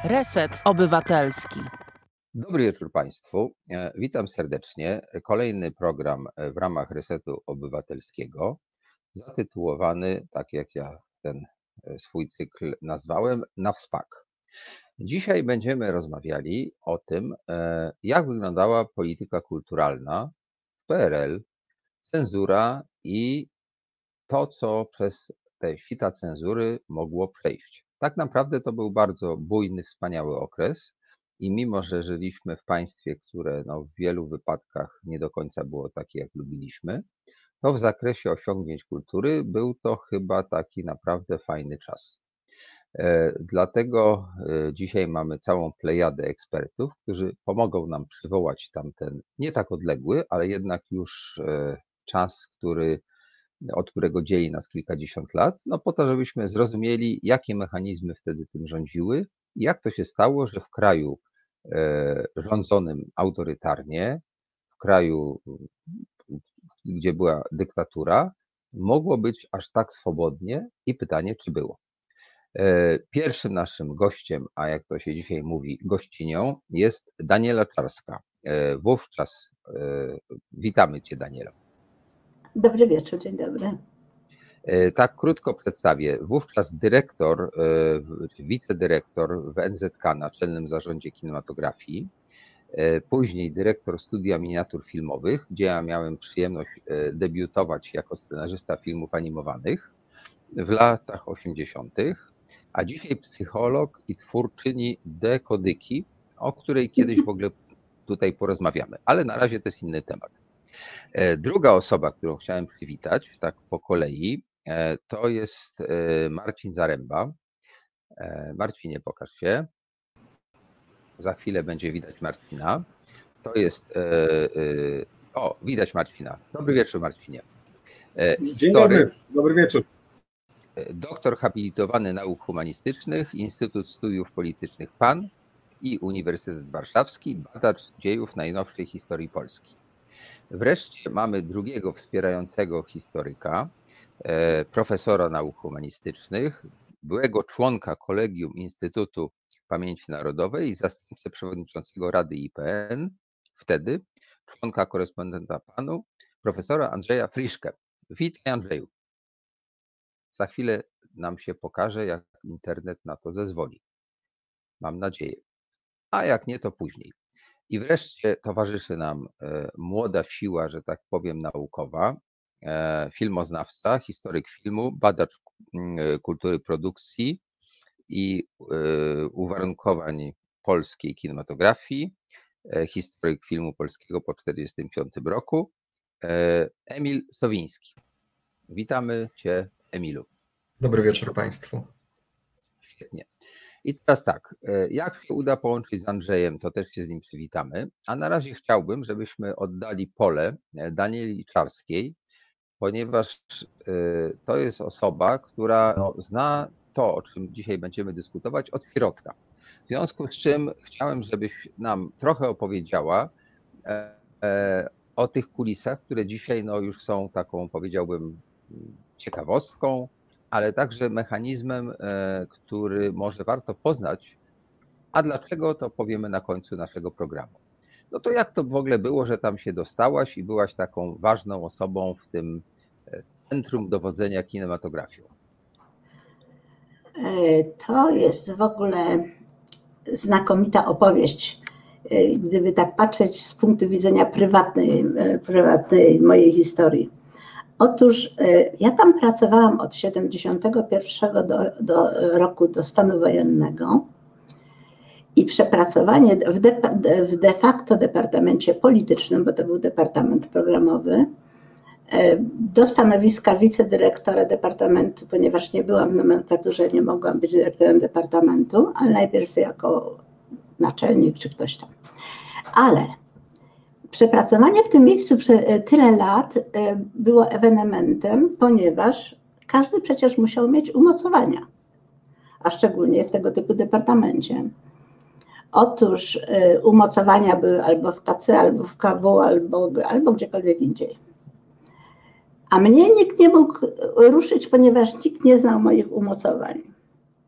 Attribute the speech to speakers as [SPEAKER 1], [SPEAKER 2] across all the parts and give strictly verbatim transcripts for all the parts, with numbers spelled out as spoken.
[SPEAKER 1] Reset Obywatelski.
[SPEAKER 2] Dobry wieczór Państwu. Witam serdecznie. Kolejny program w ramach Resetu Obywatelskiego, zatytułowany, tak jak ja ten swój cykl nazwałem, na wpak. Dzisiaj będziemy rozmawiali o tym, jak wyglądała polityka kulturalna w P R L, cenzura i to, co przez te sita cenzury mogło przejść. Tak naprawdę to był bardzo bujny, wspaniały okres i mimo, że żyliśmy w państwie, które no, w wielu wypadkach nie do końca było takie, jak lubiliśmy, to w zakresie osiągnięć kultury był to chyba taki naprawdę fajny czas. Dlatego dzisiaj mamy całą plejadę ekspertów, którzy pomogą nam przywołać tamten nie tak odległy, ale jednak już czas, który od którego dzieli nas kilkadziesiąt lat, no po to, żebyśmy zrozumieli, jakie mechanizmy wtedy tym rządziły i jak to się stało, że w kraju rządzonym autorytarnie, w kraju, gdzie była dyktatura, mogło być aż tak swobodnie i pytanie, czy było. Pierwszym naszym gościem, a jak to się dzisiaj mówi, gościnią, jest Daniela Czarska. Wówczas witamy Cię, Daniela.
[SPEAKER 3] Dobry wieczór, dzień dobry.
[SPEAKER 2] Tak krótko przedstawię. Wówczas dyrektor, czy wicedyrektor w N Z K, Naczelnym Zarządzie Kinematografii, później dyrektor Studia Miniatur Filmowych, gdzie ja miałem przyjemność debiutować jako scenarzysta filmów animowanych w latach osiemdziesiątych, a dzisiaj psycholog i twórczyni Dekodyki, o której kiedyś w ogóle tutaj porozmawiamy, ale na razie to jest inny temat. Druga osoba, którą chciałem przywitać, tak po kolei, to jest Marcin Zaręba. Marcinie, pokaż się. Za chwilę będzie widać Marcina. To jest... O, widać Marcina. Dobry wieczór, Marcinie.
[SPEAKER 4] Dzień dobry, dobry wieczór.
[SPEAKER 2] Doktor habilitowany nauk humanistycznych, Instytut Studiów Politycznych P A N i Uniwersytet Warszawski, badacz dziejów najnowszej historii Polski. Wreszcie mamy drugiego wspierającego historyka, profesora nauk humanistycznych, byłego członka Kolegium Instytutu Pamięci Narodowej i zastępcę przewodniczącego Rady I P N, wtedy członka korespondenta P A N-u, profesora Andrzeja Friszkę. Witaj, Andrzeju. Za chwilę nam się pokaże, jak internet na to zezwoli. Mam nadzieję. A jak nie, to później. I wreszcie towarzyszy nam młoda siła, że tak powiem, naukowa, filmoznawca, historyk filmu, badacz kultury produkcji i uwarunkowań polskiej kinematografii, historyk filmu polskiego po tysiąc dziewięćset czterdziestym piątym roku, Emil Sowiński. Witamy Cię, Emilu.
[SPEAKER 5] Dobry wieczór Państwu.
[SPEAKER 2] Świetnie. I teraz tak, jak się uda połączyć z Andrzejem, to też się z nim przywitamy, a na razie chciałbym, żebyśmy oddali pole Danieli Czarskiej, ponieważ to jest osoba, która no, zna to, o czym dzisiaj będziemy dyskutować, od środka. W związku z czym chciałem, żebyś nam trochę opowiedziała o tych kulisach, które dzisiaj no, już są taką, powiedziałbym, ciekawostką, ale także mechanizmem, który może warto poznać, a dlaczego, to powiemy na końcu naszego programu. No to jak to w ogóle było, że tam się dostałaś i byłaś taką ważną osobą w tym centrum dowodzenia kinematografią?
[SPEAKER 3] To jest w ogóle znakomita opowieść, gdyby tak patrzeć z punktu widzenia prywatnej, prywatnej mojej historii. Otóż ja tam pracowałam od siedemdziesiątego pierwszego do, do roku do stanu wojennego i przepracowanie w de, w de facto departamencie politycznym, bo to był departament programowy, do stanowiska wicedyrektora departamentu, ponieważ nie byłam w nomenklaturze, nie mogłam być dyrektorem departamentu, ale najpierw jako naczelnik czy ktoś tam. Ale przepracowanie w tym miejscu przez tyle lat było ewenementem, ponieważ każdy przecież musiał mieć umocowania, a szczególnie w tego typu departamencie. Otóż umocowania były albo w K C, albo w K W, albo, albo gdziekolwiek indziej. A mnie nikt nie mógł ruszyć, ponieważ nikt nie znał moich umocowań.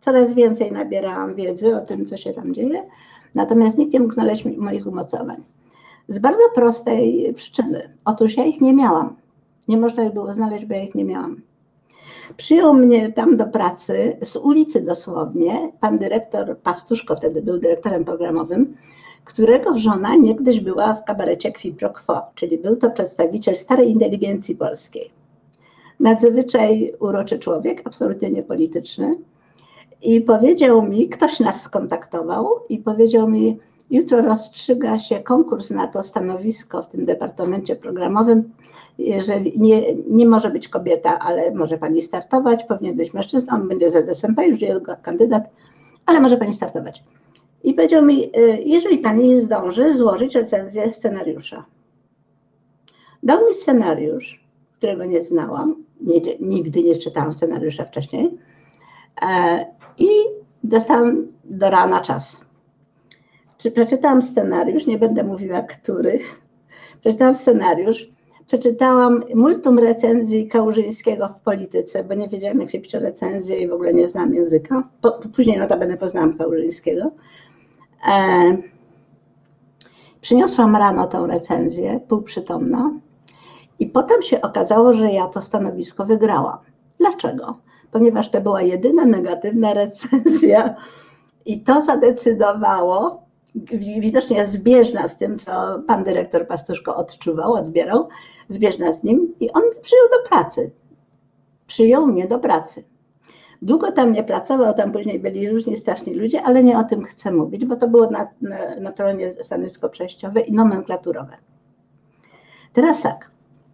[SPEAKER 3] coraz więcej nabierałam wiedzy o tym, co się tam dzieje, natomiast nikt nie mógł znaleźć moich umocowań. Z bardzo prostej przyczyny. Otóż ja ich nie miałam. Nie można ich było znaleźć, bo ja ich nie miałam. Przyjął mnie tam do pracy z ulicy dosłownie pan dyrektor Pastuszko, wtedy był dyrektorem programowym, którego żona niegdyś była w kabarecie Qui pro Quo, czyli był to przedstawiciel starej inteligencji polskiej. Nadzwyczaj uroczy człowiek, absolutnie niepolityczny. I powiedział mi, ktoś nas skontaktował i powiedział mi, jutro rozstrzyga się konkurs na to stanowisko w tym departamencie programowym. Jeżeli nie, nie może być kobieta, ale może pani startować, powinien być mężczyzna, on będzie z S M P, już jest kandydat, ale może pani startować. I powiedział mi, jeżeli pani zdąży złożyć recenzję scenariusza. Dał mi scenariusz, którego nie znałam, nie, nigdy nie czytałam scenariusza wcześniej i dostałam do rana czas. Czy przeczytałam scenariusz, nie będę mówiła który, przeczytałam scenariusz, przeczytałam multum recenzji Kałużyńskiego w polityce, bo nie wiedziałam, jak się pisze recenzję i w ogóle nie znam języka. Po, później notabene poznałam Kałużyńskiego. E, przyniosłam rano tą recenzję, półprzytomna, i potem się okazało, że ja to stanowisko wygrałam. Dlaczego? Ponieważ to była jedyna negatywna recenzja i to zadecydowało, widocznie zbieżna z tym, co pan dyrektor Pastuszko odczuwał, odbierał, zbieżna z nim, i on mnie przyjął do pracy. Przyjął mnie do pracy. Długo tam nie pracował, tam później byli różni straszni ludzie, ale nie o tym chcę mówić, bo to było na, na, naturalnie stanowisko przejściowe i nomenklaturowe. Teraz tak.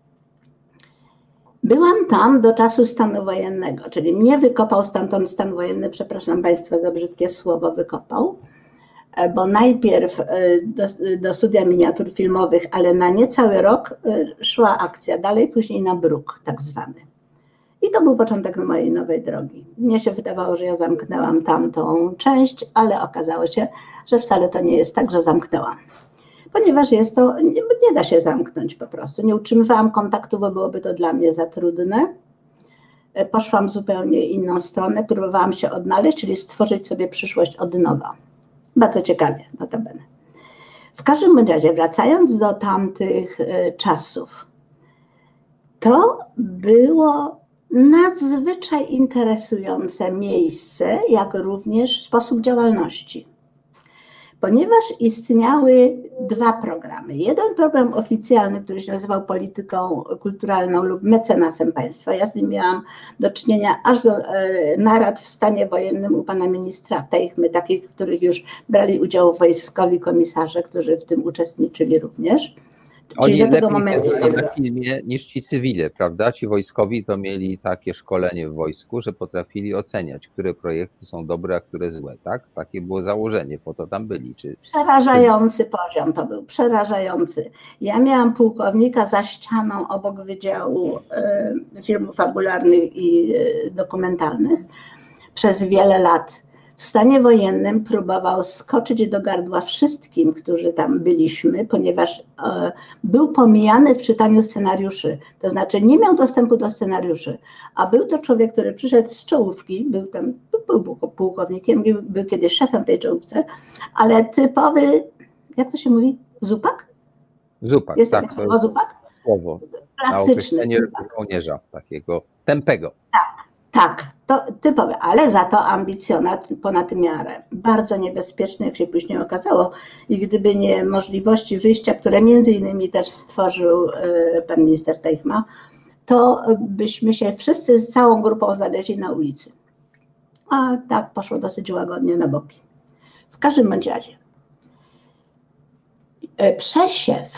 [SPEAKER 3] Byłam tam do czasu stanu wojennego, czyli mnie wykopał stamtąd stan wojenny, przepraszam państwa za brzydkie słowo, wykopał, bo najpierw do, do studia miniatur filmowych, ale na niecały rok szła akcja dalej, później na bruk tak zwany. I to był początek mojej nowej drogi. Mnie się wydawało, że ja zamknęłam tamtą część, ale okazało się, że wcale to nie jest tak, że zamknęłam. Ponieważ jest to, nie, nie da się zamknąć po prostu. Nie utrzymywałam kontaktu, bo byłoby to dla mnie za trudne. Poszłam w zupełnie inną stronę, próbowałam się odnaleźć, czyli stworzyć sobie przyszłość od nowa. Bardzo ciekawie, notabene. W każdym razie, wracając do tamtych czasów, to było nadzwyczaj interesujące miejsce, jak również sposób działalności. Ponieważ istniały dwa programy. Jeden program oficjalny, który się nazywał Polityką Kulturalną lub Mecenasem Państwa. Ja z nim miałam do czynienia aż do e, narad w stanie wojennym u pana ministra Tejchmy, takich, w których już brali udział wojskowi komisarze, którzy w tym uczestniczyli również.
[SPEAKER 2] Oni lepiej momentu na filmie niż ci cywile, prawda? Ci wojskowi to mieli takie szkolenie w wojsku, że potrafili oceniać, które projekty są dobre, a które złe, tak? Takie było założenie, po to tam byli. Czy,
[SPEAKER 3] przerażający czy... poziom to był, przerażający. Ja miałam pułkownika za ścianą obok Wydziału y, Filmów Fabularnych i y, Dokumentalnych przez wiele lat. W stanie wojennym próbował skoczyć do gardła wszystkim, którzy tam byliśmy, ponieważ e, był pomijany w czytaniu scenariuszy. To znaczy nie miał dostępu do scenariuszy, a był to człowiek, który przyszedł z czołówki, był tam, był pułkownikiem, był, był kiedyś szefem tej czołówce, ale typowy, jak to się mówi, zupak?
[SPEAKER 2] Zupak,
[SPEAKER 3] Jest
[SPEAKER 2] tak.
[SPEAKER 3] takie słowo zupak?
[SPEAKER 2] Słowo.
[SPEAKER 3] Klasyczny
[SPEAKER 2] na żołnierza, takiego tępego.
[SPEAKER 3] Tak. Tak, to typowe, ale za to ambicjonat ponad miarę. Bardzo niebezpieczny, jak się później okazało. I gdyby nie możliwości wyjścia, które między innymi też stworzył pan minister Tejchma, to byśmy się wszyscy z całą grupą znaleźli na ulicy. A tak poszło dosyć łagodnie na boki. W każdym bądź razie. Przesiew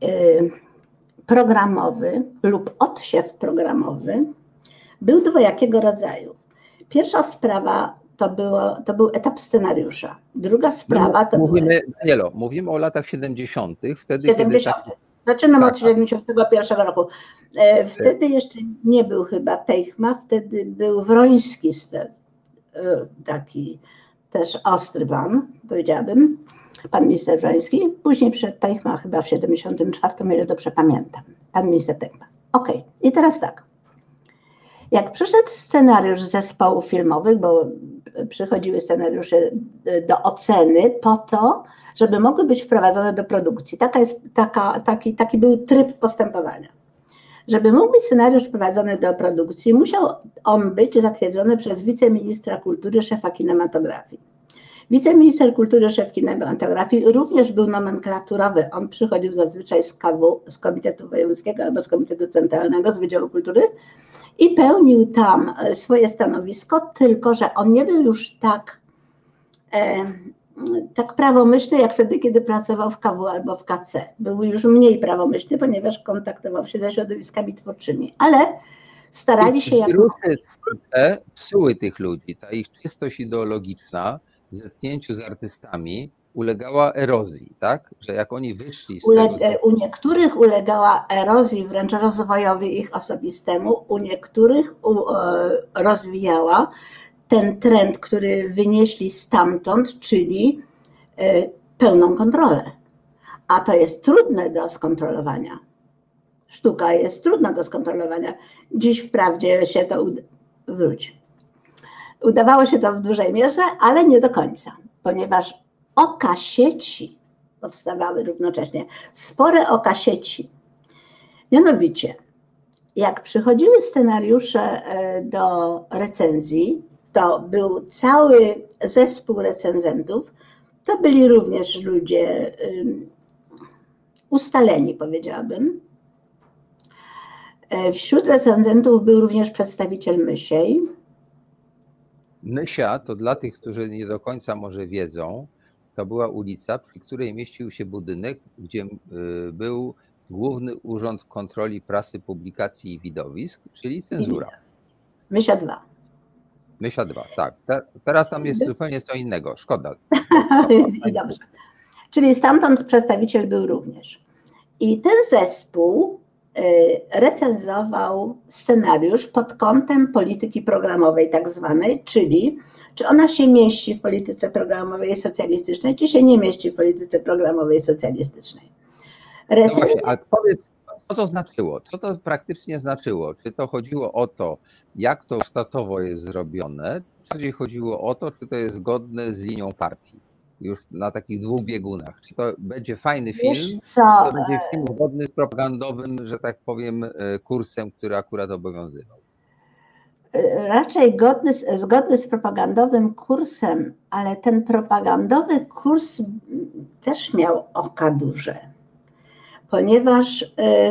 [SPEAKER 3] programowy lub odsiew programowy był dwojakiego rodzaju. Pierwsza sprawa to, było, to był etap scenariusza. Druga sprawa to
[SPEAKER 2] mówimy,
[SPEAKER 3] były...
[SPEAKER 2] Danielo, mówimy o latach siedemdziesiątych. Wtedy,
[SPEAKER 3] siedemdziesiątych.
[SPEAKER 2] Kiedy...
[SPEAKER 3] Zaczynam
[SPEAKER 2] tak,
[SPEAKER 3] od siedemdziesiątego pierwszego roku. Wtedy jeszcze nie był chyba Tejchma, wtedy był Wroński, taki też ostry pan, powiedziałabym, pan minister Wroński. Później przyszedł Tejchma chyba w siedemdziesiątym czwartym, o ile dobrze pamiętam. Pan minister Tejchma. Okej, okay. I teraz tak. Jak przyszedł scenariusz zespołów filmowych, bo przychodziły scenariusze do oceny po to, żeby mogły być wprowadzone do produkcji. Taka jest, taka, taki, taki był tryb postępowania. Żeby mógł być scenariusz wprowadzony do produkcji, musiał on być zatwierdzony przez wiceministra kultury, szefa kinematografii. Wiceminister kultury, szef kinematografii również był nomenklaturowy. On przychodził zazwyczaj z K W, z Komitetu Wojewódzkiego albo z Komitetu Centralnego, z Wydziału Kultury i pełnił tam swoje stanowisko, tylko że on nie był już tak, e, tak prawomyślny jak wtedy, kiedy pracował w K W albo w K C. Był już mniej prawomyślny, ponieważ kontaktował się ze środowiskami twórczymi, ale starali się jako...
[SPEAKER 2] Wirusy te psuły tych ludzi, ta ich czystość ideologiczna w zetknięciu z artystami ulegała erozji, tak? Że jak oni wyszli z
[SPEAKER 3] Ule,
[SPEAKER 2] tego...
[SPEAKER 3] U niektórych ulegała erozji, wręcz rozwojowi ich osobistemu, u niektórych u, e, rozwijała ten trend, który wynieśli stamtąd, czyli e, pełną kontrolę. A to jest trudne do skontrolowania. Sztuka jest trudna do skontrolowania. Dziś wprawdzie się to uda... Wróć. Udawało się to w dużej mierze, ale nie do końca, ponieważ oka sieci powstawały równocześnie, spore oka sieci. Mianowicie, jak przychodziły scenariusze do recenzji, to był cały zespół recenzentów, to byli również ludzie ustaleni, powiedziałabym. Wśród recenzentów był również przedstawiciel Mysiej.
[SPEAKER 2] Mysia, to dla tych, którzy nie do końca może wiedzą, to była ulica, przy której mieścił się budynek, gdzie był Główny Urząd Kontroli Prasy, Publikacji i Widowisk, czyli cenzura.
[SPEAKER 3] Mysia dwa.
[SPEAKER 2] Mysia dwa, tak. Te, teraz tam jest zupełnie co innego, szkoda.
[SPEAKER 3] I dobrze. Czyli stamtąd przedstawiciel był również. I ten zespół recenzował scenariusz pod kątem polityki programowej tak zwanej, czyli czy ona się mieści w polityce programowej socjalistycznej, czy się nie mieści w polityce programowej socjalistycznej. Recen...
[SPEAKER 2] No właśnie, a powiedz, co to znaczyło? Co to praktycznie znaczyło? Czy to chodziło o to, jak to statowo jest zrobione, czy bardziej chodziło o to, czy to jest zgodne z linią partii? Już na takich dwóch biegunach. Czy to będzie fajny film,
[SPEAKER 3] Wiesz
[SPEAKER 2] czy
[SPEAKER 3] co?
[SPEAKER 2] to będzie film zgodny z propagandowym, że tak powiem, kursem, który akurat obowiązywał?
[SPEAKER 3] Raczej godny, zgodny z propagandowym kursem, ale ten propagandowy kurs też miał oka duże, ponieważ y,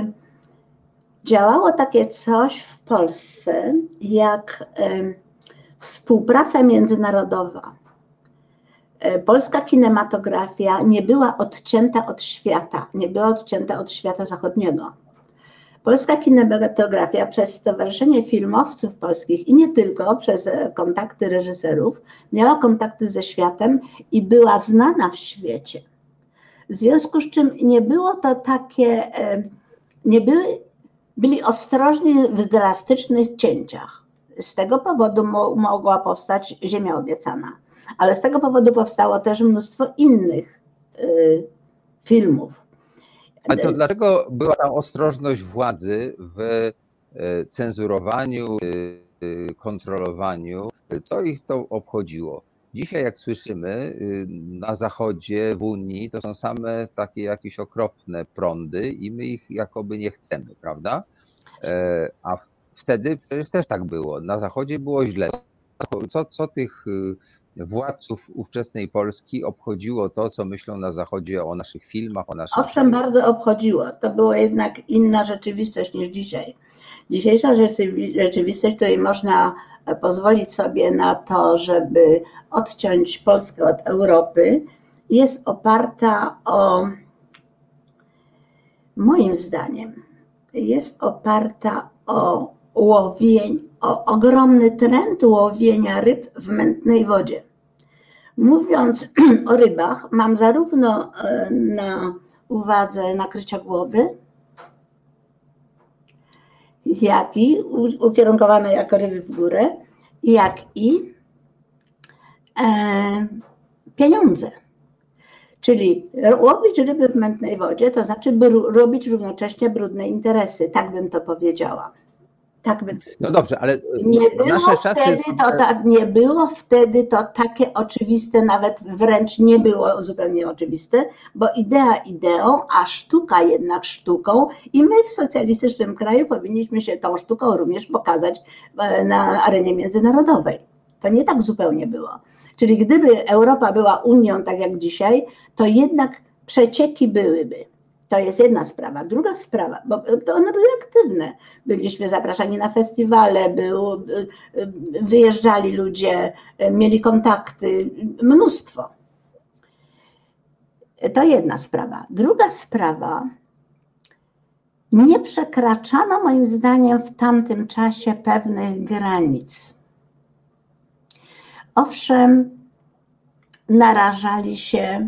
[SPEAKER 3] działało takie coś w Polsce jak y, współpraca międzynarodowa. Polska kinematografia nie była odcięta od świata, nie była odcięta od świata zachodniego. Polska kinematografia przez Stowarzyszenie Filmowców Polskich i nie tylko, przez kontakty reżyserów, miała kontakty ze światem i była znana w świecie. W związku z czym nie było to takie, nie były, byli ostrożni w drastycznych cięciach. Z tego powodu mo, mogła powstać Ziemia Obiecana. Ale z tego powodu powstało też mnóstwo innych y, filmów.
[SPEAKER 2] Ale to dlaczego była ta ostrożność władzy w cenzurowaniu, kontrolowaniu? Co ich to obchodziło? Dzisiaj, jak słyszymy, na Zachodzie, w Unii, to są same takie jakieś okropne prądy i my ich jakoby nie chcemy, prawda? A wtedy przecież też tak było. Na Zachodzie było źle. Co, co tych władców ówczesnej Polski obchodziło to, co myślą na Zachodzie o naszych filmach, o naszych...
[SPEAKER 3] Owszem, bardzo obchodziło. To była jednak inna rzeczywistość niż dzisiaj. Dzisiejsza rzeczywistość, której można pozwolić sobie na to, żeby odciąć Polskę od Europy, jest oparta o, moim zdaniem, jest oparta o łowień, o ogromny trend łowienia ryb w mętnej wodzie. Mówiąc o rybach, mam zarówno na uwadze nakrycia głowy, jak i ukierunkowane jako ryby w górę, jak i e, pieniądze. Czyli łowić ryby w mętnej wodzie, to znaczy by robić równocześnie brudne interesy, tak bym to powiedziała. Tak by...
[SPEAKER 2] No dobrze, ale
[SPEAKER 3] nie było
[SPEAKER 2] nasze czasy...
[SPEAKER 3] Wtedy to, tak, nie było wtedy to takie oczywiste, nawet wręcz nie było zupełnie oczywiste, bo idea ideą, a sztuka jednak sztuką i my w socjalistycznym kraju powinniśmy się tą sztuką również pokazać na arenie międzynarodowej. To nie tak zupełnie było. Czyli gdyby Europa była Unią tak jak dzisiaj, to jednak przecieki byłyby. To jest jedna sprawa. Druga sprawa, bo to one były aktywne. Byliśmy zapraszani na festiwale, był, wyjeżdżali ludzie, mieli kontakty, mnóstwo. To jedna sprawa. Druga sprawa, nie przekraczano moim zdaniem w tamtym czasie pewnych granic. Owszem, narażali się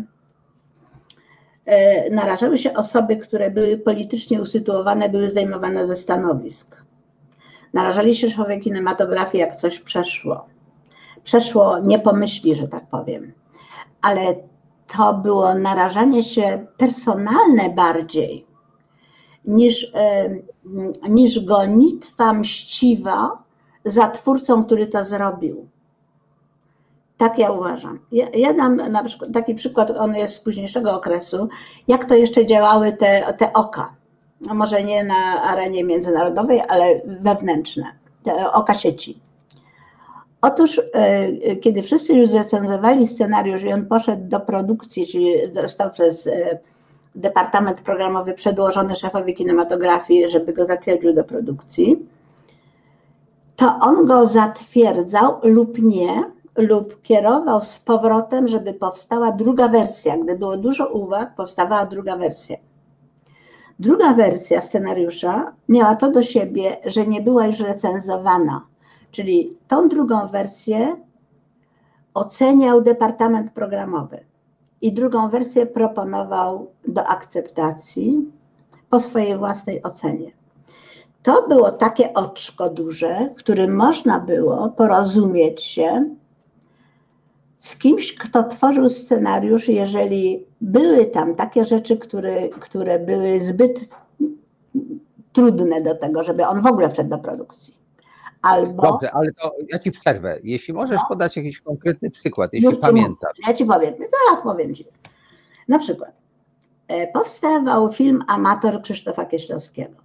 [SPEAKER 3] narażały się osoby, które były politycznie usytuowane, były zdejmowane ze stanowisk. Narażali się szefowie kinematografii, jak coś przeszło. Przeszło nie pomyśli, że tak powiem. Ale to było narażanie się personalne bardziej niż, niż gonitwa mściwa za twórcą, który to zrobił. Tak ja uważam. Ja, ja dam na przykład taki przykład, on jest z późniejszego okresu, jak to jeszcze działały te, te oka. No może nie na arenie międzynarodowej, ale wewnętrzne, te oka sieci. Otóż kiedy wszyscy już zrecenzowali scenariusz i on poszedł do produkcji, czyli został przez Departament Programowy przedłożony szefowi kinematografii, żeby go zatwierdził do produkcji, to on go zatwierdzał lub nie, lub kierował z powrotem, żeby powstała druga wersja. Gdy było dużo uwag, powstawała druga wersja. Druga wersja scenariusza miała to do siebie, że nie była już recenzowana. Czyli tą drugą wersję oceniał Departament Programowy i drugą wersję proponował do akceptacji po swojej własnej ocenie. To było takie oczko duże, w którym można było porozumieć się z kimś, kto tworzył scenariusz, jeżeli były tam takie rzeczy, które, które były zbyt trudne do tego, żeby on w ogóle wszedł do produkcji. Albo...
[SPEAKER 2] Dobrze, ale to ja ci przerwę. Jeśli możesz
[SPEAKER 3] no,
[SPEAKER 2] podać jakiś konkretny przykład, jeśli pamiętasz.
[SPEAKER 3] Ja ci powiem, tak powiem ci. Na przykład powstawał film Amator Krzysztofa Kieślowskiego.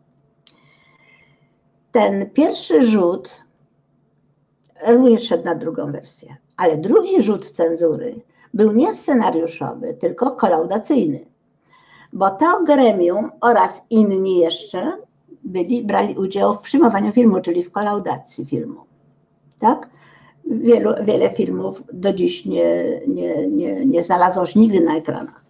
[SPEAKER 3] Ten pierwszy rzut również szedł na drugą wersję, ale drugi rzut cenzury był nie scenariuszowy, tylko kolaudacyjny, bo to gremium oraz inni jeszcze byli, brali udział w przyjmowaniu filmu, czyli w kolaudacji filmu. Tak? Wielu, wiele filmów do dziś nie, nie, nie, nie znalazło się nigdy na ekranach.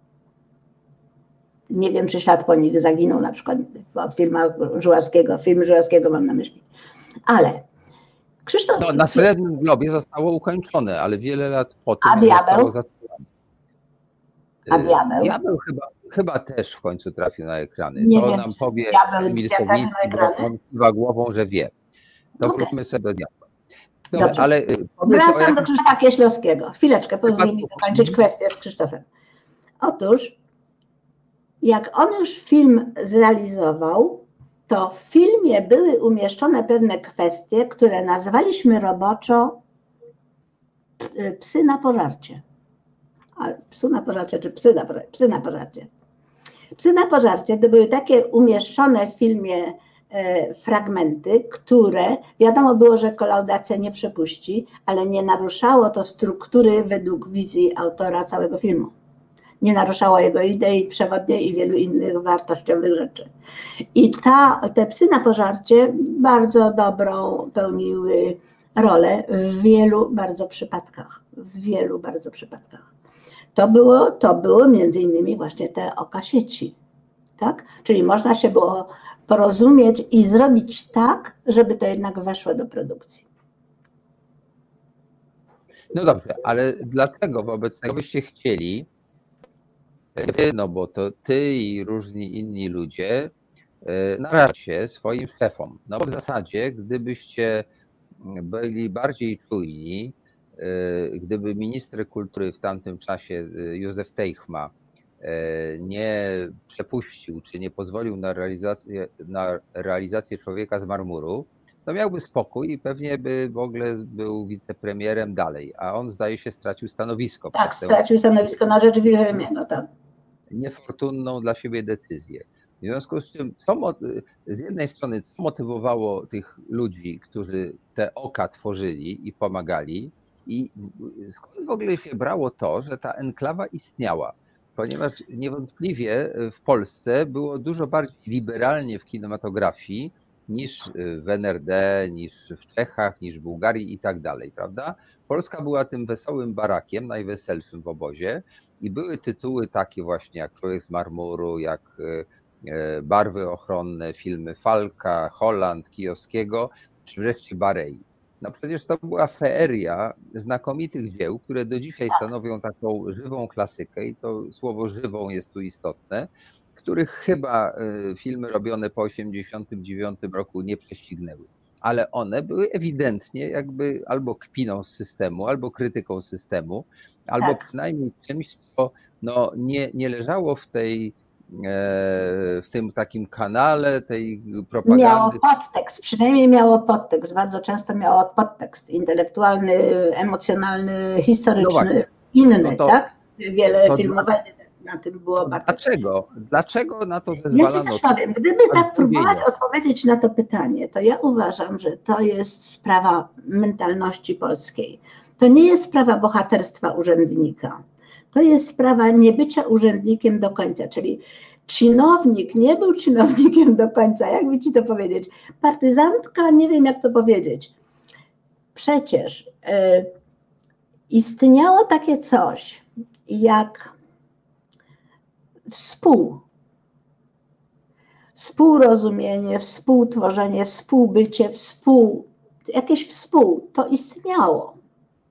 [SPEAKER 3] Nie wiem, czy ślad po nich zaginął, na przykład w filmach Żuławskiego, film Żuławskiego mam na myśli. Ale Krzysztof...
[SPEAKER 2] No, na Srebrnym Globie zostało ukończone, ale wiele lat po tym
[SPEAKER 3] A Diabeł?
[SPEAKER 2] zostało zatrzymane.
[SPEAKER 3] A Diabeł?
[SPEAKER 2] Diabeł chyba, chyba też w końcu trafił na ekrany.
[SPEAKER 3] Nie
[SPEAKER 2] to
[SPEAKER 3] wiem,
[SPEAKER 2] nam powie Emil Sowicki, bo on kiwa głową, że wie. To
[SPEAKER 3] okay.
[SPEAKER 2] wróćmy sobie do Diabła.
[SPEAKER 3] Dobrze,
[SPEAKER 2] Dobrze, ale
[SPEAKER 3] wracam
[SPEAKER 2] jak...
[SPEAKER 3] do Krzysztofa Kieślowskiego. Chwileczkę, pozwól mi dokończyć kwestię z Krzysztofem. Otóż, jak on już film zrealizował, to w filmie były umieszczone pewne kwestie, które nazwaliśmy roboczo psy na pożarcie. Psu na pożarcie, czy psy na pożarcie? Psy na pożarcie. Psy na pożarcie to były takie umieszczone w filmie e, fragmenty, które wiadomo było, że kolaudacja nie przepuści, ale nie naruszało to struktury według wizji autora całego filmu. Nie naruszało jego idei przewodniej i wielu innych wartościowych rzeczy. I ta, te psy na pożarcie bardzo dobrą pełniły rolę w wielu bardzo przypadkach. W wielu bardzo przypadkach. To było, to było między innymi właśnie te oka sieci. Tak? Czyli można się było porozumieć i zrobić tak, żeby to jednak weszło do produkcji.
[SPEAKER 2] No dobrze, ale dlaczego wobec tego byście chcieli, no bo to ty i różni inni ludzie narażacie się swoim szefom. No bo w zasadzie, gdybyście byli bardziej czujni, gdyby minister kultury w tamtym czasie, Józef Teichma, nie przepuścił, czy nie pozwolił na realizację, na realizację Człowieka z marmuru, to miałby spokój i pewnie by w ogóle był wicepremierem dalej, a on zdaje się stracił stanowisko.
[SPEAKER 3] Tak, stracił stanowisko na rzecz Wilhelmiego, tak.
[SPEAKER 2] Niefortunną dla siebie decyzję. W związku z czym, co, z jednej strony, co motywowało tych ludzi, którzy te oka tworzyli i pomagali, i skąd w ogóle się brało to, że ta enklawa istniała? Ponieważ niewątpliwie w Polsce było dużo bardziej liberalnie w kinematografii niż w N R D, niż w Czechach, niż w Bułgarii i tak dalej, prawda? Polska była tym wesołym barakiem, najweselszym w obozie i były tytuły takie właśnie jak Człowiek z marmuru, jak Barwy ochronne, filmy Falka, Holland, Kijowskiego, czy wreszcie Barei. No przecież to była feeria znakomitych dzieł, które do dzisiaj stanowią taką żywą klasykę i to słowo żywą jest tu istotne, których chyba filmy robione po osiemdziesiątym dziewiątym roku nie prześcignęły. Ale one były ewidentnie jakby albo kpiną z systemu, albo krytyką systemu, albo tak. przynajmniej czymś, co no, nie, nie leżało w tej w tym takim kanale tej propagandy.
[SPEAKER 3] Miało podtekst, przynajmniej miało podtekst, bardzo często miało podtekst intelektualny, emocjonalny, historyczny, no inny, no to, tak? Wiele filmów na tym było bardzo.
[SPEAKER 2] Dlaczego? Dlaczego na to zezwalano?
[SPEAKER 3] Ja ci coś powiem. Gdyby tak próbować odpowiedzieć na to pytanie, to ja uważam, że to jest sprawa mentalności polskiej. To nie jest sprawa bohaterstwa urzędnika. To jest sprawa niebycia urzędnikiem do końca, czyli czynownik nie był czynownikiem do końca, jakby ci to powiedzieć. Partyzantka, nie wiem jak to powiedzieć. Przecież y, istniało takie coś jak współ, współrozumienie, współtworzenie, współbycie, współ, jakieś współ, to istniało.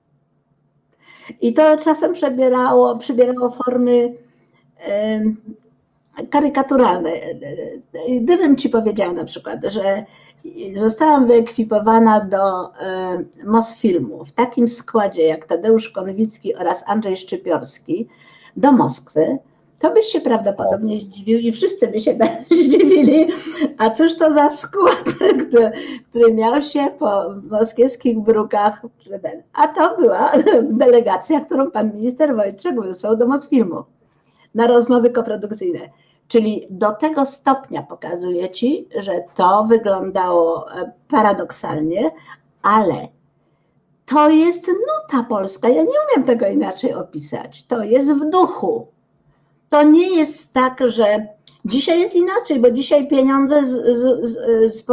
[SPEAKER 3] I to czasem przybierało, przybierało formy y, karykaturalne. Gdybym ci powiedziała na przykład, że zostałam wyekwipowana do y, Mosfilmu w takim składzie jak Tadeusz Konwicki oraz Andrzej Szczypiorski do Moskwy, to byś się prawdopodobnie zdziwił i wszyscy by się zdziwili, a cóż to za skład, który, który miał się po moskiewskich brukach. A to była delegacja, którą pan minister Wojciech wysłał do Mosfilmu na rozmowy koprodukcyjne. Czyli do tego stopnia pokazuję ci, że to wyglądało paradoksalnie, ale to jest nuta polska. Ja nie umiem tego inaczej opisać. To jest w duchu. To nie jest tak, że dzisiaj jest inaczej, bo dzisiaj pieniądze z, z, z, z,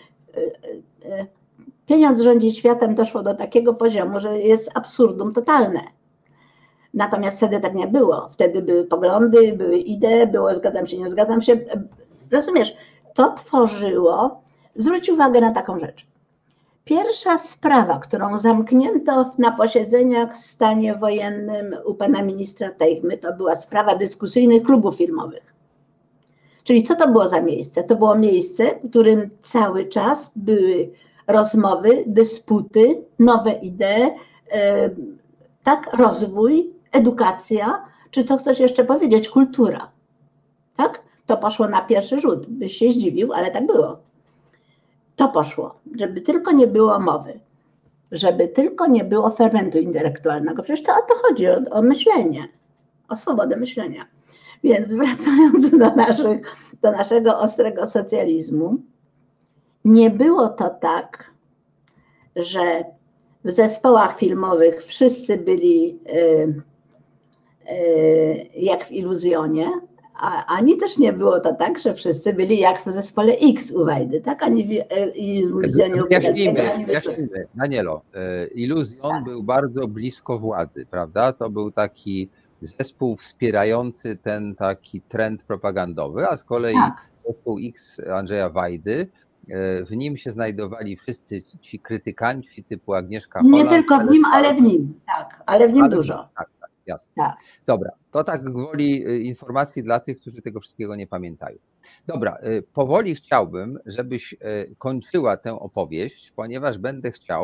[SPEAKER 3] pieniądz rządzi światem doszło do takiego poziomu, że jest absurdum totalne. Natomiast wtedy tak nie było. Wtedy były poglądy, były idee, było zgadzam się, nie zgadzam się. Rozumiesz, to tworzyło, zwróć uwagę na taką rzecz. Pierwsza sprawa, którą zamknięto na posiedzeniach w stanie wojennym u pana ministra Tejchmy, to była sprawa dyskusyjnych klubów filmowych. Czyli co to było za miejsce? To było miejsce, w którym cały czas były rozmowy, dysputy, nowe idee, yy, tak, rozwój, edukacja, czy co chcesz jeszcze powiedzieć, kultura. Tak? To poszło na pierwszy rzut, byś się zdziwił, ale tak było. To poszło, żeby tylko nie było mowy, żeby tylko nie było fermentu intelektualnego. Przecież to o to chodzi, o, o myślenie, o swobodę myślenia. Więc wracając do, naszych, do naszego ostrego socjalizmu, nie było to tak, że w zespołach filmowych wszyscy byli y, y, jak w iluzjonie, a, ani też nie było to tak, że wszyscy byli jak w zespole X u Wajdy, tak? Ani w iluzjonie u
[SPEAKER 2] Wyjaśnijmy, wyjaśnijmy. Danielo, Iluzjon tak. był bardzo blisko władzy, prawda? To był taki zespół wspierający ten taki trend propagandowy, a z kolei tak. zespół X Andrzeja Wajdy, w nim się znajdowali wszyscy ci krytykanci typu Agnieszka Holland.
[SPEAKER 3] Nie tylko w nim, ale w nim, tak, ale w nim ale dużo.
[SPEAKER 2] Tak, tak, jasne. Tak. Dobra, to tak gwoli informacji dla tych, którzy tego wszystkiego nie pamiętają. Dobra, powoli chciałbym, żebyś kończyła tę opowieść, ponieważ będę chciał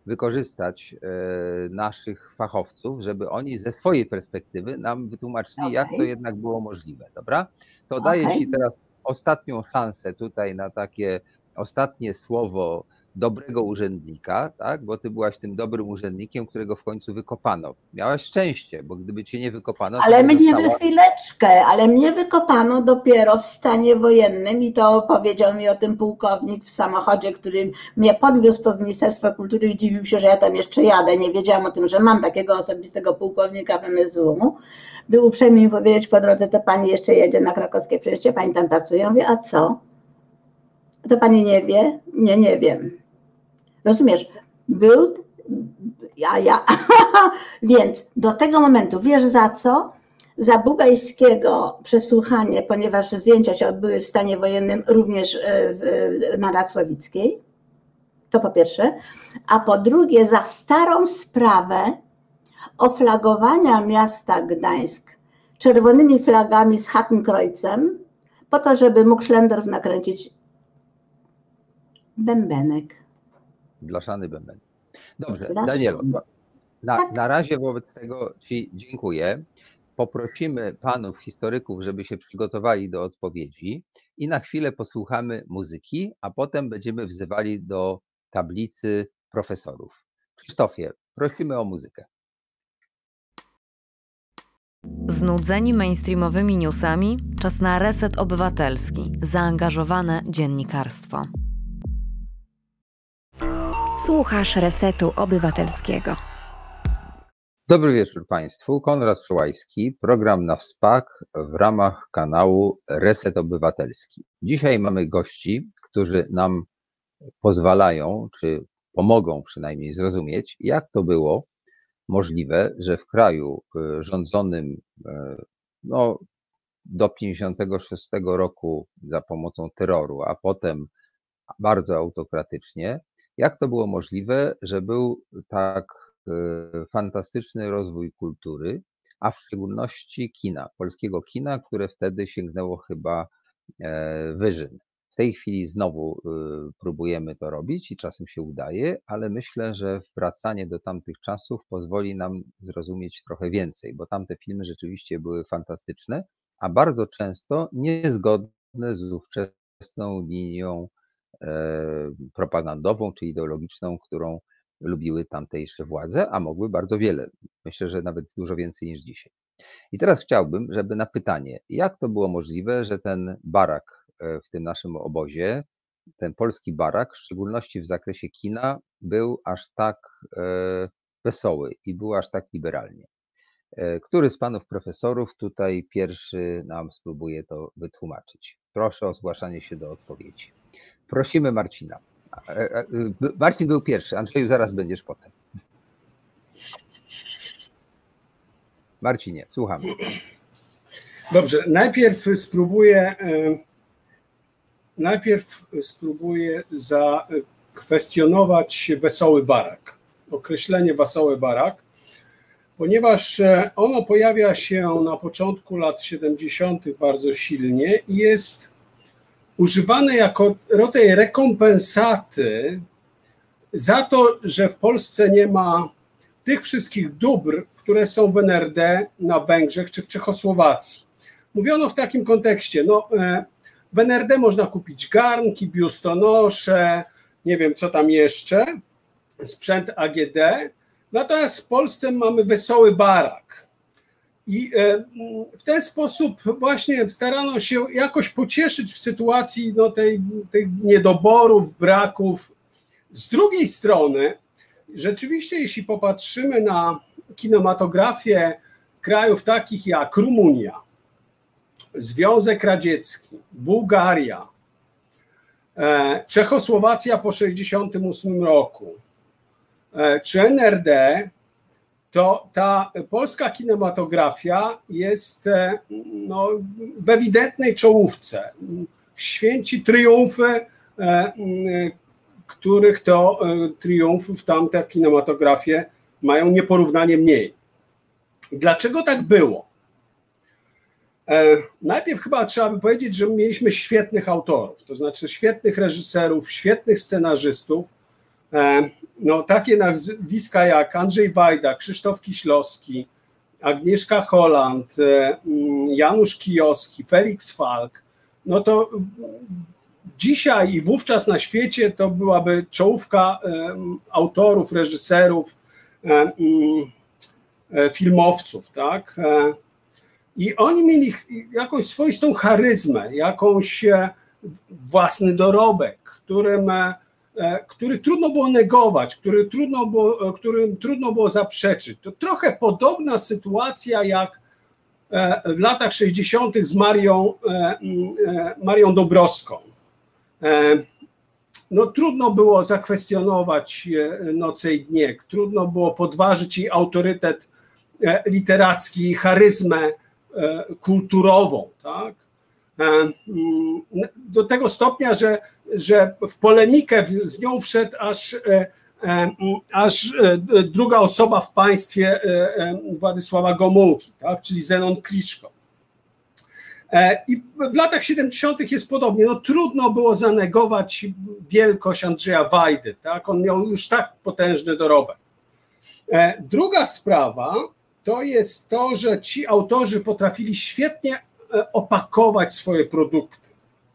[SPEAKER 2] wykorzystać naszych fachowców, żeby oni ze swojej perspektywy nam wytłumaczyli, okay. jak to jednak było możliwe, dobra? To okay. daję Ci teraz ostatnią szansę tutaj na takie ostatnie słowo dobrego urzędnika, tak? Bo ty byłaś tym dobrym urzędnikiem, którego w końcu wykopano. Miałaś szczęście, bo gdyby cię nie wykopano...
[SPEAKER 3] Ale mnie
[SPEAKER 2] została...
[SPEAKER 3] chwileczkę, ale mnie wykopano dopiero w stanie wojennym i to powiedział mi o tym pułkownik w samochodzie, który mnie podwiózł pod Ministerstwo Kultury i dziwił się, że ja tam jeszcze jadę. Nie wiedziałam o tym, że mam takiego osobistego pułkownika w M S W. Był uprzejmy mi powiedzieć po drodze, to pani jeszcze jedzie na krakowskie przejście, pani tam pracuje. Ja mówię, a co? To pani nie wie? Nie, nie wiem. Rozumiesz? Był, ja, ja, więc do tego momentu, wiesz za co? Za Bugajskiego przesłuchanie, ponieważ zdjęcia się odbyły w stanie wojennym również w, na Racławickiej, to po pierwsze, a po drugie za starą sprawę oflagowania miasta Gdańsk czerwonymi flagami z Hakenkreuzem, po to, żeby mógł Schlendorf nakręcić bębenek.
[SPEAKER 2] Blaszany bęben. Dobrze, Danielo, na, na razie wobec tego Ci dziękuję. Poprosimy panów historyków, żeby się przygotowali do odpowiedzi i na chwilę posłuchamy muzyki, a potem będziemy wzywali do tablicy profesorów. Krzysztofie, prosimy o muzykę.
[SPEAKER 6] Znudzeni mainstreamowymi newsami? Czas na reset obywatelski. Zaangażowane dziennikarstwo.
[SPEAKER 7] Słuchasz Resetu Obywatelskiego.
[SPEAKER 2] Dobry wieczór Państwu. Konrad Szołajski, program na WSPAK w ramach kanału Reset Obywatelski. Dzisiaj mamy gości, którzy nam pozwalają, czy pomogą przynajmniej zrozumieć, jak to było możliwe, że w kraju rządzonym no, do pięćdziesiątego szóstego roku za pomocą terroru, a potem bardzo autokratycznie, jak to było możliwe, że był tak fantastyczny rozwój kultury, a w szczególności kina, polskiego kina, które wtedy sięgnęło chyba wyżyn. W tej chwili znowu próbujemy to robić i czasem się udaje, ale myślę, że wracanie do tamtych czasów pozwoli nam zrozumieć trochę więcej, bo tamte filmy rzeczywiście były fantastyczne, a bardzo często niezgodne z ówczesną linią propagandową czy ideologiczną, którą lubiły tamtejsze władze, a mogły bardzo wiele. Myślę, że nawet dużo więcej niż dzisiaj. I teraz chciałbym, żeby na pytanie, jak to było możliwe, że ten barak w tym naszym obozie, ten polski barak, w szczególności w zakresie kina, był aż tak wesoły i był aż tak liberalnie. Który z panów profesorów tutaj pierwszy nam spróbuje to wytłumaczyć? Proszę o zgłaszanie się do odpowiedzi. Prosimy Marcina. Marcin był pierwszy, Andrzeju zaraz będziesz potem. Marcinie, słuchamy.
[SPEAKER 4] Dobrze, najpierw spróbuję najpierw spróbuję zakwestionować wesoły barak. Określenie wesoły barak, ponieważ ono pojawia się na początku lat siedemdziesiątych bardzo silnie i jest używane jako rodzaj rekompensaty za to, że w Polsce nie ma tych wszystkich dóbr, które są w N R D, na Węgrzech czy w Czechosłowacji. Mówiono w takim kontekście, no w N R D można kupić garnki, biustonosze, nie wiem co tam jeszcze, sprzęt A G D, natomiast w Polsce mamy wesoły barak. I w ten sposób właśnie starano się jakoś pocieszyć w sytuacji no, tej, tych niedoborów, braków. Z drugiej strony, rzeczywiście jeśli popatrzymy na kinematografię krajów takich jak Rumunia, Związek Radziecki, Bułgaria, Czechosłowacja po sześćdziesiątym ósmym roku, czy N R D, to ta polska kinematografia jest no, w ewidentnej czołówce. Święci triumfy, których to triumfów tamte kinematografie mają nieporównanie mniej. Dlaczego tak było? Najpierw chyba trzeba by powiedzieć, że mieliśmy świetnych autorów, to znaczy świetnych reżyserów, świetnych scenarzystów, no, takie nazwiska jak Andrzej Wajda, Krzysztof Kiślowski, Agnieszka Holland, Janusz Kijowski, Felix Falk, no to dzisiaj i wówczas na świecie to byłaby czołówka autorów, reżyserów, filmowców, tak? I oni mieli jakąś swoistą charyzmę, jakąś własny dorobek, którym, który trudno było negować, który trudno było, którym trudno było zaprzeczyć. To trochę podobna sytuacja jak w latach sześćdziesiątych z Marią, Marią Dobrowską. No, trudno było zakwestionować Noce i dnie, trudno było podważyć jej autorytet literacki, charyzmę kulturową, tak? Do tego stopnia, że, że w polemikę z nią wszedł aż, aż druga osoba w państwie Władysława Gomułki, tak? Czyli Zenon Kliczko. I w latach siedemdziesiątych jest podobnie. No, trudno było zanegować wielkość Andrzeja Wajdy, tak? On miał już tak potężny dorobek. Druga sprawa to jest to, że ci autorzy potrafili świetnie opakować swoje produkty.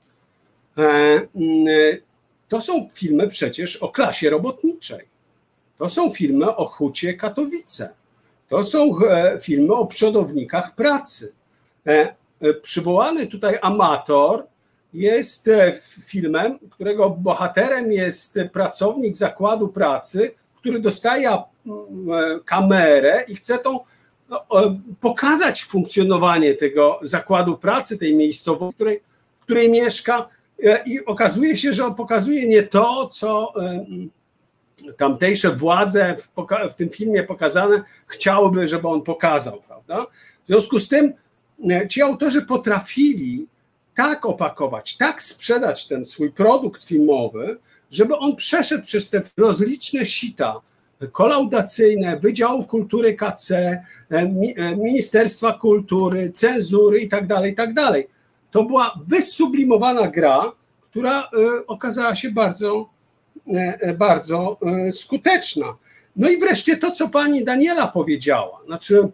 [SPEAKER 4] To są filmy przecież o klasie robotniczej. To są filmy o Hucie Katowice. To są filmy o przodownikach pracy. Przywołany tutaj Amator jest filmem, którego bohaterem jest pracownik zakładu pracy, który dostaje kamerę i chce tą, no, pokazać funkcjonowanie tego zakładu pracy, tej miejscowości, w której, w której mieszka, i okazuje się, że on pokazuje nie to, co tamtejsze władze w, w tym filmie pokazane chciałyby, żeby on pokazał, prawda? W związku z tym ci autorzy potrafili tak opakować, tak sprzedać ten swój produkt filmowy, żeby on przeszedł przez te rozliczne sita kolaudacyjne, Wydziału Kultury K C, Ministerstwa Kultury, cenzury i tak dalej, i tak dalej. To była wysublimowana gra, która okazała się bardzo, bardzo skuteczna. No i wreszcie to, co pani Daniela powiedziała, znaczy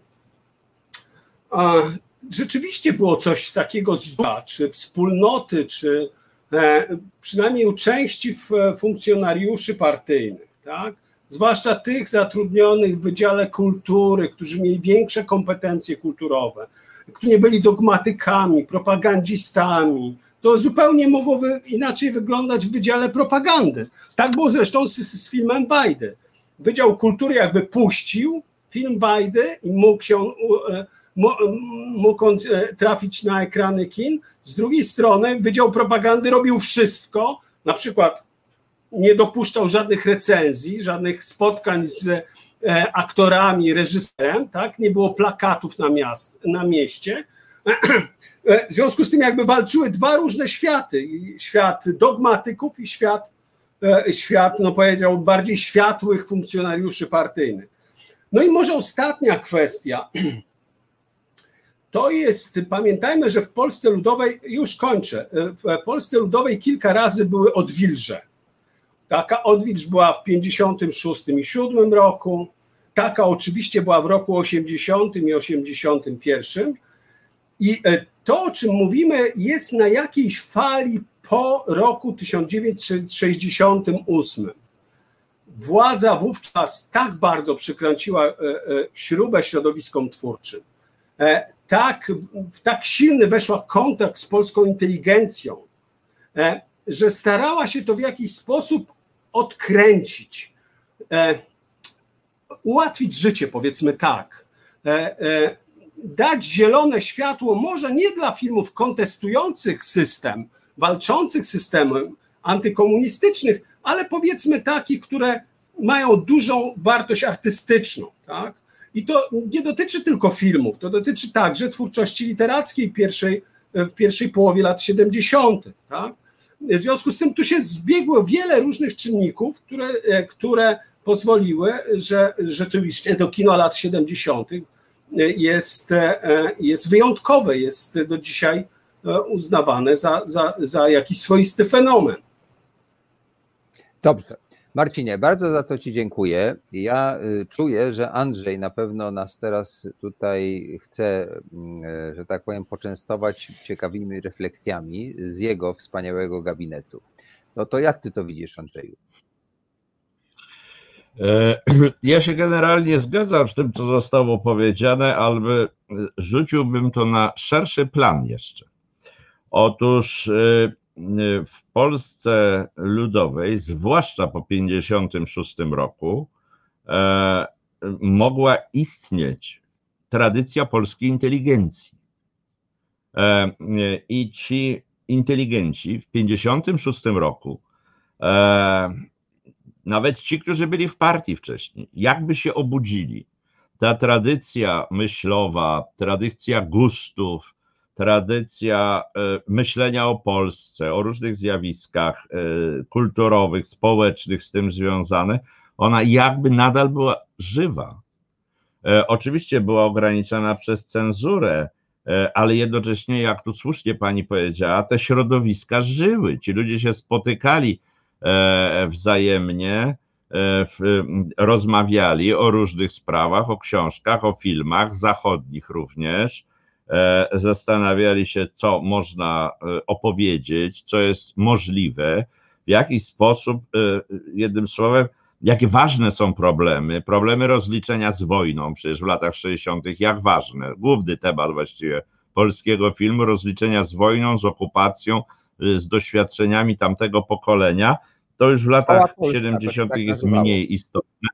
[SPEAKER 4] rzeczywiście było coś takiego zła, czy wspólnoty, czy przynajmniej u części funkcjonariuszy partyjnych, tak? Zwłaszcza tych zatrudnionych w Wydziale Kultury, którzy mieli większe kompetencje kulturowe, którzy nie byli dogmatykami, propagandzistami. To zupełnie mogło inaczej wyglądać w Wydziale Propagandy. Tak było zresztą z, z filmem Wajdy. Wydział Kultury jakby puścił film Wajdy i mógł się... mógł on trafić na ekrany kin. Z drugiej strony Wydział Propagandy robił wszystko, na przykład nie dopuszczał żadnych recenzji, żadnych spotkań z aktorami, reżyserem, tak? Nie było plakatów na, miast, na mieście. W związku z tym jakby walczyły dwa różne światy, świat dogmatyków i świat, świat no powiedział, bardziej światłych funkcjonariuszy partyjnych. No i może ostatnia kwestia. To jest, pamiętajmy, że w Polsce Ludowej, już kończę, w Polsce Ludowej kilka razy były odwilże. Taka odwilż była w pięćdziesiątym szóstym i siódmym roku, taka oczywiście była w roku osiemdziesiątym i osiemdziesiątym pierwszym. I to, o czym mówimy, jest na jakiejś fali po roku tysiąc dziewięćset sześćdziesiątym ósmym. Władza wówczas tak bardzo przykręciła śrubę środowiskom twórczym, tak, w tak silny weszła kontakt z polską inteligencją, że starała się to w jakiś sposób odkręcić, ułatwić życie, powiedzmy tak, dać zielone światło może nie dla filmów kontestujących system, walczących z systemem, antykomunistycznych, ale powiedzmy takich, które mają dużą wartość artystyczną, tak? I to nie dotyczy tylko filmów, to dotyczy także twórczości literackiej pierwszej, w pierwszej połowie lat siedemdziesiątych. Tak? W związku z tym tu się zbiegło wiele różnych czynników, które, które pozwoliły, że rzeczywiście to kino lat siedemdziesiątych jest, jest wyjątkowe, jest do dzisiaj uznawane za, za, za jakiś swoisty fenomen.
[SPEAKER 2] Dobrze. Marcinie, bardzo za to Ci dziękuję. Ja czuję, że Andrzej na pewno nas teraz tutaj chce, że tak powiem, poczęstować ciekawymi refleksjami z jego wspaniałego gabinetu. No to jak Ty to widzisz, Andrzeju?
[SPEAKER 8] Ja się generalnie zgadzam z tym, co zostało powiedziane, ale rzuciłbym to na szerszy plan jeszcze. Otóż w Polsce Ludowej, zwłaszcza po pięćdziesiątym szóstym roku, mogła istnieć tradycja polskiej inteligencji. I ci inteligenci w pięćdziesiątym szóstym roku, nawet ci, którzy byli w partii wcześniej, jakby się obudzili, ta tradycja myślowa, tradycja gustów, tradycja myślenia o Polsce, o różnych zjawiskach kulturowych, społecznych z tym związane, ona jakby nadal była żywa. Oczywiście była ograniczana przez cenzurę, ale jednocześnie, jak tu słusznie pani powiedziała, te środowiska żyły. Ci ludzie się spotykali wzajemnie, rozmawiali o różnych sprawach, o książkach, o filmach zachodnich również. Zastanawiali się, co można opowiedzieć, co jest możliwe, w jaki sposób, jednym słowem, jakie ważne są problemy, problemy rozliczenia z wojną, przecież w latach sześćdziesiątych, jak ważne, główny temat właściwie polskiego filmu, rozliczenia z wojną, z okupacją, z doświadczeniami tamtego pokolenia, to już w latach siedemdziesiątych jest mniej istotne.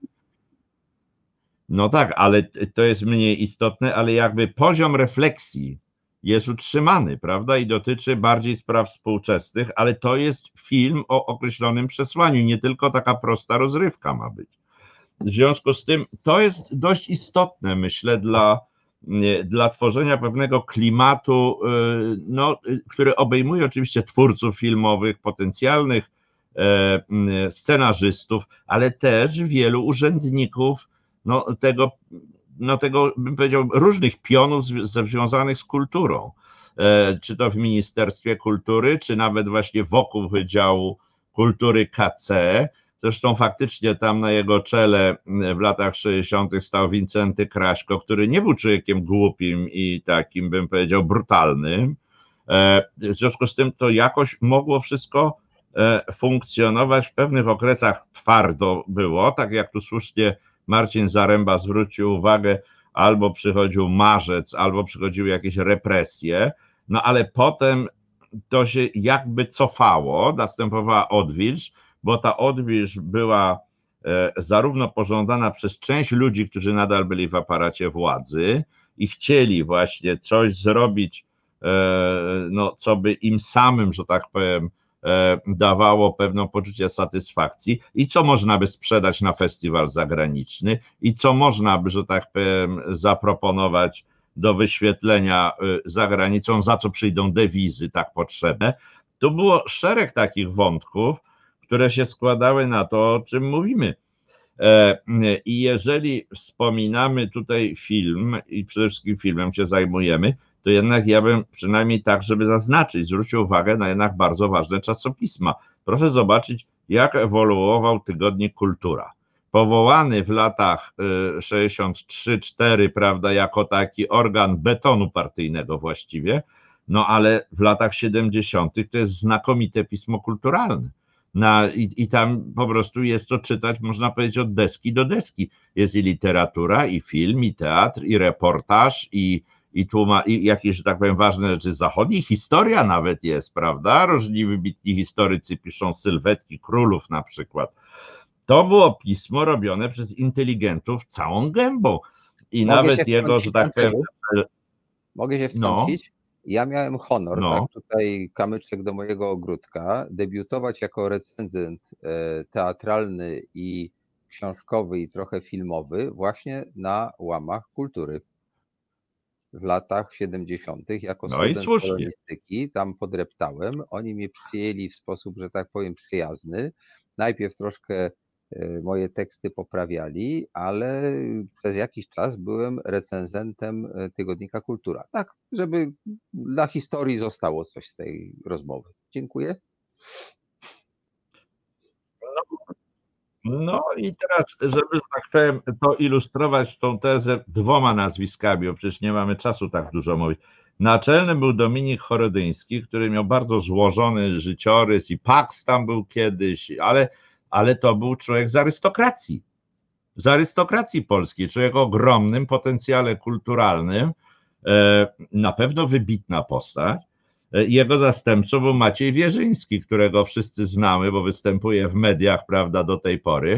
[SPEAKER 8] No tak, ale to jest mniej istotne, ale jakby poziom refleksji jest utrzymany, prawda, i dotyczy bardziej spraw współczesnych, ale to jest film o określonym przesłaniu, nie tylko taka prosta rozrywka ma być. W związku z tym to jest dość istotne, myślę, dla, dla tworzenia pewnego klimatu, no, który obejmuje oczywiście twórców filmowych, potencjalnych scenarzystów, ale też wielu urzędników, no, tego, no, tego, bym powiedział, różnych pionów związanych z kulturą, czy to w Ministerstwie Kultury, czy nawet właśnie wokół Wydziału Kultury K C. Zresztą faktycznie tam na jego czele w latach sześćdziesiątych stał Wincenty Kraśko, który nie był człowiekiem głupim i takim, bym powiedział, brutalnym. W związku z tym to jakoś mogło wszystko funkcjonować. W pewnych okresach twardo było, tak jak tu słusznie Marcin Zaręba zwrócił uwagę, albo przychodził marzec, albo przychodziły jakieś represje, no ale potem to się jakby cofało, następowała odwilż, bo ta odwilż była zarówno pożądana przez część ludzi, którzy nadal byli w aparacie władzy i chcieli właśnie coś zrobić, no, co by im samym, że tak powiem, dawało pewne poczucie satysfakcji i co można by sprzedać na festiwal zagraniczny i co można by, że tak powiem, zaproponować do wyświetlenia za granicą, za co przyjdą dewizy tak potrzebne. Tu było szereg takich wątków, które się składały na to, o czym mówimy. I jeżeli wspominamy tutaj film i przede wszystkim filmem się zajmujemy, to jednak ja bym przynajmniej tak, żeby zaznaczyć, zwrócił uwagę na jednak bardzo ważne czasopisma. Proszę zobaczyć, jak ewoluował tygodnik Kultura. Powołany w latach sześćdziesiątym trzecim czwartym, prawda, jako taki organ betonu partyjnego właściwie, no ale w latach siedemdziesiątych to jest znakomite pismo kulturalne. Na, i, I tam po prostu jest to czytać, można powiedzieć, od deski do deski. Jest i literatura, i film, i teatr, i reportaż, i I, tłuma, i jakieś, że tak powiem, ważne rzeczy zachodnie, historia nawet jest, prawda? Różni wybitni historycy piszą sylwetki królów na przykład. To było pismo robione przez inteligentów całą gębą i
[SPEAKER 2] Mogę
[SPEAKER 8] nawet jego, że tak powiem...
[SPEAKER 2] Mogę się wtrącić? No. Ja miałem honor, no. tak, tutaj kamyczek do mojego ogródka, debiutować jako recenzent teatralny i książkowy i trochę filmowy właśnie na łamach Kultury. W latach siedemdziesiątych jako
[SPEAKER 8] no
[SPEAKER 2] student polonistyki tam podreptałem. Oni mnie przyjęli w sposób, że tak powiem, przyjazny. Najpierw troszkę moje teksty poprawiali, ale przez jakiś czas byłem recenzentem tygodnika Kultura. Tak, żeby dla historii zostało coś z tej rozmowy. Dziękuję.
[SPEAKER 8] No i teraz, żeby tak powiem, to ilustrować tą tezę dwoma nazwiskami, bo przecież nie mamy czasu tak dużo mówić. Naczelnym był Dominik Chorodyński, który miał bardzo złożony życiorys i Pax tam był kiedyś, ale, ale to był człowiek z arystokracji, z arystokracji polskiej, człowiek o ogromnym potencjale kulturalnym, na pewno wybitna postać. Jego zastępcą był Maciej Wierzyński, którego wszyscy znamy, bo występuje w mediach, prawda, do tej pory.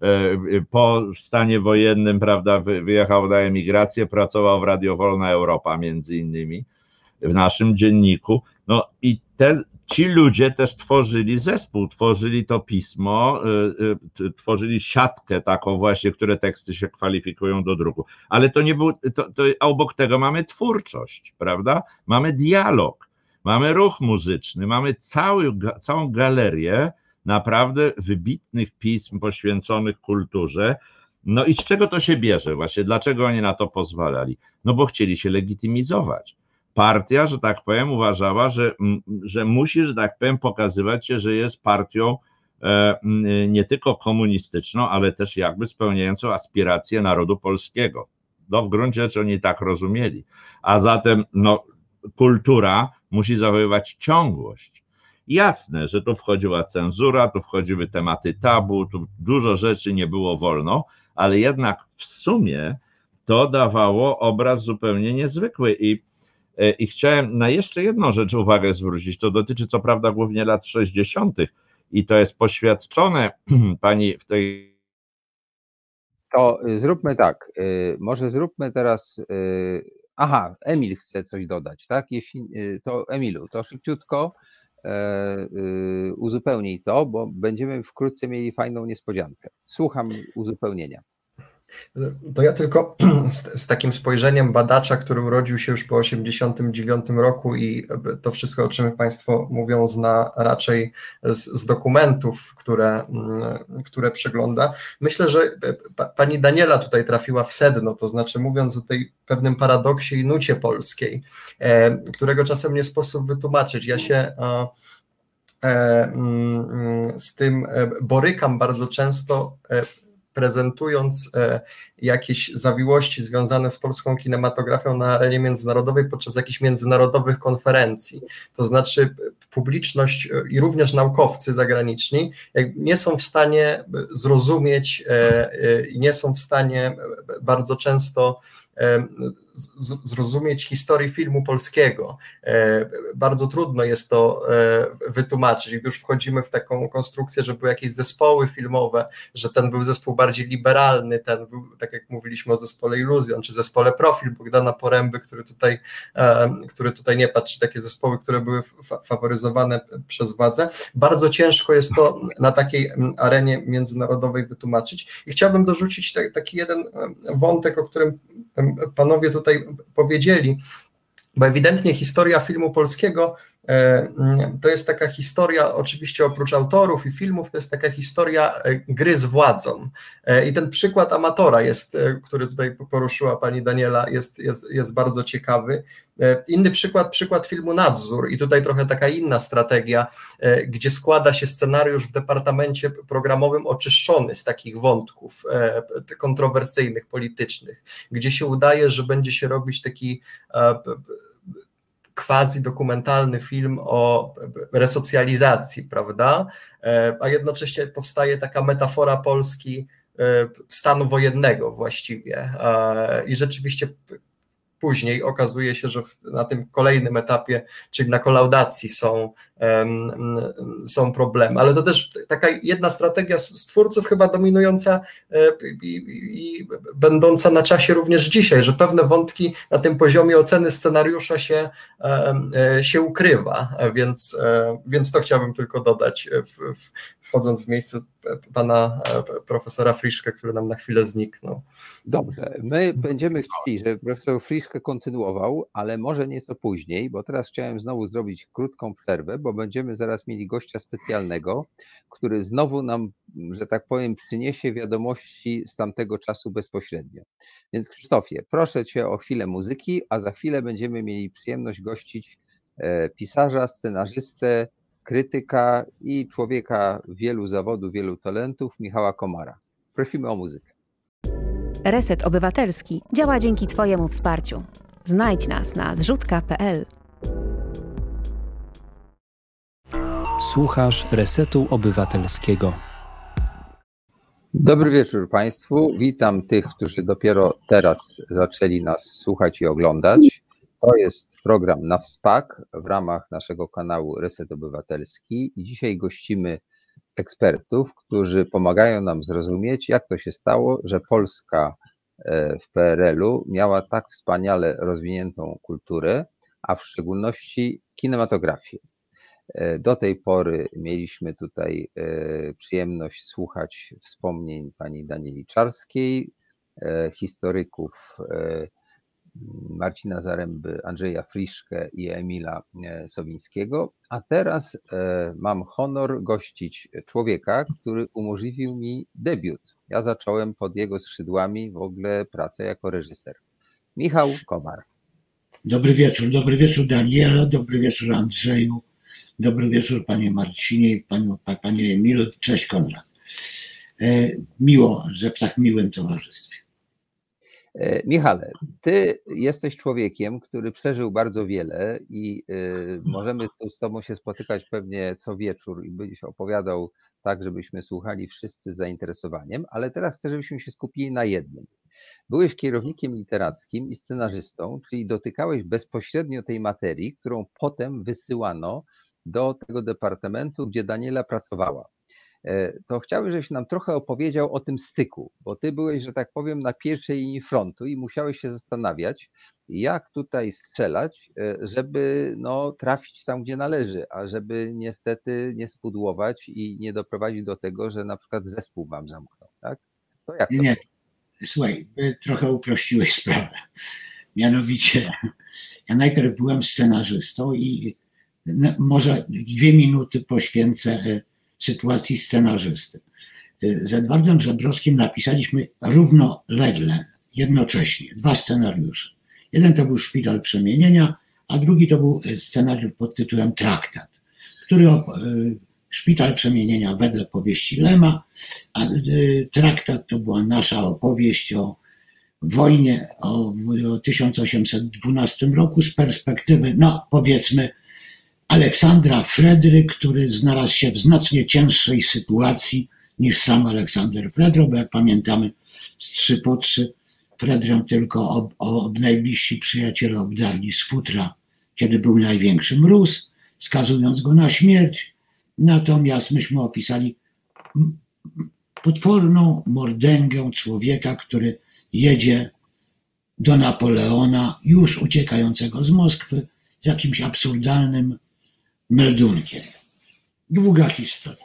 [SPEAKER 8] Po stanie wojennym, prawda, wyjechał na emigrację, pracował w Radio Wolna Europa między innymi, w naszym dzienniku. No i te, ci ludzie też tworzyli zespół, tworzyli to pismo, tworzyli siatkę taką właśnie, które teksty się kwalifikują do druku. Ale to nie był, to, to obok tego mamy twórczość, prawda? Mamy dialog. Mamy ruch muzyczny, mamy cały, całą galerię naprawdę wybitnych pism poświęconych kulturze. No i z czego to się bierze właśnie? Dlaczego oni na to pozwalali? No bo chcieli się legitymizować. Partia, że tak powiem, uważała, że, że musi, że tak powiem, pokazywać się, że jest partią nie tylko komunistyczną, ale też jakby spełniającą aspiracje narodu polskiego. No w gruncie rzeczy oni tak rozumieli. A zatem no, kultura musi zachowywać ciągłość. Jasne, że tu wchodziła cenzura, tu wchodziły tematy tabu, tu dużo rzeczy nie było wolno, ale jednak w sumie to dawało obraz zupełnie niezwykły i, i chciałem na jeszcze jedną rzecz uwagę zwrócić, to dotyczy co prawda głównie lat sześćdziesiątych i to jest poświadczone pani w tej...
[SPEAKER 2] To zróbmy tak, może zróbmy teraz... Aha, Emil chce coś dodać, tak? Jeśli, to Emilu, to szybciutko e, uzupełnij to, bo będziemy wkrótce mieli fajną niespodziankę. Słucham uzupełnienia.
[SPEAKER 5] To ja tylko z, z takim spojrzeniem badacza, który urodził się już po osiemdziesiątym dziewiątym roku i to wszystko, o czym Państwo mówią, zna raczej z, z dokumentów, które, które przegląda. Myślę, że pa, pani Daniela tutaj trafiła w sedno, to znaczy mówiąc o tej pewnym paradoksie i nucie polskiej, e, którego czasem nie sposób wytłumaczyć. Ja się e, e, z tym borykam bardzo często, e, prezentując jakieś zawiłości związane z polską kinematografią na arenie międzynarodowej podczas jakichś międzynarodowych konferencji. To znaczy publiczność i również naukowcy zagraniczni nie są w stanie zrozumieć i nie są w stanie bardzo często zrozumieć historii filmu polskiego. Bardzo trudno jest to wytłumaczyć, gdy już wchodzimy w taką konstrukcję, że były jakieś zespoły filmowe, że ten był zespół bardziej liberalny, ten był, tak jak mówiliśmy o zespole Iluzjon, czy zespole Profil Bogdana Poręby, który tutaj, który tutaj nie patrzy, takie zespoły, które były faworyzowane przez władzę. Bardzo ciężko jest to na takiej arenie międzynarodowej wytłumaczyć. I chciałbym dorzucić taki jeden wątek, o którym panowie tutaj powiedzieli, bo ewidentnie historia filmu polskiego to jest taka historia, oczywiście oprócz autorów i filmów, to jest taka historia gry z władzą. I ten przykład amatora jest, który tutaj poruszyła pani Daniela, jest, jest, jest bardzo ciekawy. Inny przykład, przykład filmu Nadzór i tutaj trochę taka inna strategia, gdzie składa się scenariusz w departamencie programowym oczyszczony z takich wątków kontrowersyjnych, politycznych, gdzie się udaje, że będzie się robić taki quasi dokumentalny film o resocjalizacji, prawda? A jednocześnie powstaje taka metafora Polski stanu wojennego właściwie i rzeczywiście później okazuje się, że na tym kolejnym etapie, czyli na kolaudacji są, um, są problemy, ale to też taka jedna strategia z twórców chyba dominująca i, i, i będąca na czasie również dzisiaj, że pewne wątki na tym poziomie oceny scenariusza się, um, się ukrywa, więc, więc to chciałbym tylko dodać, w, w, wchodząc w miejsce pana profesora Friszke, który nam na chwilę zniknął.
[SPEAKER 2] Dobrze, my będziemy chcieli, żeby profesor Friszke kontynuował, ale może nieco później, bo teraz chciałem znowu zrobić krótką przerwę, bo będziemy zaraz mieli gościa specjalnego, który znowu nam, że tak powiem, przyniesie wiadomości z tamtego czasu bezpośrednio. Więc Krzysztofie, proszę cię o chwilę muzyki, a za chwilę będziemy mieli przyjemność gościć pisarza, scenarzystę, krytyka i człowieka wielu zawodów, wielu talentów, Michała Komara. Prosimy o muzykę.
[SPEAKER 7] Reset Obywatelski działa dzięki Twojemu wsparciu. Znajdź nas na zrzutka kropka pe el.
[SPEAKER 9] Słuchasz Resetu Obywatelskiego.
[SPEAKER 2] Dobry wieczór Państwu. Witam tych, którzy dopiero teraz zaczęli nas słuchać i oglądać. To jest program Na Wspak w ramach naszego kanału Reset Obywatelski i dzisiaj gościmy ekspertów, którzy pomagają nam zrozumieć, jak to się stało, że Polska w P R L-u miała tak wspaniale rozwiniętą kulturę, a w szczególności kinematografię. Do tej pory mieliśmy tutaj przyjemność słuchać wspomnień pani Danieli Czarskiej, historyków Marcina Zaręby, Andrzeja Friszkę i Emila Sowińskiego, a teraz mam honor gościć człowieka, który umożliwił mi debiut. Ja zacząłem pod jego skrzydłami w ogóle pracę jako reżyser. Michał Komar.
[SPEAKER 10] Dobry wieczór, dobry wieczór Danielo, dobry wieczór Andrzeju, dobry wieczór panie Marcinie i panu, panie Emilu, cześć Konrad. Miło, że w tak miłym towarzystwie.
[SPEAKER 2] Michale, ty jesteś człowiekiem, który przeżył bardzo wiele i y, możemy tu z tobą się spotykać pewnie co wieczór i byś opowiadał tak, żebyśmy słuchali wszyscy z zainteresowaniem, ale teraz chcę, żebyśmy się skupili na jednym. Byłeś kierownikiem literackim i scenarzystą, czyli dotykałeś bezpośrednio tej materii, którą potem wysyłano do tego departamentu, gdzie Daniela pracowała. To chciałbym, żebyś nam trochę opowiedział o tym styku, bo ty byłeś, że tak powiem, na pierwszej linii frontu i musiałeś się zastanawiać, jak tutaj strzelać, żeby no, trafić tam, gdzie należy, a żeby niestety nie spudłować i nie doprowadzić do tego, że na przykład zespół wam zamknął, tak? To jak to
[SPEAKER 10] Nie, słuchaj, trochę uprościłeś sprawę. Mianowicie, ja najpierw byłem scenarzystą i może dwie minuty poświęcę sytuacji scenarzysty. Z Edwardem Żebrowskim napisaliśmy równolegle, jednocześnie, dwa scenariusze. Jeden to był Szpital Przemienienia, a drugi to był scenariusz pod tytułem Traktat, który Szpital Przemienienia wedle powieści Lema, a Traktat to była nasza opowieść o wojnie o, o tysiąc osiemset dwunastym roku z perspektywy, no powiedzmy, Aleksandra Fredry, który znalazł się w znacznie cięższej sytuacji niż sam Aleksander Fredro, bo jak pamiętamy z trzy po trzy Fredrę tylko ob, ob najbliżsi przyjaciele obdarli z futra, kiedy był największy mróz, skazując go na śmierć. Natomiast myśmy opisali potworną mordęgę człowieka, który jedzie do Napoleona, już uciekającego z Moskwy, z jakimś absurdalnym meldunkiem. Długa historia.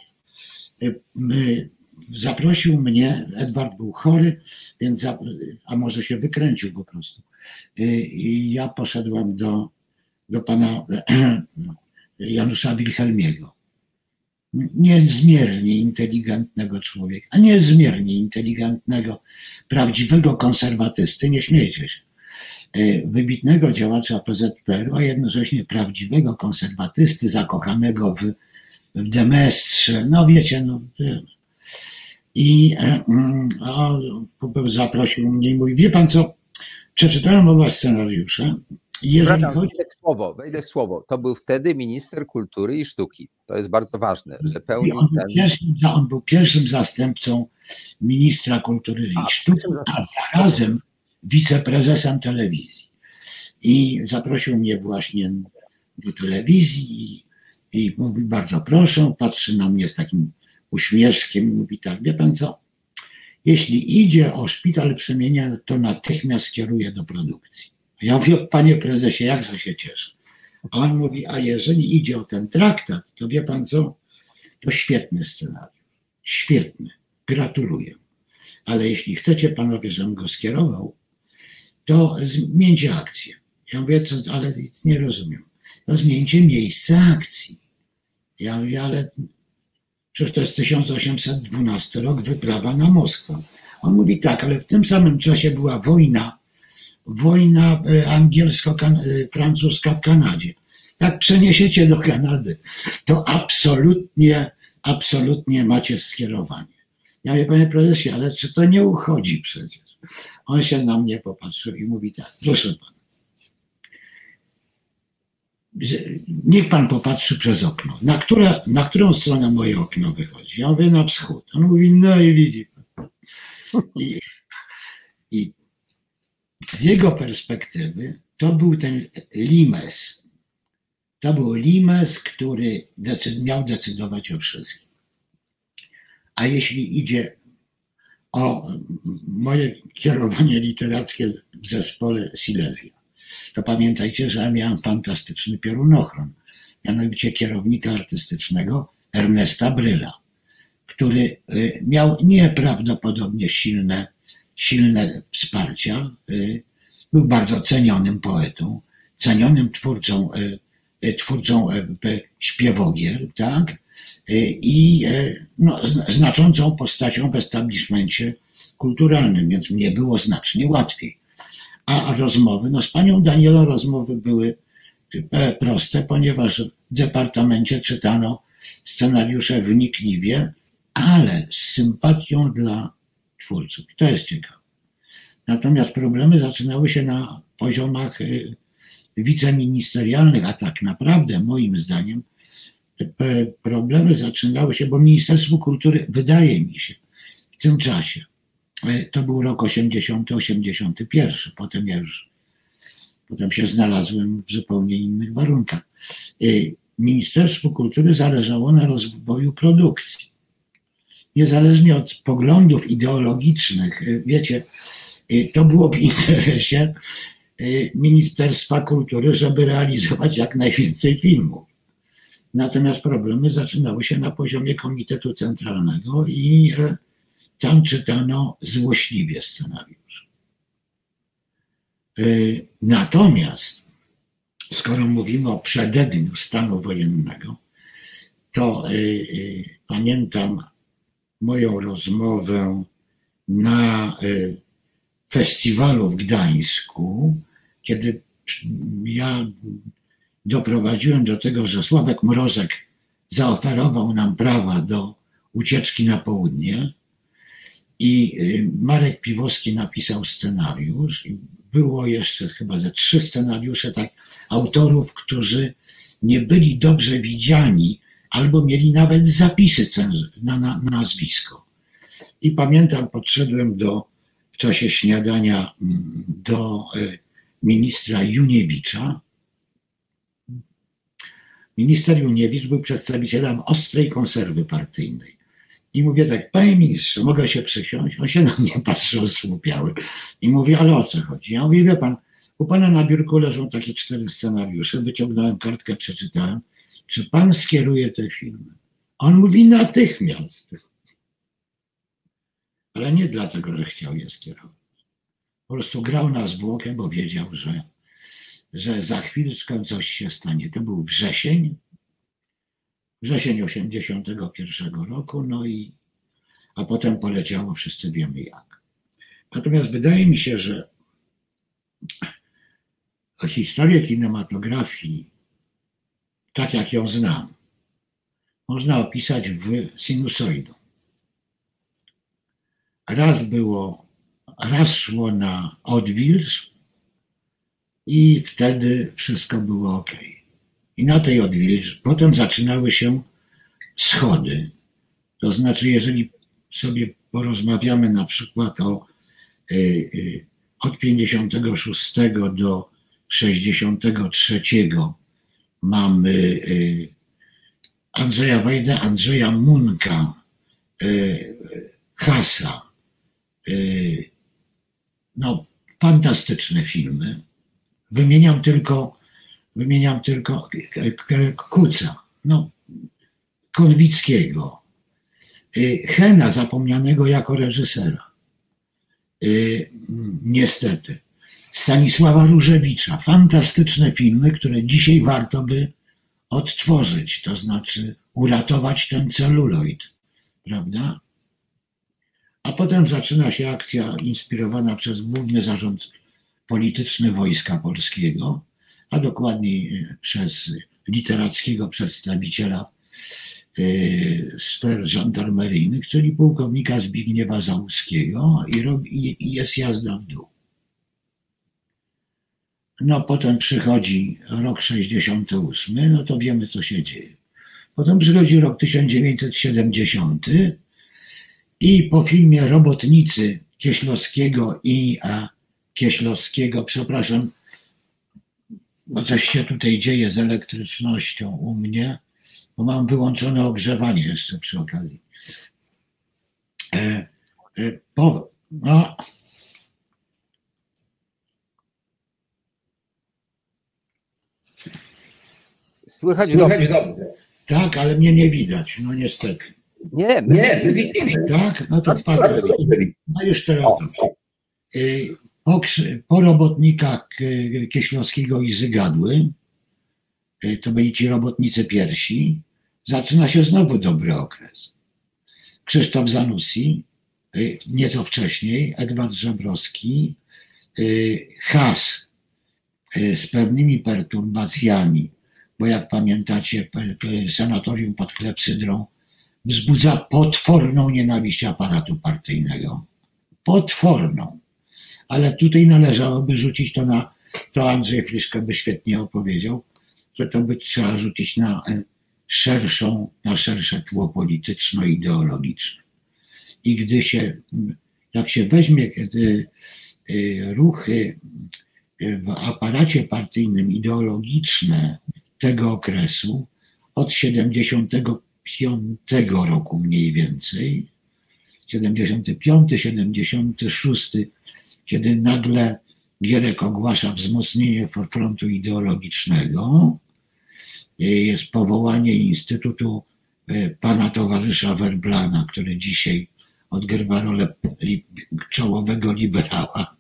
[SPEAKER 10] Zaprosił mnie, Edward był chory, więc a może się wykręcił po prostu. I ja poszedłem do, do pana Janusza Wilhelmiego. Niezmiernie inteligentnego człowieka, a niezmiernie inteligentnego, prawdziwego konserwatysty, nie śmiejcie się, wybitnego działacza P Z P R u, a jednocześnie prawdziwego konserwatysty, zakochanego w, w Demestrze, no wiecie, no. I a, zaprosił mnie i mówi, wie pan co, przeczytałem oba scenariusze. Jeżeli
[SPEAKER 2] Przepraszam,
[SPEAKER 10] chodzi...
[SPEAKER 2] wejdę w słowo, wejdę w słowo. To był wtedy minister kultury i sztuki. To jest bardzo ważne, że pełnił
[SPEAKER 10] on, był
[SPEAKER 2] ten...
[SPEAKER 10] pierwszym, on był pierwszym zastępcą ministra kultury i
[SPEAKER 2] a,
[SPEAKER 10] sztuki, a zarazem wiceprezesem telewizji. I zaprosił mnie właśnie do telewizji i, i mówi, bardzo proszę, patrzy na mnie z takim uśmieszkiem i mówi tak, wie pan co, jeśli idzie o Szpital Przemienienia, to natychmiast kieruje do produkcji. Ja mówię, panie prezesie, jakże się cieszę. A on mówi, a jeżeli idzie o ten traktat, to wie pan co, to świetny scenariusz, świetny, gratuluję. Ale jeśli chcecie panowie, żebym go skierował, to zmieńcie akcję. Ja mówię, co, ale nie rozumiem. To zmieńcie miejsce akcji. Ja mówię, ale przecież to jest tysiąc osiemset dwunasty rok, wyprawa na Moskwę. On mówi tak, ale w tym samym czasie była wojna, wojna angielsko-francuska w Kanadzie. jak przeniesiecie do Kanady, to absolutnie, absolutnie macie skierowanie. Ja mówię, panie prezesie, ale czy to nie uchodzi przecież? On się na mnie popatrzył i mówi tak, proszę pana, niech pan popatrzy przez okno. Na, które, na którą stronę moje okno wychodzi? Ja mówię, na wschód. On mówi, no i widzi pan. I, i z jego perspektywy to był ten limes. To był limes, który decyd, miał decydować o wszystkim. A jeśli idzie o moje kierowanie literackie w zespole Silesia, to pamiętajcie, że ja miałem fantastyczny piorunochron, mianowicie kierownika artystycznego Ernesta Bryla, który miał nieprawdopodobnie silne, silne wsparcia, był bardzo cenionym poetą, cenionym twórcą, twórcą śpiewogier, tak? I no, znaczącą postacią w establishmencie kulturalnym, więc mnie było znacznie łatwiej. A rozmowy, no z panią Danielą rozmowy były proste, ponieważ w departamencie czytano scenariusze wnikliwie, ale z sympatią dla twórców. To jest ciekawe. Natomiast problemy zaczynały się na poziomach wiceministerialnych, a tak naprawdę moim zdaniem problemy zaczynały się, bo Ministerstwo Kultury, wydaje mi się, w tym czasie, to był rok osiemdziesiąty, osiemdziesiąty pierwszy, potem ja już, potem się znalazłem w zupełnie innych warunkach. Ministerstwu Kultury zależało na rozwoju produkcji. Niezależnie od poglądów ideologicznych, wiecie, to było w interesie Ministerstwa Kultury, żeby realizować jak najwięcej filmów. Natomiast problemy zaczynały się na poziomie Komitetu Centralnego i tam czytano złośliwie scenariusz. Natomiast, skoro mówimy o przededniu stanu wojennego, to pamiętam moją rozmowę na festiwalu w Gdańsku, kiedy ja doprowadziłem do tego, że Sławek Mrożek zaoferował nam prawa do ucieczki na południe i Marek Piwowski napisał scenariusz i było jeszcze chyba ze trzy scenariusze tak autorów, którzy nie byli dobrze widziani albo mieli nawet zapisy na, na, na nazwisko. I pamiętam, podszedłem do, w czasie śniadania do ministra Juniewicza. Minister Juniewicz był przedstawicielem ostrej konserwy partyjnej. I mówię tak, panie ministrze, mogę się przysiąść? On się na mnie patrzy osłupiały. I mówi, ale o co chodzi? Ja mówię, wie pan, u pana na biurku leżą takie cztery scenariusze, wyciągnąłem kartkę, przeczytałem. Czy pan skieruje te filmy? On mówi, natychmiast. Ale nie dlatego, że chciał je skierować. Po prostu grał na zwłokę, bo wiedział, że, że za chwileczkę coś się stanie. To był wrzesień, wrzesień osiemdziesiątego pierwszego roku, no i a potem poleciało, wszyscy wiemy jak. Natomiast wydaje mi się, że historię kinematografii, tak jak ją znam, można opisać w sinusoidu. Raz było, raz szło na odwilż i wtedy wszystko było ok. I na tej odwilży potem zaczynały się schody. To znaczy, jeżeli sobie porozmawiamy na przykład o y, y, od pięćdziesiątego szóstego do sześćdziesiątego trzeciego mamy y, Andrzeja Wajdę, Andrzeja Munka, y, Hasa. Y, no, fantastyczne filmy. Wymieniam tylko Wymieniam tylko Kuca, no, Konwickiego, Hena zapomnianego jako reżysera, niestety, Stanisława Różewicza. Fantastyczne filmy, które dzisiaj warto by odtworzyć, to znaczy uratować ten celuloid, prawda? A potem zaczyna się akcja inspirowana przez Główny Zarząd Polityczny Wojska Polskiego, a dokładniej przez literackiego przedstawiciela sfer żandarmeryjnych, czyli pułkownika Zbigniewa Załuskiego i, robi, i jest jazda w dół. No potem przychodzi rok sześćdziesiąty ósmy, no to wiemy, co się dzieje. Potem przychodzi rok tysiąc dziewięćset siedemdziesiąty i po filmie Robotnicy Kieślowskiego i a, Kieślowskiego, przepraszam, bo coś się tutaj dzieje z elektrycznością u mnie, bo mam wyłączone ogrzewanie jeszcze przy okazji. E, e, po, no.
[SPEAKER 2] Słychać,
[SPEAKER 10] Słychać dobrze. Tak, ale mnie nie widać, no niestety.
[SPEAKER 2] Nie,
[SPEAKER 10] nie, nie. Tak, no to wpadłem. No już teraz dobrze. Po, po robotnikach Kieślowskiego i Zygadły, to byli ci robotnicy pierwsi, zaczyna się znowu dobry okres. Krzysztof Zanussi, nieco wcześniej, Edward Żebrowski, Has z pewnymi perturbacjami, bo jak pamiętacie, sanatorium pod klepsydrą wzbudza potworną nienawiść aparatu partyjnego. Potworną. Ale tutaj należałoby rzucić to na, to Andrzej Fliszka by świetnie opowiedział, że to by trzeba rzucić na szerszą, na szersze tło polityczno-ideologiczne. I gdy się, jak się weźmie ruchy w aparacie partyjnym ideologiczne tego okresu, od siedemdziesiątego piątego roku mniej więcej, siedemdziesiąty piąty, siedemdziesiąty szósty, kiedy nagle Gierek ogłasza wzmocnienie frontu ideologicznego, jest powołanie Instytutu pana towarzysza Werblana, który dzisiaj odgrywa rolę czołowego liberała,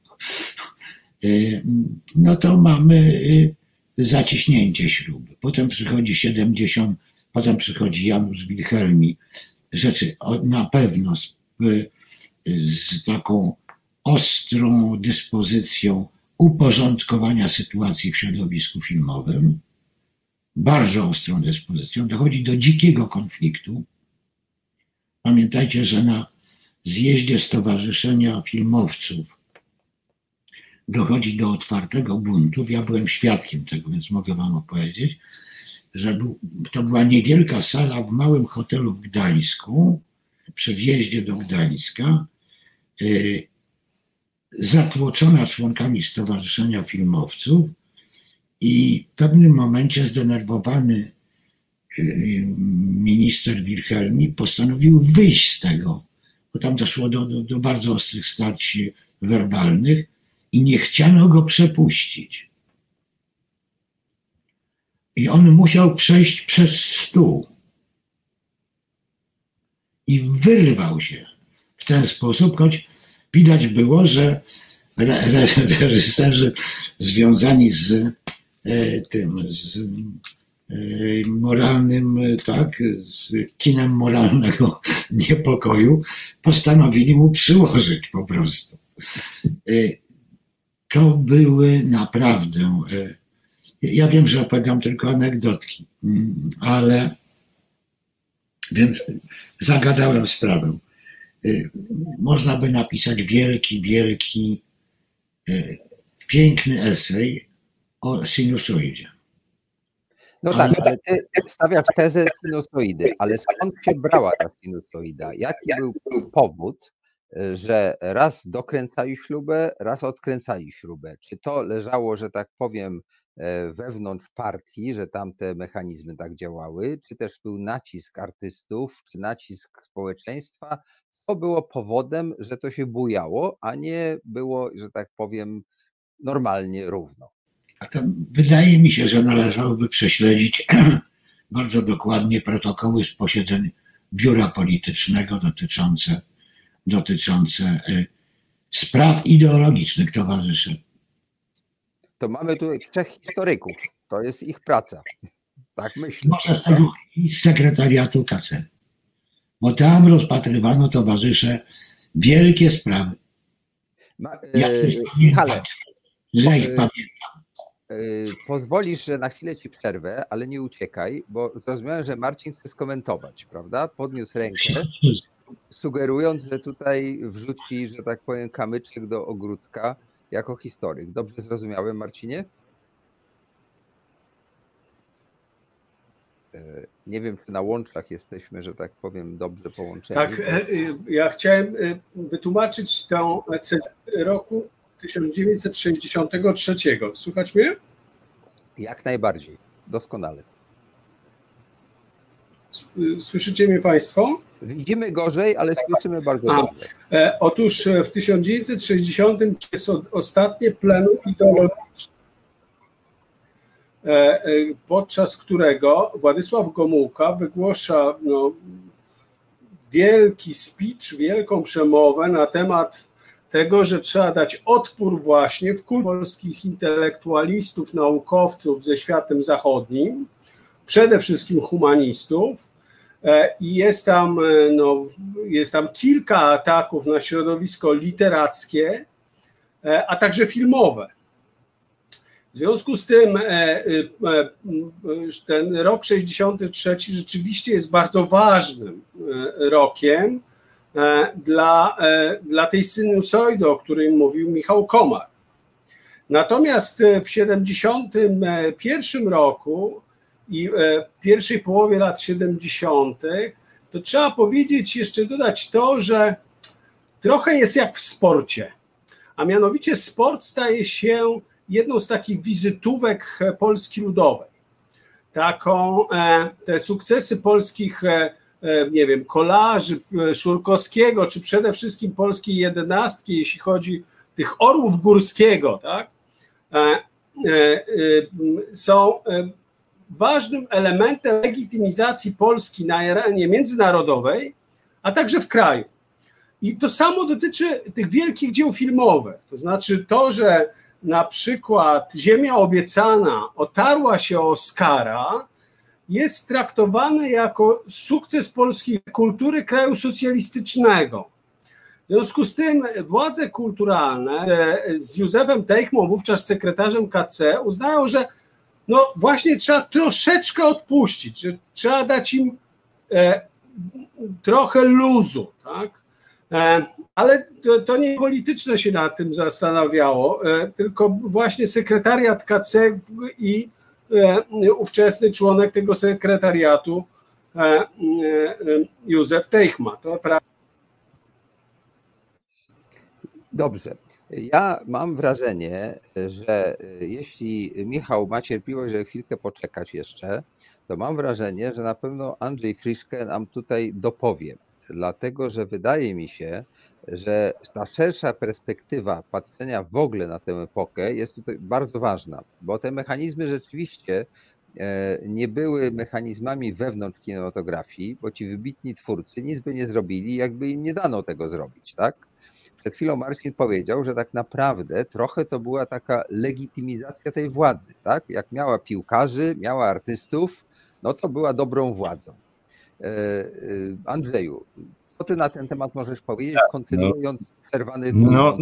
[SPEAKER 10] no to mamy zaciśnięcie śruby. Potem przychodzi siedemdziesiąt, potem przychodzi Janusz Wilhelmi, rzeczy na pewno z, z taką ostrą dyspozycją uporządkowania sytuacji w środowisku filmowym, bardzo ostrą dyspozycją, dochodzi do dzikiego konfliktu. Pamiętajcie, że na zjeździe Stowarzyszenia Filmowców dochodzi do otwartego buntu. Ja byłem świadkiem tego, więc mogę wam opowiedzieć, że był, to była niewielka sala w małym hotelu w Gdańsku, przy wjeździe do Gdańska, yy, zatłoczona członkami Stowarzyszenia Filmowców i w pewnym momencie zdenerwowany yy, minister Wilhelmi postanowił wyjść z tego, bo tam doszło do, do, do bardzo ostrych starć werbalnych i nie chciano go przepuścić. I on musiał przejść przez stół. I wyrwał się w ten sposób, choć widać było, że re, re, reżyserzy związani z e, tym, z e, moralnym, tak, z kinem moralnego niepokoju, postanowili mu przyłożyć po prostu. E, to były naprawdę... E, Ja wiem, że opowiadam tylko anegdotki, ale więc zagadałem sprawę. Można by napisać wielki, wielki, piękny esej o sinusoidzie.
[SPEAKER 2] No tak, ale ty stawiasz tezę sinusoidy, ale skąd się brała ta sinusoida? Jaki był powód, że raz dokręcali śrubę, raz odkręcali śrubę? Czy to leżało, że tak powiem, wewnątrz partii, że tam te mechanizmy tak działały, czy też był nacisk artystów, czy nacisk społeczeństwa, co było powodem, że to się bujało, a nie było, że tak powiem, normalnie równo?
[SPEAKER 10] A to wydaje mi się, że należałoby prześledzić bardzo dokładnie protokoły z posiedzeń biura politycznego dotyczące, dotyczące spraw ideologicznych towarzyszy.
[SPEAKER 2] To mamy tu trzech historyków. To jest ich praca. Tak myślę.
[SPEAKER 10] Może z tego z sekretariatu K C. Bo tam rozpatrywano, towarzysze, wielkie sprawy.
[SPEAKER 2] Ma, e,
[SPEAKER 10] ja ich pamiętam. Ja ich pamiętam.
[SPEAKER 2] Pozwolisz, że na chwilę ci przerwę, ale nie uciekaj, bo zrozumiałem, że Marcin chce skomentować, prawda? Podniósł rękę, sugerując, że tutaj wrzuci, że tak powiem, kamyczek do ogródka jako historyk. Dobrze zrozumiałem, Marcinie? Nie wiem, czy na łączach jesteśmy, że tak powiem, dobrze połączeni.
[SPEAKER 4] Tak, ja chciałem wytłumaczyć tę roku tysiąc dziewięćset sześćdziesiątego trzeciego. Słychać mnie?
[SPEAKER 2] Jak najbardziej, doskonale.
[SPEAKER 4] Słyszycie mnie Państwo?
[SPEAKER 2] Widzimy gorzej, ale słyszymy bardzo
[SPEAKER 4] A,
[SPEAKER 2] dobrze.
[SPEAKER 4] E, otóż w tysiąc dziewięćset sześćdziesiątym jest ostatnie plenum ideologiczne, e, e, podczas którego Władysław Gomułka wygłasza no, wielki speech, wielką przemowę na temat tego, że trzeba dać odpór właśnie w kulturze polskich intelektualistów, naukowców ze światem zachodnim, przede wszystkim humanistów, i jest tam, no, jest tam kilka ataków na środowisko literackie, a także filmowe. W związku z tym ten rok sześćdziesiąty trzeci rzeczywiście jest bardzo ważnym rokiem dla, dla tej sinusoidy, o której mówił Michał Komar. Natomiast w siedemdziesiątym pierwszym roku i w pierwszej połowie lat siedemdziesiątych to trzeba powiedzieć, jeszcze dodać to, że trochę jest jak w sporcie, a mianowicie sport staje się jedną z takich wizytówek Polski Ludowej. Taką, te sukcesy polskich, nie wiem, kolarzy Szurkowskiego, czy przede wszystkim polskiej jedenastki, jeśli chodzi o tych orłów Górskiego, tak, są ważnym elementem legitymizacji Polski na arenie międzynarodowej, a także w kraju. I to samo dotyczy tych wielkich dzieł filmowych. To znaczy to, że na przykład Ziemia Obiecana otarła się o Oscara, jest traktowane jako sukces polskiej kultury kraju socjalistycznego. W związku z tym władze kulturalne z Józefem Teichmą, wówczas sekretarzem K C, uznają, że no właśnie trzeba troszeczkę odpuścić, że trzeba dać im e, trochę luzu, tak? E, ale to, to nie polityczne się nad tym zastanawiało, e, tylko właśnie sekretariat K C i e, ówczesny członek tego sekretariatu e, e, Józef Teichma. To prawda.
[SPEAKER 2] Dobrze. Ja mam wrażenie, że jeśli Michał ma cierpliwość, żeby chwilkę poczekać jeszcze, to mam wrażenie, że na pewno Andrzej Friszke nam tutaj dopowie, dlatego że wydaje mi się, że ta szersza perspektywa patrzenia w ogóle na tę epokę jest tutaj bardzo ważna, bo te mechanizmy rzeczywiście nie były mechanizmami wewnątrz kinematografii, bo ci wybitni twórcy nic by nie zrobili, jakby im nie dano tego zrobić, tak? Przed chwilą Marcin powiedział, że tak naprawdę trochę to była taka legitymizacja tej władzy, tak? Jak miała piłkarzy, miała artystów, no to była dobrą władzą. Andrzeju, co ty na ten temat możesz powiedzieć, kontynuując przerwany twój
[SPEAKER 8] no,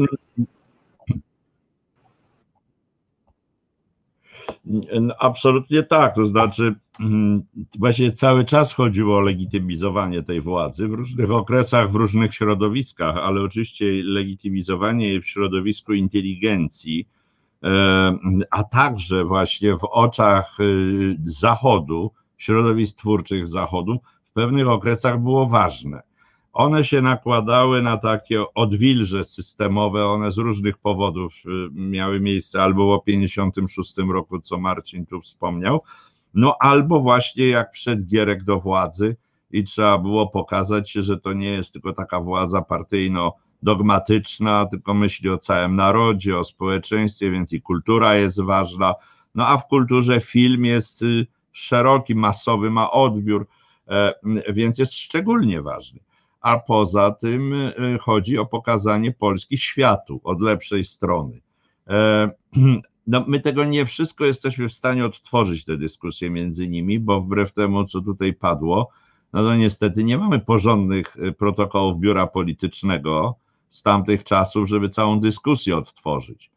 [SPEAKER 8] no, absolutnie tak, to znaczy właśnie cały czas chodziło o legitymizowanie tej władzy w różnych okresach, w różnych środowiskach, ale oczywiście legitymizowanie jej w środowisku inteligencji, a także właśnie w oczach Zachodu, środowisk twórczych Zachodu, w pewnych okresach było ważne. One się nakładały na takie odwilże systemowe, one z różnych powodów miały miejsce, albo w pięćdziesiątym szóstym roku, co Marcin tu wspomniał, no albo właśnie jak wszedł Gierek do władzy i trzeba było pokazać, że to nie jest tylko taka władza partyjno-dogmatyczna, tylko myśli o całym narodzie, o społeczeństwie, więc i kultura jest ważna, no a w kulturze film jest szeroki, masowy, ma odbiór, więc jest szczególnie ważny. A poza tym chodzi o pokazanie Polski światu od lepszej strony. No, my tego nie wszystko jesteśmy w stanie odtworzyć, te dyskusje między nimi, bo wbrew temu, co tutaj padło, no to niestety nie mamy porządnych protokołów biura politycznego z tamtych czasów, żeby całą dyskusję odtworzyć.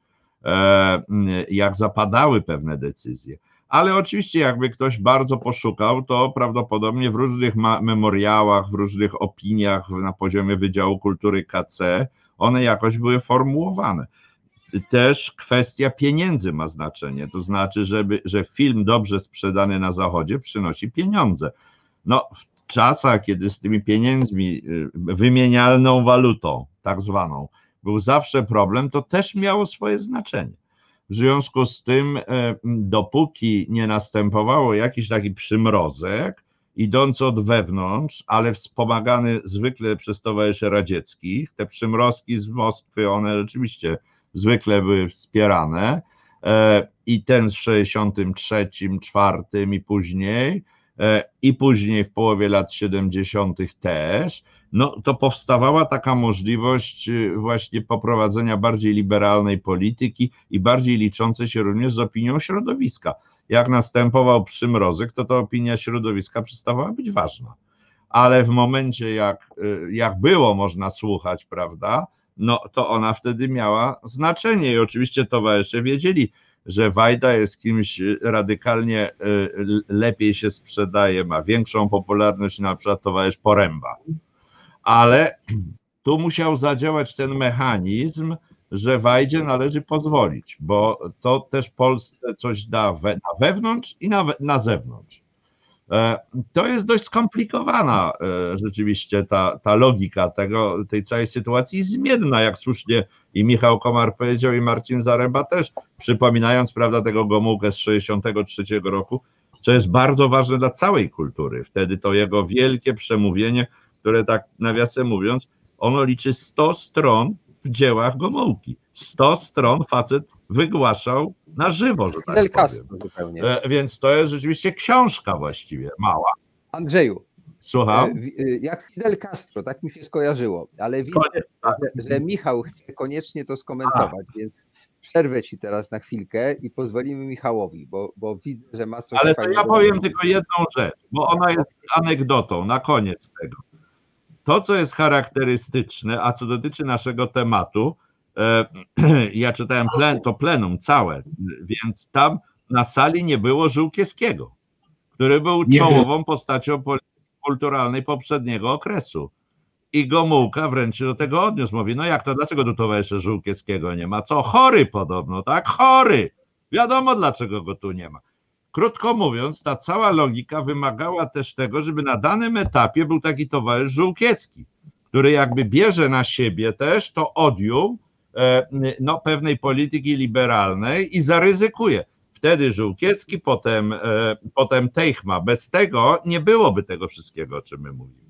[SPEAKER 8] jak zapadały pewne decyzje. Ale oczywiście jakby ktoś bardzo poszukał, to prawdopodobnie w różnych memoriałach, w różnych opiniach na poziomie Wydziału Kultury K C one jakoś były formułowane. Też kwestia pieniędzy ma znaczenie, to znaczy, żeby, że film dobrze sprzedany na Zachodzie przynosi pieniądze. No, w czasach, kiedy z tymi pieniędzmi, wymienialną walutą, tak zwaną, był zawsze problem, to też miało swoje znaczenie. W związku z tym, dopóki nie następowało jakiś taki przymrozek, idący od wewnątrz, ale wspomagany zwykle przez towarzyszy radzieckich, te przymrozki z Moskwy, one rzeczywiście zwykle były wspierane i ten z sześćdziesiątym trzecim, czwartym i później, i później w połowie lat siedemdziesiątych też, no to powstawała taka możliwość właśnie poprowadzenia bardziej liberalnej polityki i bardziej liczącej się również z opinią środowiska. Jak następował przymrozek, to ta opinia środowiska przestawała być ważna. Ale w momencie, jak, jak było można słuchać, prawda, no to ona wtedy miała znaczenie i oczywiście towarzysze wiedzieli, że Wajda jest kimś radykalnie lepiej się sprzedaje, ma większą popularność, na przykład towarzysz Poręba. Ale tu musiał zadziałać ten mechanizm, że Wajdzie należy pozwolić, bo to też Polsce coś da we, na wewnątrz i na, na zewnątrz. To jest dość skomplikowana rzeczywiście ta, ta logika tego, tej całej sytuacji, zmienna, jak słusznie i Michał Komar powiedział, i Marcin Zaręba też, przypominając, prawda, tego Gomułkę z sześćdziesiątego trzeciego roku, co jest bardzo ważne dla całej kultury. Wtedy to jego wielkie przemówienie, które tak nawiasem mówiąc, ono liczy sto stron w dziełach Gomułki. sto stron facet wygłaszał na żywo, że tak powiem. Zupełnie. Więc to jest rzeczywiście książka właściwie, mała.
[SPEAKER 2] Andrzeju,
[SPEAKER 8] słucham?
[SPEAKER 2] Jak Fidel Castro, tak mi się skojarzyło, ale widzę, że, że Michał chce koniecznie to skomentować, A. więc przerwę ci teraz na chwilkę i pozwolimy Michałowi, bo, bo widzę, że ma coś
[SPEAKER 8] Ale
[SPEAKER 2] fajnego.
[SPEAKER 8] to ja powiem tylko jedną rzecz, bo ona jest anegdotą na koniec tego. To, co jest charakterystyczne, a co dotyczy naszego tematu, ja czytałem plen, to plenum całe, więc tam na sali nie było Żółkiewskiego, który był czołową postacią kulturalnej poprzedniego okresu. I Gomułka wręcz się do tego odniósł. Mówi, no jak to, dlaczego tu towarzysza Żółkiewskiego nie ma? Co, chory podobno, tak? Chory! Wiadomo, dlaczego go tu nie ma. Krótko mówiąc, ta cała logika wymagała też tego, żeby na danym etapie był taki towarzysz Żółkiewski, który jakby bierze na siebie też to odium no, pewnej polityki liberalnej i zaryzykuje. Wtedy Żółkiewski, potem, potem Teichma. Bez tego nie byłoby tego wszystkiego, o czym my mówimy.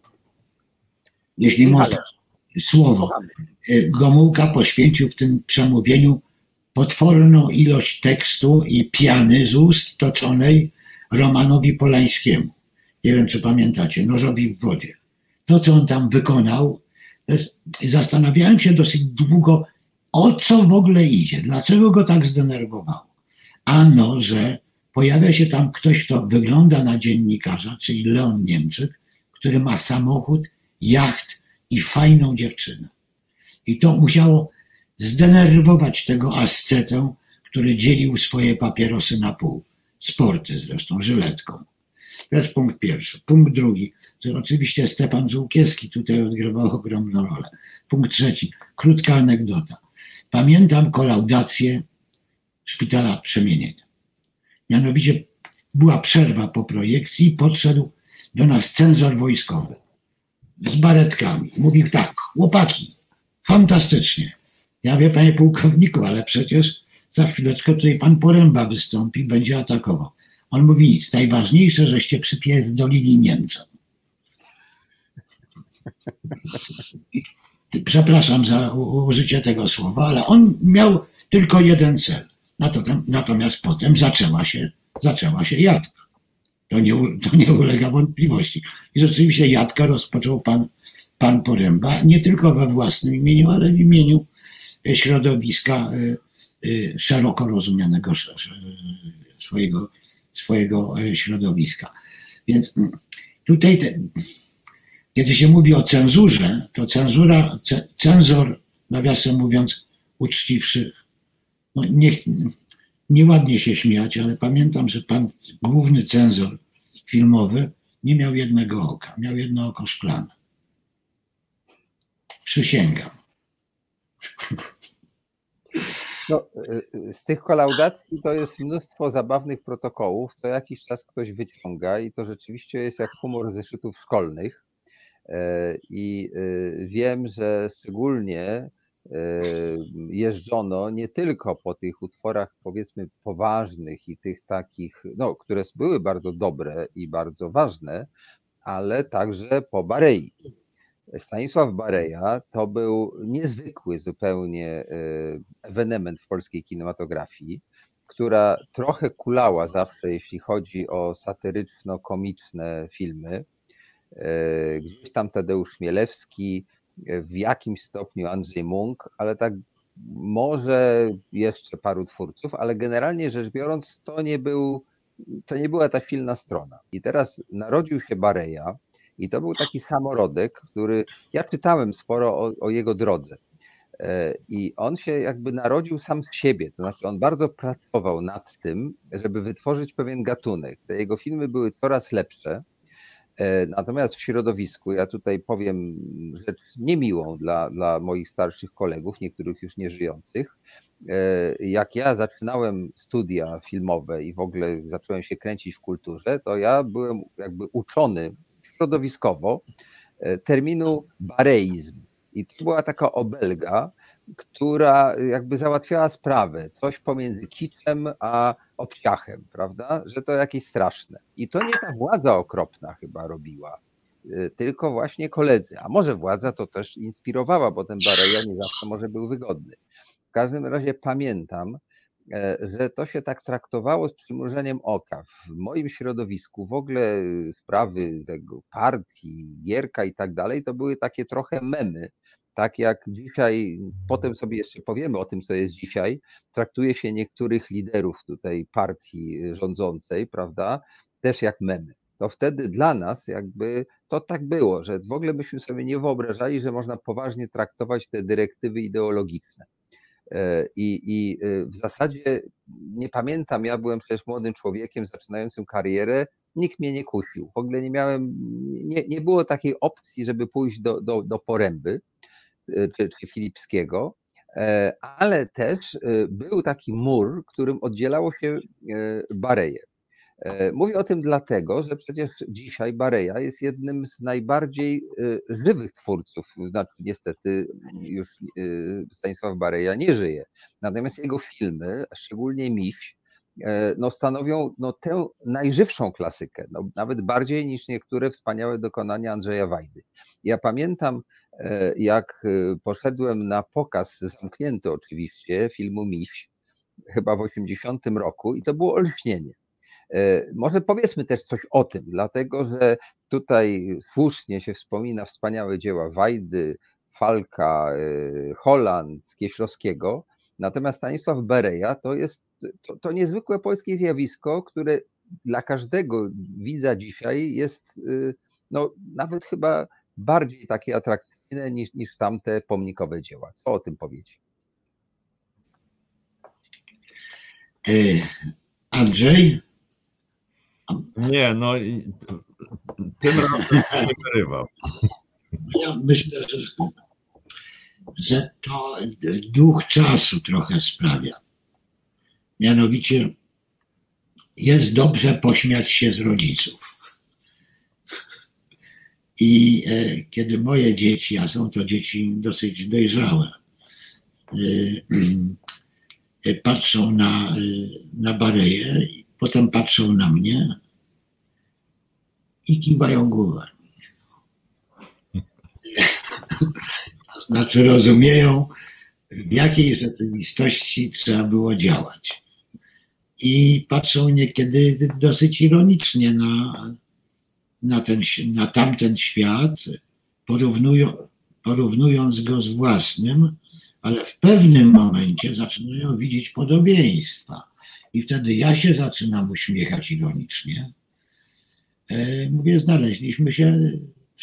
[SPEAKER 10] Jeśli można, słowo. Gomułka poświęcił w tym przemówieniu potworną ilość tekstu i piany z ust toczonej Romanowi Polańskiemu. Nie wiem, czy pamiętacie, Nożowi w wodzie. To, co on tam wykonał, to jest, zastanawiałem się dosyć długo, o co w ogóle idzie, dlaczego go tak zdenerwowało. Ano, że pojawia się tam ktoś, kto wygląda na dziennikarza, czyli Leon Niemczyk, który ma samochód, jacht i fajną dziewczynę. I to musiało zdenerwować tego ascetę, który dzielił swoje papierosy na pół. Sporty zresztą, żyletką. To jest punkt pierwszy. Punkt drugi, to oczywiście Stefan Żółkiewski tutaj odgrywał ogromną rolę. Punkt trzeci, krótka anegdota. Pamiętam kolaudację Szpitala Przemienienia. Mianowicie była przerwa po projekcji i podszedł do nas cenzor wojskowy z baretkami. Mówił tak, chłopaki, fantastycznie. Ja wiem, panie pułkowniku, ale przecież za chwileczkę tutaj pan Poręba wystąpi, będzie atakował. On mówi nic, najważniejsze, żeście przypierdolili Niemcom. Przepraszam za użycie tego słowa, ale on miał tylko jeden cel. Natomiast potem zaczęła się, zaczęła się jadka. To nie, to nie ulega wątpliwości. I rzeczywiście jadka rozpoczął pan, pan Poręba, nie tylko we własnym imieniu, ale w imieniu środowiska szeroko rozumianego swojego, swojego środowiska. Więc tutaj, te, kiedy się mówi o cenzurze, to cenzura, cenzor, nawiasem mówiąc, uczciwszy no nie, nieładnie się śmiać, ale pamiętam, że pan główny cenzor filmowy nie miał jednego oka, miał jedno oko szklane. Przysięgam.
[SPEAKER 2] No, z tych kolaudacji to jest mnóstwo zabawnych protokołów, co jakiś czas ktoś wyciąga i to rzeczywiście jest jak humor zeszytów szkolnych. I wiem, że szczególnie jeżdżono nie tylko po tych utworach, powiedzmy, poważnych i tych takich, no, które były bardzo dobre i bardzo ważne, ale także po Barei. Stanisław Bareja to był niezwykły zupełnie ewenement w polskiej kinematografii, która trochę kulała zawsze, jeśli chodzi o satyryczno-komiczne filmy. Gdzieś tam Tadeusz Chmielewski, w jakimś stopniu Andrzej Munk, ale tak może jeszcze paru twórców, ale generalnie rzecz biorąc to nie był, to nie była ta silna strona. I teraz narodził się Bareja i to był taki samorodek, który, ja czytałem sporo o, o jego drodze i on się jakby narodził sam z siebie, to znaczy on bardzo pracował nad tym, żeby wytworzyć pewien gatunek. Te jego filmy były coraz lepsze. Natomiast w środowisku, ja tutaj powiem rzecz niemiłą dla, dla moich starszych kolegów, niektórych już nieżyjących, jak ja zaczynałem studia filmowe i w ogóle zacząłem się kręcić w kulturze, to ja byłem jakby uczony środowiskowo terminu bareizm. I to była taka obelga, która jakby załatwiała sprawę, coś pomiędzy kiczem a obciachem, prawda, że to jakieś straszne. I to nie ta władza okropna chyba robiła, tylko właśnie koledzy, a może władza to też inspirowała, bo ten Bareja nie zawsze może był wygodny. W każdym razie pamiętam, że to się tak traktowało z przymrużeniem oka. W moim środowisku w ogóle sprawy tego partii, Gierka i tak dalej, to były takie trochę memy. Tak jak dzisiaj, potem sobie jeszcze powiemy o tym, co jest dzisiaj, traktuje się niektórych liderów tutaj partii rządzącej, prawda, też jak memy. To wtedy dla nas jakby to tak było, że w ogóle byśmy sobie nie wyobrażali, że można poważnie traktować te dyrektywy ideologiczne. I, i w zasadzie nie pamiętam, ja byłem przecież młodym człowiekiem zaczynającym karierę, nikt mnie nie kusił. W ogóle nie miałem, nie, nie było takiej opcji, żeby pójść do, do, do Poręby czy, czy Filipskiego, ale też był taki mur, którym oddzielało się Bareję. Mówię o tym dlatego, że przecież dzisiaj Bareja jest jednym z najbardziej żywych twórców, znaczy niestety już Stanisław Bareja nie żyje. Natomiast jego filmy, szczególnie Miś, no stanowią no tę najżywszą klasykę, no nawet bardziej niż niektóre wspaniałe dokonania Andrzeja Wajdy. Ja pamiętam, jak poszedłem na pokaz, zamknięty oczywiście, filmu Miś, chyba w osiemdziesiątym roku i to było olśnienie. Może powiedzmy też coś o tym, dlatego że tutaj słusznie się wspomina wspaniałe dzieła Wajdy, Falka, Holland, Kieślowskiego, natomiast Stanisław Bareja to jest to, to niezwykłe polskie zjawisko, które dla każdego widza dzisiaj jest no, nawet chyba bardziej takie atrakcyjne niż, niż tamte pomnikowe dzieła. Co o tym powiedzieć?
[SPEAKER 10] Andrzej?
[SPEAKER 8] Nie, no tym razem nie wyrywał.
[SPEAKER 10] Ja myślę, że, że to duch czasu trochę sprawia. Mianowicie jest dobrze pośmiać się z rodziców. I e, kiedy moje dzieci, a są to dzieci dosyć dojrzałe, e, patrzą na, na Bareję, potem patrzą na mnie i kiwają głową. To znaczy rozumieją, w jakiej rzeczywistości trzeba było działać. I patrzą niekiedy dosyć ironicznie na, na, ten, na tamten świat, porównują, porównując go z własnym, ale w pewnym momencie zaczynają widzieć podobieństwa. I wtedy ja się zaczynam uśmiechać ironicznie. Mówię, znaleźliśmy się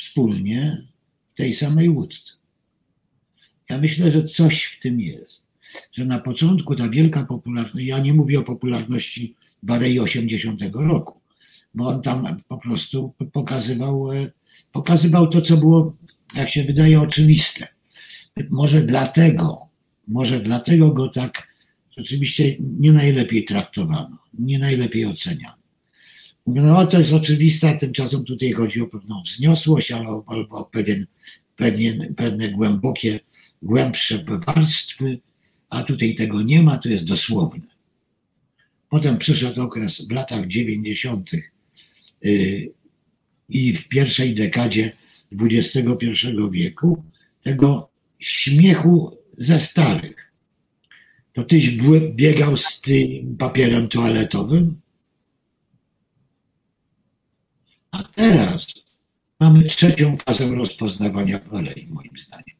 [SPEAKER 10] wspólnie w tej samej łódce. Ja myślę, że coś w tym jest. że na początku ta wielka popularność, ja nie mówię o popularności Barei osiemdziesiątego roku, bo on tam po prostu pokazywał, pokazywał to, co było, jak się wydaje, oczywiste. Może dlatego, może dlatego go tak rzeczywiście nie najlepiej traktowano, nie najlepiej oceniano. Mówiono, no to jest oczywiste, a tymczasem tutaj chodzi o pewną wzniosłość albo, albo o pewien, pewien, pewne głębokie, głębsze warstwy, a tutaj tego nie ma, to jest dosłowne. Potem przyszedł okres w latach dziewięćdziesiątych yy, i w pierwszej dekadzie dwudziestego pierwszego wieku tego śmiechu ze starych. To tyś biegał z tym papierem toaletowym, a teraz mamy trzecią fazę rozpoznawania Barei, moim zdaniem.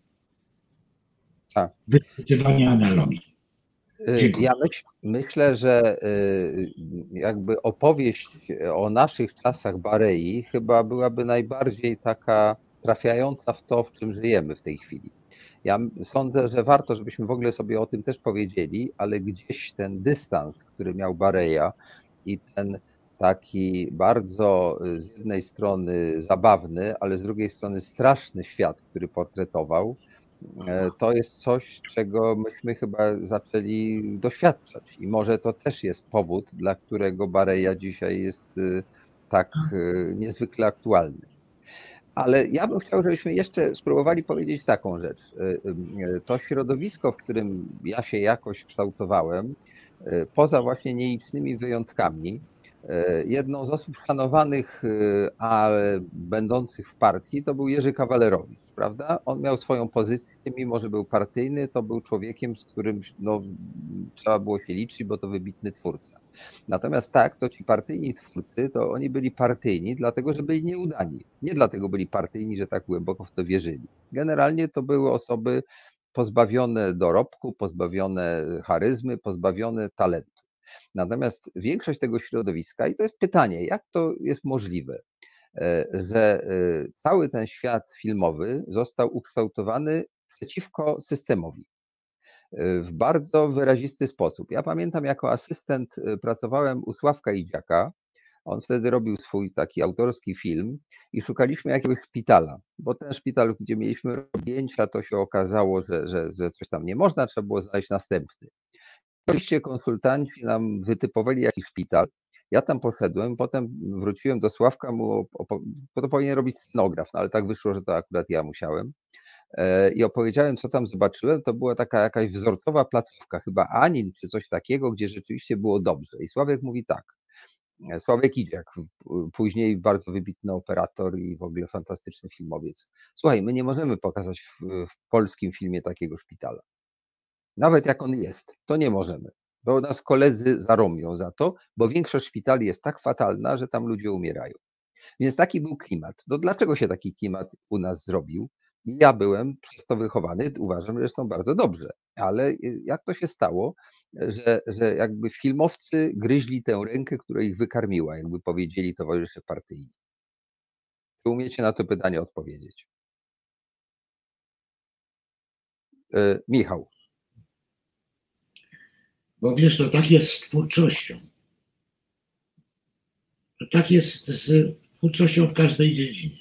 [SPEAKER 2] Tak.
[SPEAKER 10] Wychwytywania analogii.
[SPEAKER 2] Ja myśl, myślę, że jakby opowieść o naszych czasach Barei chyba byłaby najbardziej taka trafiająca w to, w czym żyjemy w tej chwili. Ja sądzę, że warto, żebyśmy w ogóle sobie o tym też powiedzieli, ale gdzieś ten dystans, który miał Bareja i ten taki bardzo z jednej strony zabawny, ale z drugiej strony straszny świat, który portretował, to jest coś, czego myśmy chyba zaczęli doświadczać. I może to też jest powód, dla którego Bareja dzisiaj jest tak niezwykle aktualny. Ale ja bym chciał, żebyśmy jeszcze spróbowali powiedzieć taką rzecz. To środowisko, w którym ja się jakoś kształtowałem, poza właśnie nielicznymi wyjątkami, jedną z osób szanowanych, ale będących w partii, to był Jerzy Kawalerowicz, prawda? On miał swoją pozycję, mimo że był partyjny, to był człowiekiem, z którym no, trzeba było się liczyć, bo to wybitny twórca. Natomiast tak, to ci partyjni twórcy, to oni byli partyjni, dlatego że byli nieudani. Nie dlatego byli partyjni, że tak głęboko w to wierzyli. Generalnie to były osoby pozbawione dorobku, pozbawione charyzmy, pozbawione talentu. Natomiast większość tego środowiska, i to jest pytanie, jak to jest możliwe, że cały ten świat filmowy został ukształtowany przeciwko systemowi w bardzo wyrazisty sposób. Ja pamiętam, jako asystent pracowałem u Sławka Idziaka, on wtedy robił swój taki autorski film i szukaliśmy jakiegoś szpitala, bo ten szpital, gdzie mieliśmy zdjęcia, to się okazało, że, że, że coś tam nie można, trzeba było znaleźć następny. Oczywiście konsultanci nam wytypowali jakiś szpital, ja tam poszedłem, potem wróciłem do Sławka, mu bo to powinien robić scenograf, no ale tak wyszło, że to akurat ja musiałem. I opowiedziałem, co tam zobaczyłem, to była taka jakaś wzorcowa placówka, chyba Anin czy coś takiego, gdzie rzeczywiście było dobrze. I Sławek mówi tak, Sławek Idziak, później bardzo wybitny operator i w ogóle fantastyczny filmowiec. Słuchaj, my nie możemy pokazać w, w polskim filmie takiego szpitala. Nawet jak on jest, to nie możemy, bo nas koledzy zarobią za to, bo większość szpitali jest tak fatalna, że tam ludzie umierają. Więc taki był klimat. No dlaczego się taki klimat u nas zrobił? I ja byłem przez to wychowany, uważam zresztą bardzo dobrze, ale jak to się stało, że, że jakby filmowcy gryźli tę rękę, która ich wykarmiła, jakby powiedzieli towarzysze partyjni. Czy umiecie na to pytanie odpowiedzieć? Yy, Michał.
[SPEAKER 10] Bo wiesz, to tak jest z twórczością. To tak jest z twórczością w każdej dziedzinie.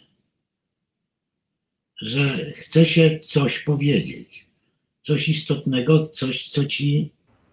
[SPEAKER 10] Że chce się coś powiedzieć, coś istotnego, coś, co ci,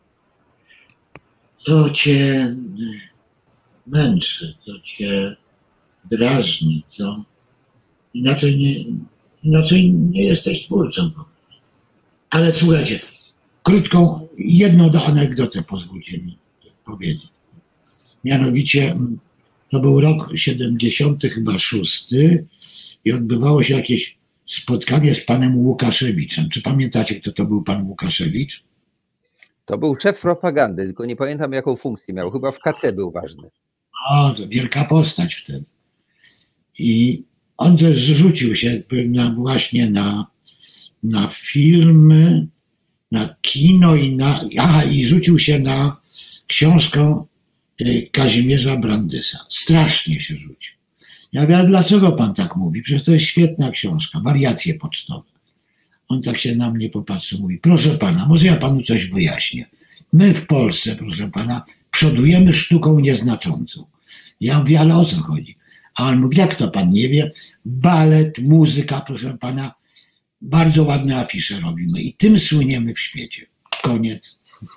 [SPEAKER 10] co cię męczy, co cię drażni, co inaczej nie, inaczej nie jesteś twórcą. Ale słuchajcie, krótką, jedną anegdotę pozwólcie mi powiedzieć. Mianowicie to był rok siedemdziesiąty chyba szósty i odbywało się jakieś spotkanie z panem Łukaszewiczem. Czy pamiętacie, kto to był pan Łukaszewicz?
[SPEAKER 2] To był szef propagandy, tylko nie pamiętam, jaką funkcję miał. Chyba w K T był ważny.
[SPEAKER 10] O, to wielka postać wtedy. I on też rzucił się na, właśnie na, na filmy, na kino i na... Aha, i rzucił się na książkę Kazimierza Brandysa. Strasznie się rzucił. Ja wiem, dlaczego pan tak mówi? Przecież to jest świetna książka, Wariacje pocztowe. On tak się na mnie popatrzył, mówi, proszę pana, może ja panu coś wyjaśnię. My w Polsce, proszę pana, przodujemy sztuką nieznaczącą. Ja mówię, ale o co chodzi? A on mówi, jak to pan nie wie? Balet, muzyka, proszę pana, bardzo ładne afisze robimy i tym słyniemy w świecie. Koniec.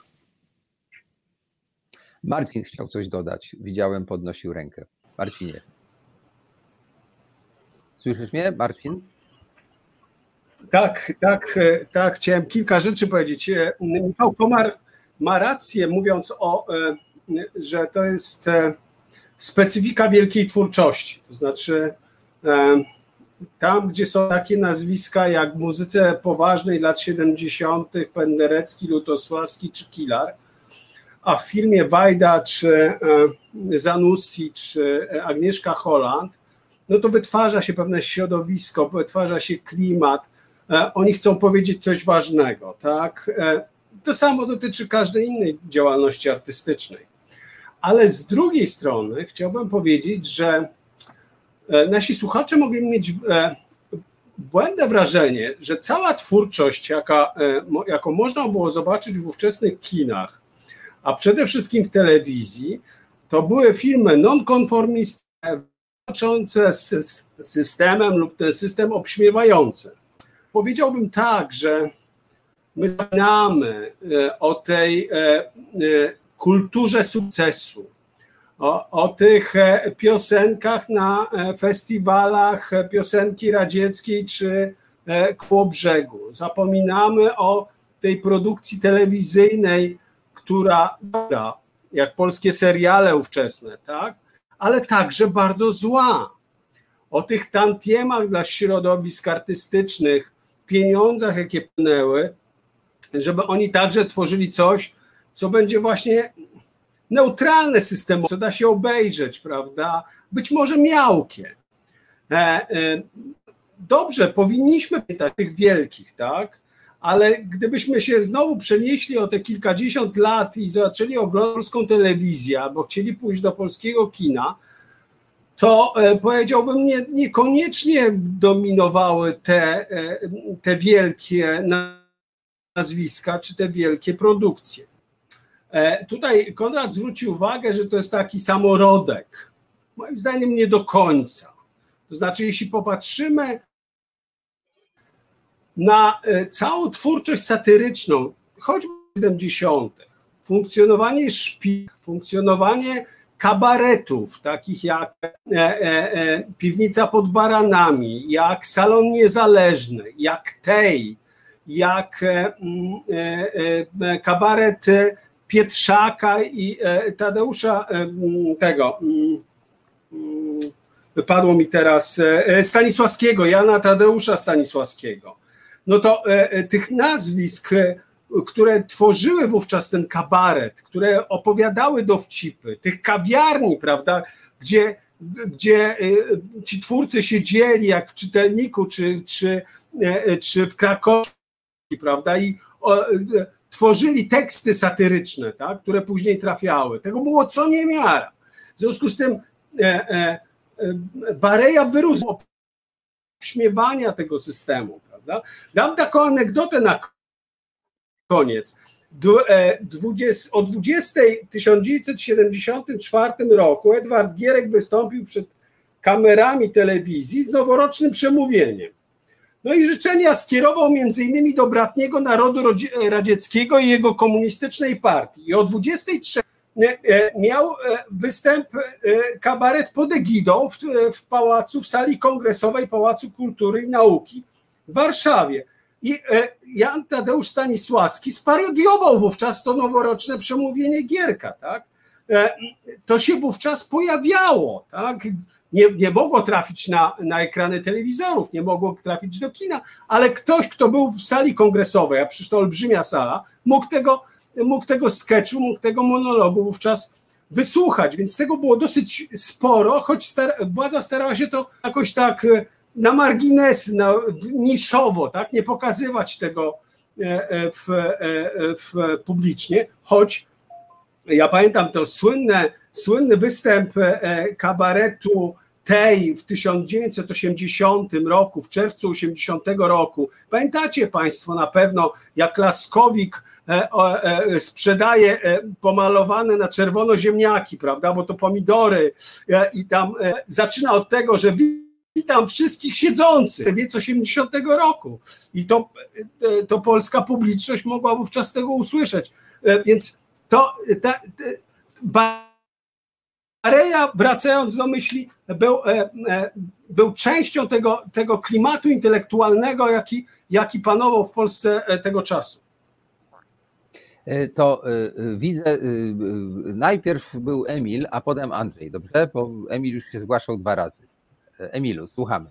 [SPEAKER 2] Marcin chciał coś dodać. Widziałem, podnosił rękę. Marcinie. Słyszysz mnie, Marcin?
[SPEAKER 4] Tak, tak, tak. Chciałem kilka rzeczy powiedzieć. Michał Komar ma rację, mówiąc o, że to jest specyfika wielkiej twórczości. To znaczy tam, gdzie są takie nazwiska jak w muzyce poważnej lat siedemdziesiątych Penderecki, Lutosławski czy Kilar, a w filmie Wajda, czy Zanussi, czy Agnieszka Holland, no to wytwarza się pewne środowisko, wytwarza się klimat, oni chcą powiedzieć coś ważnego, tak? To samo dotyczy każdej innej działalności artystycznej. Ale z drugiej strony chciałbym powiedzieć, że nasi słuchacze mogli mieć błędne wrażenie, że cała twórczość, jaka, jaką można było zobaczyć w ówczesnych kinach, a przede wszystkim w telewizji, to były filmy nonkonformistyczne, walczące z systemem lub ten system obśmiewający. Powiedziałbym tak, że my znamy o tej kulturze sukcesu, o, o tych piosenkach na festiwalach piosenki radzieckiej czy Kołobrzegu. Zapominamy o tej produkcji telewizyjnej, która, jak polskie seriale ówczesne, tak? Ale także bardzo zła. O tych tantiemach dla środowisk artystycznych, pieniądzach, jakie płynęły, żeby oni także tworzyli coś, co będzie właśnie neutralne systemowo, co da się obejrzeć, prawda? Być może miałkie. E, e, dobrze, powinniśmy pytać tych wielkich, tak? Ale gdybyśmy się znowu przenieśli o te kilkadziesiąt lat i zaczęli oglądać polską telewizję, albo chcieli pójść do polskiego kina, to e, powiedziałbym, nie, niekoniecznie dominowały te, e, te wielkie nazwiska, czy te wielkie produkcje. E, tutaj Konrad zwrócił uwagę, że to jest taki samorodek. Moim zdaniem nie do końca. To znaczy, jeśli popatrzymy na całą twórczość satyryczną, choćby w siedemdziesiątych, funkcjonowanie szpik, funkcjonowanie kabaretów, takich jak e, e, e, Piwnica pod Baranami, jak Salon Niezależny, jak Tej, jak e, e, e, kabaret Pietrzaka i e, Tadeusza e, tego, e, wypadło mi teraz, e, Stanisławskiego, Jana Tadeusza Stanisławskiego. No to e, tych nazwisk, e, które tworzyły wówczas ten kabaret, które opowiadały dowcipy, tych kawiarni, prawda, gdzie, gdzie e, ci twórcy siedzieli, jak w Czytelniku, czy, czy, e, czy w Krakowie, prawda, i o, e, tworzyli teksty satyryczne, tak, które później trafiały. Tego było co niemiara. W związku z tym e, e, Bareja wyrósł śmiewania tego systemu, prawda? Dam taką anegdotę na koniec. O dwudziestej w tysiąc dziewięćset siedemdziesiątym czwartym roku Edward Gierek wystąpił przed kamerami telewizji z noworocznym przemówieniem. No i życzenia skierował między innymi do bratniego narodu radzieckiego i jego komunistycznej partii. I o dwudziestej trzeciej miał występ kabaret pod egidą w, w pałacu, w sali kongresowej Pałacu Kultury i Nauki w Warszawie. I Jan Tadeusz Stanisławski sparodiował wówczas to noworoczne przemówienie Gierka. Tak? To się wówczas pojawiało. Tak? Nie, nie mogło trafić na, na ekrany telewizorów, nie mogło trafić do kina, ale ktoś, kto był w sali kongresowej, a przecież to olbrzymia sala, mógł tego mógł tego sketchu, mógł tego monologu wówczas wysłuchać, więc tego było dosyć sporo, choć star- władza starała się to jakoś tak na marginesy, na, niszowo, tak, nie pokazywać tego w, w publicznie, choć ja pamiętam to słynne, słynny występ kabaretu tej w tysiąc dziewięćset osiemdziesiątym roku, w czerwcu osiemdziesiątego roku, pamiętacie Państwo na pewno, jak Laskowik e, e, sprzedaje e, pomalowane na czerwono ziemniaki, prawda, bo to pomidory e, i tam e, zaczyna od tego, że witam wszystkich siedzących, wiec osiemdziesiątego roku i to, e, to polska publiczność mogła wówczas tego usłyszeć, e, więc to ta, ta, Bareja, wracając do myśli, był, e, e, był częścią tego, tego klimatu intelektualnego, jaki, jaki panował w Polsce tego czasu.
[SPEAKER 2] To y, widzę, y, y, najpierw był Emil, a potem Andrzej, dobrze? Bo Emil już się zgłaszał dwa razy. Emilu, słuchamy.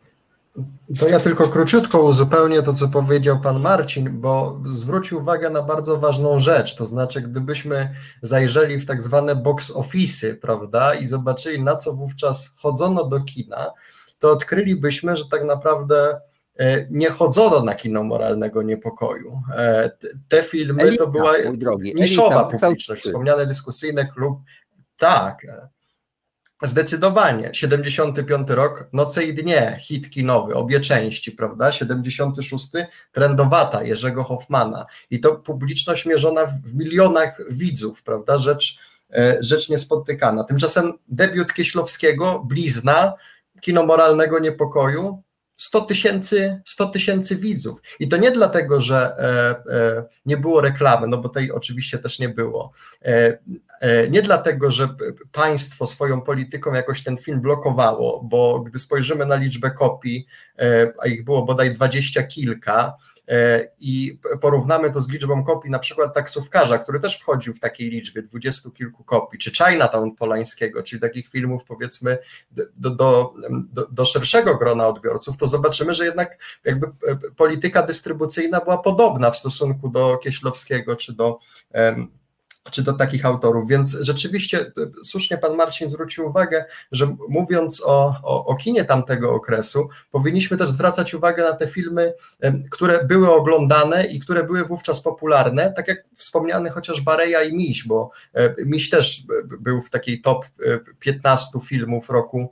[SPEAKER 5] To ja tylko króciutko uzupełnię to, co powiedział pan Marcin, bo zwrócił uwagę na bardzo ważną rzecz, to znaczy gdybyśmy zajrzeli w tak zwane box office'y, prawda, i zobaczyli, na co wówczas chodzono do kina, to odkrylibyśmy, że tak naprawdę nie chodzono na kino moralnego niepokoju. Te filmy Elita, to była niszowa publiczność, wspomniane dyskusyjne klub, tak. Zdecydowanie. siedemdziesiąty piąty rok, Noce i dnie, hit kinowy, obie części, prawda? siedemdziesiąty szósty Trędowata Jerzego Hoffmana i to publiczność mierzona w milionach widzów, prawda? Rzecz, rzecz niespotykana. Tymczasem debiut Kieślowskiego, Blizna, kino moralnego niepokoju, sto tysięcy, sto tysięcy widzów. I to nie dlatego, że e, e, nie było reklamy, no bo tej oczywiście też nie było. E, e, nie dlatego, że państwo swoją polityką jakoś ten film blokowało, bo gdy spojrzymy na liczbę kopii, e, a ich było bodaj dwadzieścia kilka, i porównamy to z liczbą kopii na przykład Taksówkarza, który też wchodził w takiej liczbie dwudziestu kilku kopii, czy Chinatown Polańskiego, czyli takich filmów powiedzmy do, do, do, do szerszego grona odbiorców, to zobaczymy, że jednak jakby polityka dystrybucyjna była podobna w stosunku do Kieślowskiego czy do czy do takich autorów, więc rzeczywiście słusznie pan Marcin zwrócił uwagę, że mówiąc o, o, o kinie tamtego okresu, powinniśmy też zwracać uwagę na te filmy, które były oglądane i które były wówczas popularne, tak jak wspomniany chociaż Bareja i Miś, bo Miś też był w takiej top piętnastu filmów roku,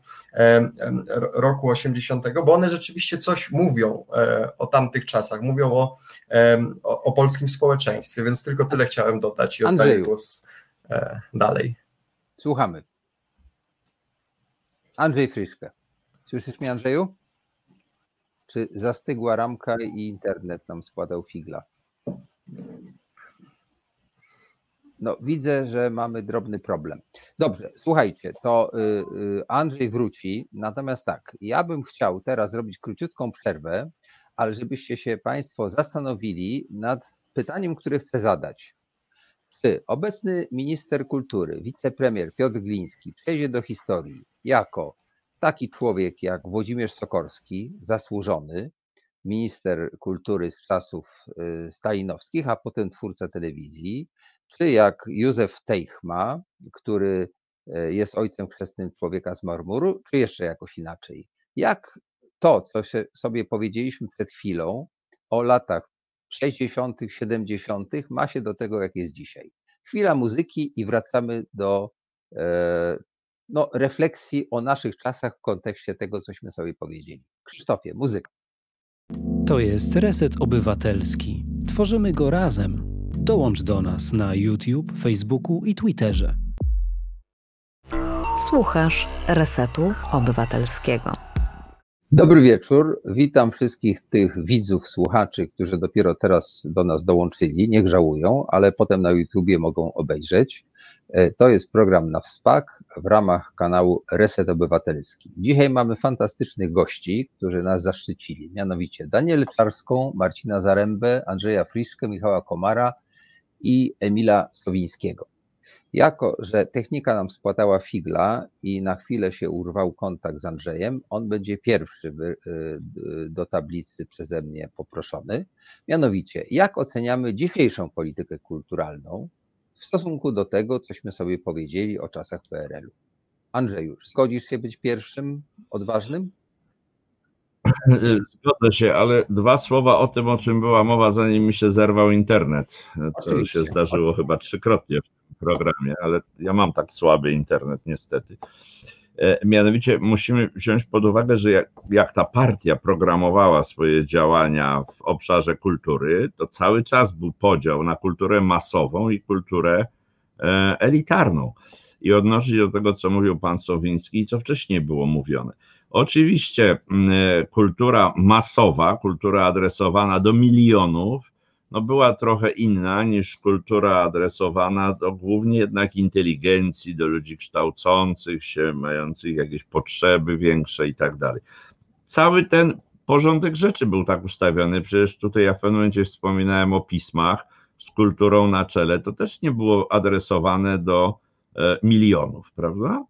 [SPEAKER 5] roku osiemdziesiątego, bo one rzeczywiście coś mówią o tamtych czasach, mówią o, o, o polskim społeczeństwie, więc tylko tyle chciałem dodać i oddaję głos e, dalej.
[SPEAKER 2] Słuchamy. Andrzej Friszke. Słyszysz mnie, Andrzeju? Czy zastygła ramka i internet nam składał figla? No, widzę, że mamy drobny problem. Dobrze, słuchajcie, to Andrzej wróci, natomiast tak, ja bym chciał teraz zrobić króciutką przerwę, ale żebyście się Państwo zastanowili nad pytaniem, które chcę zadać. Czy obecny minister kultury, wicepremier Piotr Gliński przejdzie do historii jako taki człowiek jak Włodzimierz Sokorski, zasłużony minister kultury z czasów stalinowskich, a potem twórca telewizji, czy jak Józef Teichma, który jest ojcem chrzestnym Człowieka z marmuru, czy jeszcze jakoś inaczej? Jak to, co sobie powiedzieliśmy przed chwilą o latach sześćdziesiątych, siedemdziesiątych ma się do tego, jak jest dzisiaj? Chwila muzyki i wracamy do no, refleksji o naszych czasach w kontekście tego, cośmy sobie powiedzieli. Krzysztofie, muzyka.
[SPEAKER 9] To jest Reset Obywatelski. Tworzymy go razem. Dołącz do nas na YouTube, Facebooku i Twitterze.
[SPEAKER 6] Słuchasz Resetu Obywatelskiego.
[SPEAKER 2] Dobry wieczór. Witam wszystkich tych widzów, słuchaczy, którzy dopiero teraz do nas dołączyli. Niech żałują, ale potem na YouTubie mogą obejrzeć. To jest program na WSPAK w ramach kanału Reset Obywatelski. Dzisiaj mamy fantastycznych gości, którzy nas zaszczycili, mianowicie Danielę Czarską, Marcina Zarębę, Andrzeja Friszkę, Michała Komara i Emila Sowińskiego. Jako że technika nam spłatała figla i na chwilę się urwał kontakt z Andrzejem, on będzie pierwszy do tablicy przeze mnie poproszony. Mianowicie, jak oceniamy dzisiejszą politykę kulturalną w stosunku do tego, cośmy sobie powiedzieli o czasach P R L u? Andrzeju, zgodzisz się być pierwszym odważnym?
[SPEAKER 8] Zgodzę się, ale dwa słowa o tym, o czym była mowa, zanim mi się zerwał internet, co Oczywiście. się zdarzyło chyba trzykrotnie w tym programie, ale ja mam tak słaby internet niestety. Mianowicie musimy wziąć pod uwagę, że jak, jak ta partia programowała swoje działania w obszarze kultury, to cały czas był podział na kulturę masową i kulturę elitarną. I odnoszę się do tego, co mówił pan Sowiński i co wcześniej było mówione. Oczywiście kultura masowa, kultura adresowana do milionów, no była trochę inna niż kultura adresowana do głównie jednak inteligencji, do ludzi kształcących się, mających jakieś potrzeby większe i tak dalej. Cały ten porządek rzeczy był tak ustawiony, przecież tutaj ja w pewnym momencie wspominałem o pismach z kulturą na czele, to też nie było adresowane do milionów, prawda?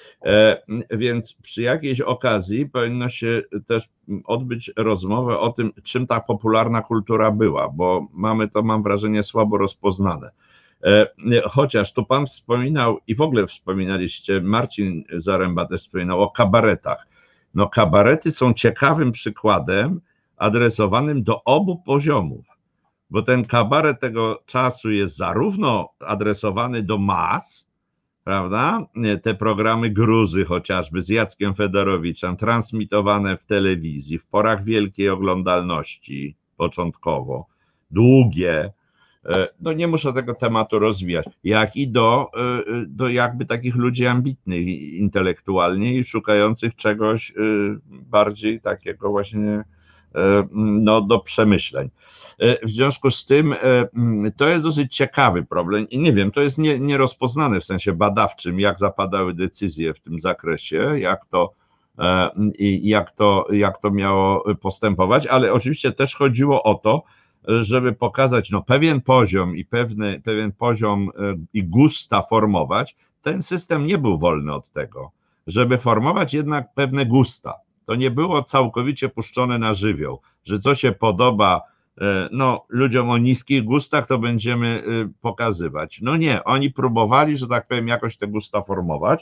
[SPEAKER 8] Więc przy jakiejś okazji powinno się też odbyć rozmowę o tym, czym ta popularna kultura była, bo mamy to, mam wrażenie, słabo rozpoznane. Chociaż tu pan wspominał i w ogóle wspominaliście, Marcin Zaręba też wspominał o kabaretach. No kabarety są ciekawym przykładem adresowanym do obu poziomów, bo ten kabaret tego czasu jest zarówno adresowany do mas, prawda? Te programy Gruzy chociażby z Jackiem Fedorowiczem, transmitowane w telewizji w porach wielkiej oglądalności początkowo, długie, no nie muszę tego tematu rozwijać, jak i do, do jakby takich ludzi ambitnych intelektualnie i szukających czegoś bardziej takiego właśnie no, do przemyśleń. W związku z tym to jest dosyć ciekawy problem i nie wiem, to jest nie, nierozpoznane w sensie badawczym, jak zapadały decyzje w tym zakresie, jak to, jak to, jak to miało postępować, ale oczywiście też chodziło o to, żeby pokazać no, pewien poziom i pewny, pewien poziom i gusta formować. Ten system nie był wolny od tego, żeby formować jednak pewne gusta. To nie było całkowicie puszczone na żywioł, że co się podoba no, ludziom o niskich gustach, to będziemy pokazywać. No nie, oni próbowali, że tak powiem, jakoś te gusta formować,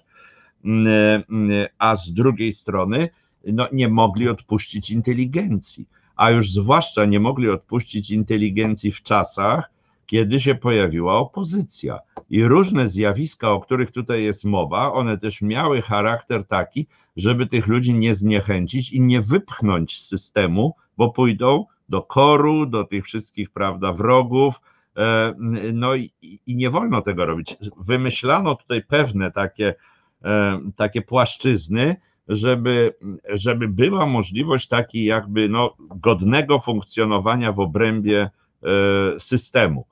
[SPEAKER 8] a z drugiej strony no, nie mogli odpuścić inteligencji, a już zwłaszcza nie mogli odpuścić inteligencji w czasach, kiedy się pojawiła opozycja. I różne zjawiska, o których tutaj jest mowa, one też miały charakter taki, żeby tych ludzi nie zniechęcić i nie wypchnąć z systemu, bo pójdą do koru, do tych wszystkich, prawda, wrogów, no i, i nie wolno tego robić. Wymyślano tutaj pewne takie, takie płaszczyzny, żeby, żeby była możliwość takiej jakby no, godnego funkcjonowania w obrębie systemu.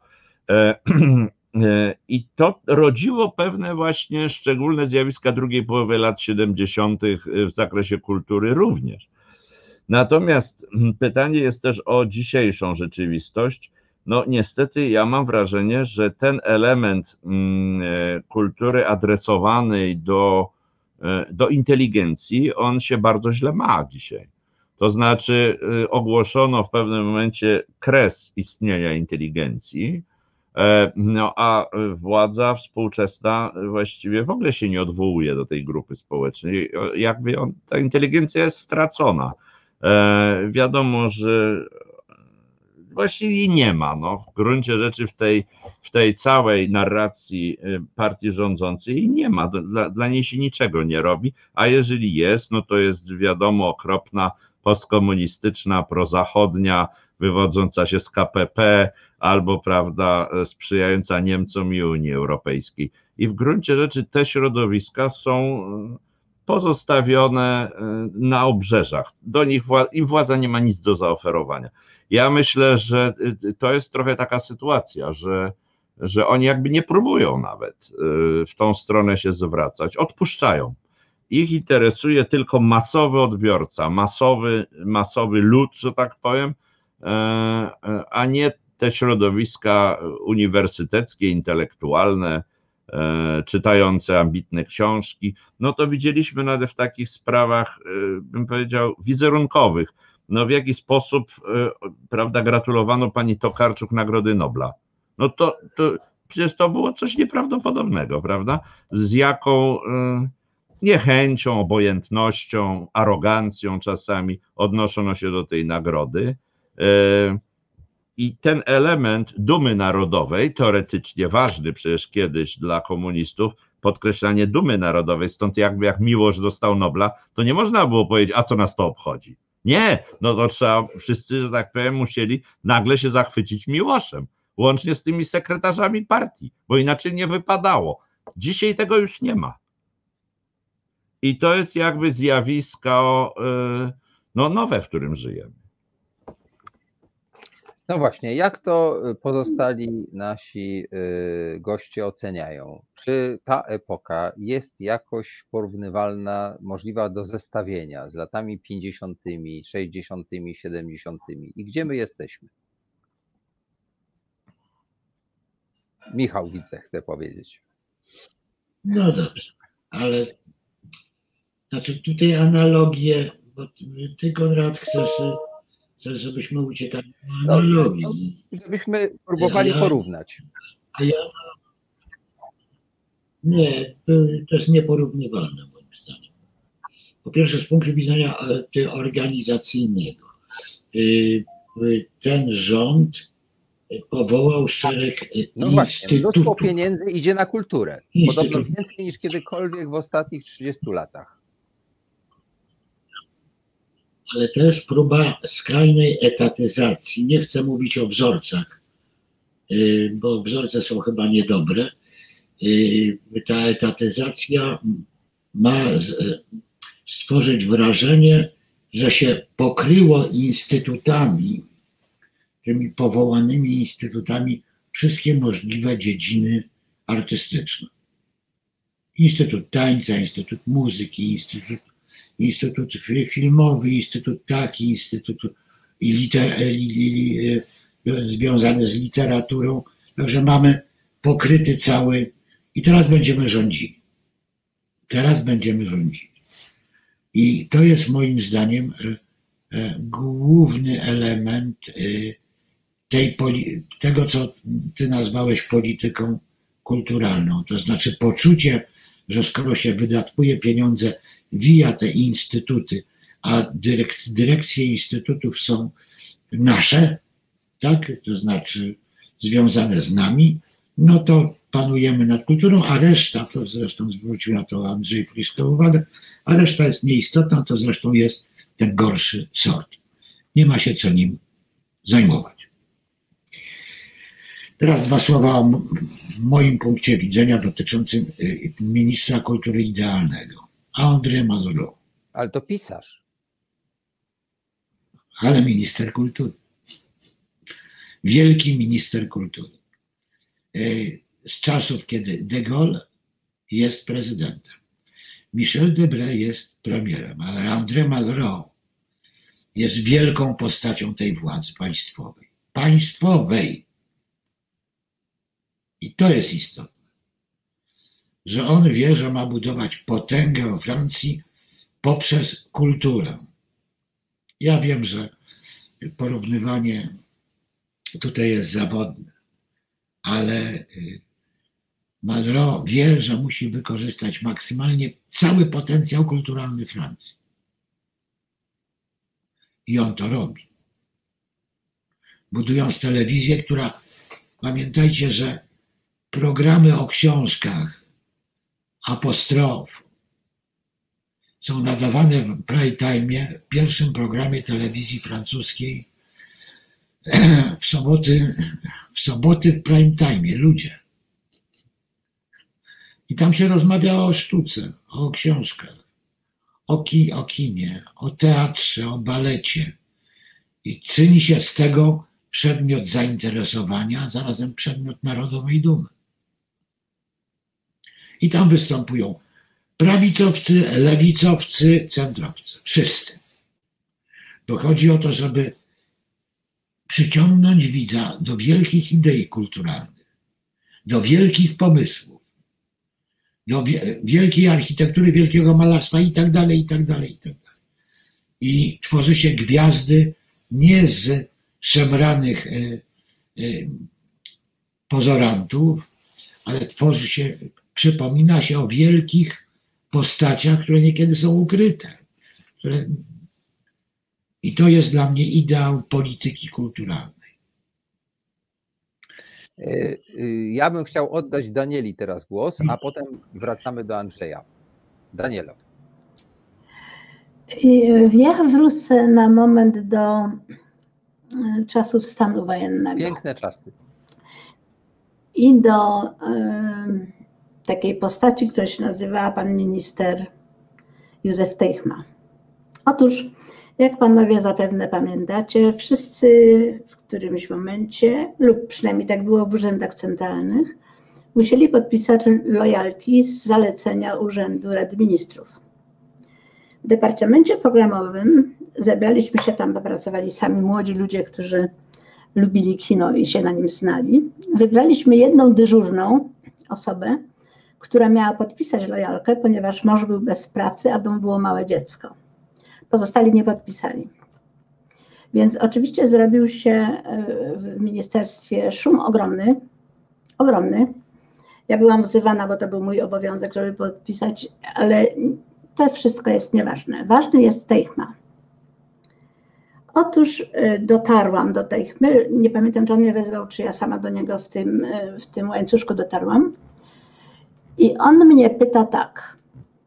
[SPEAKER 8] I to rodziło pewne właśnie szczególne zjawiska drugiej połowy lat siedemdziesiątych w zakresie kultury również. Natomiast pytanie jest też o dzisiejszą rzeczywistość. No niestety ja mam wrażenie, że ten element kultury adresowanej do, do inteligencji, on się bardzo źle ma dzisiaj. To znaczy ogłoszono w pewnym momencie kres istnienia inteligencji, no a władza współczesna właściwie w ogóle się nie odwołuje do tej grupy społecznej. Jakby on, ta inteligencja jest stracona. Wiadomo, że właściwie jej nie ma. No, w gruncie rzeczy w tej, w tej całej narracji partii rządzącej jej nie ma. Dla, dla niej się niczego nie robi, a jeżeli jest, no to jest wiadomo okropna, postkomunistyczna, prozachodnia, wywodząca się z K P P albo, prawda, sprzyjająca Niemcom i Unii Europejskiej. I w gruncie rzeczy te środowiska są pozostawione na obrzeżach. Do nich im władza nie ma nic do zaoferowania. Ja myślę, że to jest trochę taka sytuacja, że, że oni jakby nie próbują nawet w tą stronę się zwracać, odpuszczają. Ich interesuje tylko masowy odbiorca, masowy, masowy lud, że tak powiem, a nie te środowiska uniwersyteckie, intelektualne, czytające ambitne książki. No to widzieliśmy nawet w takich sprawach, bym powiedział, wizerunkowych. No w jaki sposób, prawda, gratulowano pani Tokarczuk Nagrody Nobla. No to, to przecież to było coś nieprawdopodobnego, prawda? Z jaką niechęcią, obojętnością, arogancją czasami odnoszono się do tej nagrody. I ten element dumy narodowej, teoretycznie ważny przecież kiedyś dla komunistów, podkreślanie dumy narodowej, stąd jakby jak Miłosz dostał Nobla, to nie można było powiedzieć, a co nas to obchodzi. Nie, no to trzeba, wszyscy, że tak powiem, musieli nagle się zachwycić Miłoszem, łącznie z tymi sekretarzami partii, bo inaczej nie wypadało. Dzisiaj tego już nie ma. I to jest jakby zjawisko no, nowe, w którym żyjemy.
[SPEAKER 2] No właśnie, jak to pozostali nasi goście oceniają? Czy ta epoka jest jakoś porównywalna, możliwa do zestawienia z latami pięćdziesiątymi, sześćdziesiątymi, siedemdziesiątymi? I gdzie my jesteśmy? Michał, widzę, chce powiedzieć.
[SPEAKER 10] No dobrze, ale znaczy tutaj analogię, bo ty, Konrad, chcesz, chcesz żebyśmy uciekali do analogii.
[SPEAKER 2] No, żebyśmy próbowali
[SPEAKER 10] ja,
[SPEAKER 2] porównać.
[SPEAKER 10] A ja nie, to jest nieporównywalne moim zdaniem. Po pierwsze z punktu widzenia organizacyjnego. Ten rząd powołał szereg
[SPEAKER 2] no właśnie,
[SPEAKER 10] instytutów.
[SPEAKER 2] Mnóstwo pieniędzy idzie na kulturę.
[SPEAKER 10] Instytut.
[SPEAKER 2] Podobno więcej niż kiedykolwiek w ostatnich trzydziestu latach.
[SPEAKER 10] Ale to jest próba skrajnej etatyzacji. Nie chcę mówić o wzorcach, bo wzorce są chyba niedobre. Ta etatyzacja ma stworzyć wrażenie, że się pokryło instytutami, tymi powołanymi instytutami, wszystkie możliwe dziedziny artystyczne. Instytut tańca, Instytut muzyki, Instytut, instytut filmowy, Instytut taki, Instytut i liter, li, li, li, związany z literaturą. Także mamy pokryty cały i teraz będziemy rządzili. Teraz będziemy rządzili. I to jest moim zdaniem główny element tej, tego, co ty nazwałeś polityką kulturalną. To znaczy poczucie, że skoro się wydatkuje pieniądze via te instytuty, a dyrek, dyrekcje instytutów są nasze, tak, to znaczy związane z nami, no to panujemy nad kulturą, a reszta, to zresztą zwrócił na to Andrzej Friszko uwagę, a reszta jest nieistotna, to zresztą jest ten gorszy sort. Nie ma się co nim zajmować. Teraz dwa słowa o moim punkcie widzenia dotyczącym ministra kultury idealnego. André Malraux.
[SPEAKER 2] Ale to pisarz.
[SPEAKER 10] Ale minister kultury. Wielki minister kultury. Z czasów, kiedy de Gaulle jest prezydentem. Michel Debré jest premierem, ale André Malraux jest wielką postacią tej władzy państwowej. Państwowej. I to jest istotne, że on wie, że ma budować potęgę we Francji poprzez kulturę. Ja wiem, że porównywanie tutaj jest zawodne, ale Malraux wie, że musi wykorzystać maksymalnie cały potencjał kulturalny Francji. I on to robi. Budując telewizję, która, pamiętajcie, że programy o książkach, apostrof, są nadawane w prime time, w pierwszym programie telewizji francuskiej w soboty, w soboty w prime time, ludzie. I tam się rozmawia o sztuce, o książkach, o, ki, o kinie, o teatrze, o balecie. I czyni się z tego przedmiot zainteresowania, a zarazem przedmiot narodowej dumy. I tam występują prawicowcy, lewicowcy, centrowcy. Wszyscy. Bo chodzi o to, żeby przyciągnąć widza do wielkich idei kulturalnych, do wielkich pomysłów, do wielkiej architektury, wielkiego malarstwa i tak dalej, i tak dalej, i tak dalej. I tworzy się gwiazdy nie z szemranych y, y, pozorantów, ale tworzy się, przypomina się o wielkich postaciach, które niekiedy są ukryte. Które... I to jest dla mnie ideał polityki kulturalnej.
[SPEAKER 2] Ja bym chciał oddać Danieli teraz głos, a potem wracamy do Andrzeja. Danielo.
[SPEAKER 3] Ja wrócę na moment do czasów stanu wojennego.
[SPEAKER 2] Piękne czasy.
[SPEAKER 3] I do y, takiej postaci, która się nazywała pan minister Józef Teichma. Otóż, jak panowie zapewne pamiętacie, wszyscy w którymś momencie, lub przynajmniej tak było w urzędach centralnych, musieli podpisać lojalki z zalecenia Urzędu Rady Ministrów. W Departamencie Programowym zebraliśmy się tam, bo pracowali sami młodzi ludzie, którzy lubili kino i się na nim znali. Wybraliśmy jedną dyżurną osobę, która miała podpisać lojalkę, ponieważ mąż był bez pracy, a w domu było małe dziecko. Pozostali nie podpisali. Więc oczywiście zrobił się w ministerstwie szum ogromny, ogromny. Ja byłam wzywana, bo to był mój obowiązek, żeby podpisać, ale to wszystko jest nieważne. Ważny jest Teichma. Otóż dotarłam do Teichmy, nie pamiętam, czy on mnie wezwał, czy ja sama do niego w tym, w tym łańcuszku dotarłam. I on mnie pyta tak,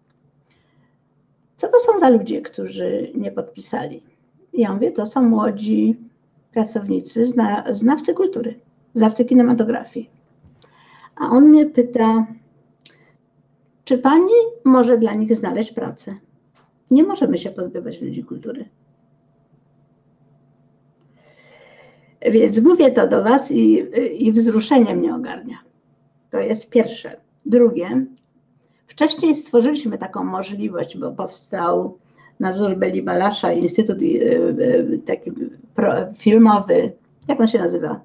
[SPEAKER 3] co to są za ludzie, którzy nie podpisali? I ja mówię, to są młodzi pracownicy, zna, znawcy kultury, znawcy kinematografii. A on mnie pyta, czy pani może dla nich znaleźć pracę? Nie możemy się pozbywać ludzi kultury. Więc mówię to do was i, i wzruszenie mnie ogarnia. To jest pierwsze. Drugie, wcześniej stworzyliśmy taką możliwość, bo powstał na wzór Beli Balasza Instytut taki filmowy, jak on się nazywa?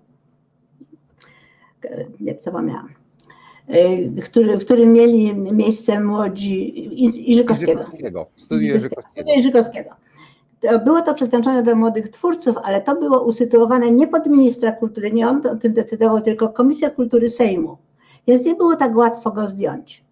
[SPEAKER 3] Nie zapomniałam. Który, w którym mieli miejsce młodzi Iżykowskiego.
[SPEAKER 2] Iżykowskiego. Studio Iżykowskiego.
[SPEAKER 3] Iżykowskiego. Było to przeznaczone dla młodych twórców, ale to było usytuowane nie pod ministra kultury, nie on o tym decydował, tylko Komisja Kultury Sejmu. Więc nie było tak łatwo go zdjąć.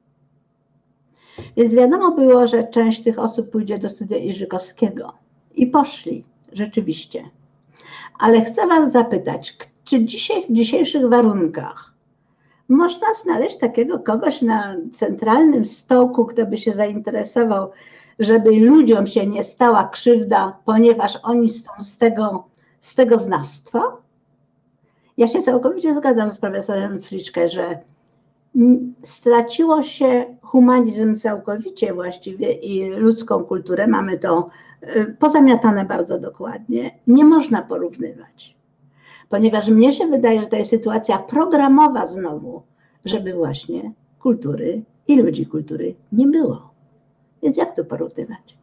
[SPEAKER 3] Więc wiadomo było, że część tych osób pójdzie do studia Iżykowskiego. I poszli, rzeczywiście. Ale chcę was zapytać, czy dzisiaj w dzisiejszych warunkach można znaleźć takiego kogoś na centralnym stołku, kto by się zainteresował, żeby ludziom się nie stała krzywda, ponieważ oni są z tego, z tego znawstwa? Ja się całkowicie zgadzam z profesorem Friczkę, że straciło się humanizm całkowicie właściwie i ludzką kulturę. Mamy to pozamiatane bardzo dokładnie. Nie można porównywać, ponieważ mnie się wydaje, że to jest sytuacja programowa znowu, żeby właśnie kultury i ludzi kultury nie było. Więc jak to porównywać?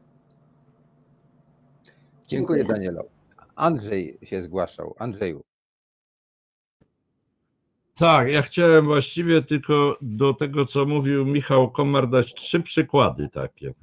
[SPEAKER 2] Dziękuję, Danielo. Andrzej się zgłaszał. Andrzeju.
[SPEAKER 8] Tak, ja chciałem właściwie tylko do tego, co mówił Michał Komar, dać trzy przykłady takie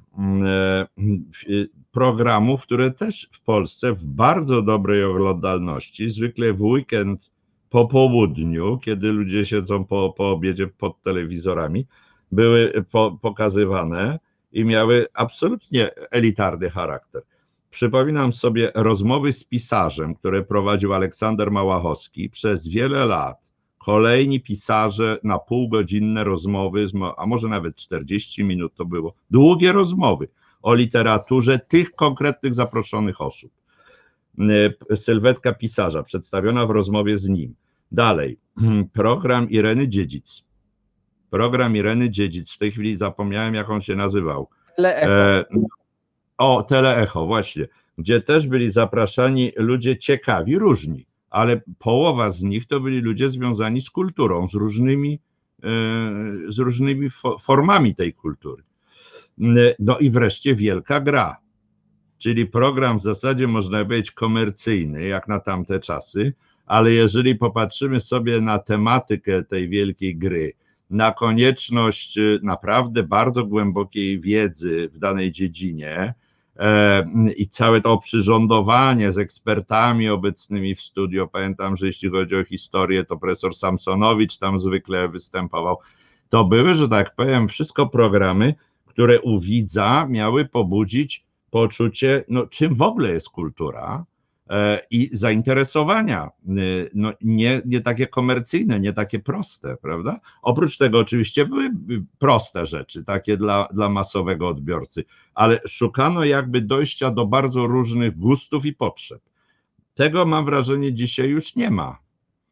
[SPEAKER 8] programów, które też w Polsce w bardzo dobrej oglądalności, zwykle w weekend po południu, kiedy ludzie siedzą po, po obiedzie pod telewizorami, były po, pokazywane i miały absolutnie elitarny charakter. Przypominam sobie rozmowy z pisarzem, które prowadził Aleksander Małachowski przez wiele lat. Kolejni pisarze na półgodzinne rozmowy, a może nawet czterdzieści minut to było, długie rozmowy o literaturze tych konkretnych zaproszonych osób. Sylwetka pisarza przedstawiona w rozmowie z nim. Dalej, program Ireny Dziedzic. Program Ireny Dziedzic, w tej chwili zapomniałem, jak on się nazywał.
[SPEAKER 2] Teleecho.
[SPEAKER 8] E, o, Teleecho, właśnie, gdzie też byli zapraszani ludzie ciekawi, różni, ale połowa z nich to byli ludzie związani z kulturą, z różnymi, e, z różnymi formami tej kultury. No i wreszcie Wielka Gra, czyli program w zasadzie można powiedzieć komercyjny, jak na tamte czasy, ale jeżeli popatrzymy sobie na tematykę tej wielkiej gry, na konieczność naprawdę bardzo głębokiej wiedzy w danej dziedzinie e, i całe to oprzyrządowanie z ekspertami obecnymi w studio. Pamiętam, że jeśli chodzi o historię, to profesor Samsonowicz tam zwykle występował. To były, że tak powiem, wszystko programy, które u widza miały pobudzić poczucie, no czym w ogóle jest kultura, i zainteresowania, no nie, nie takie komercyjne, nie takie proste, prawda? Oprócz tego oczywiście były proste rzeczy, takie dla, dla masowego odbiorcy, ale szukano jakby dojścia do bardzo różnych gustów i potrzeb. Tego mam wrażenie dzisiaj już nie ma.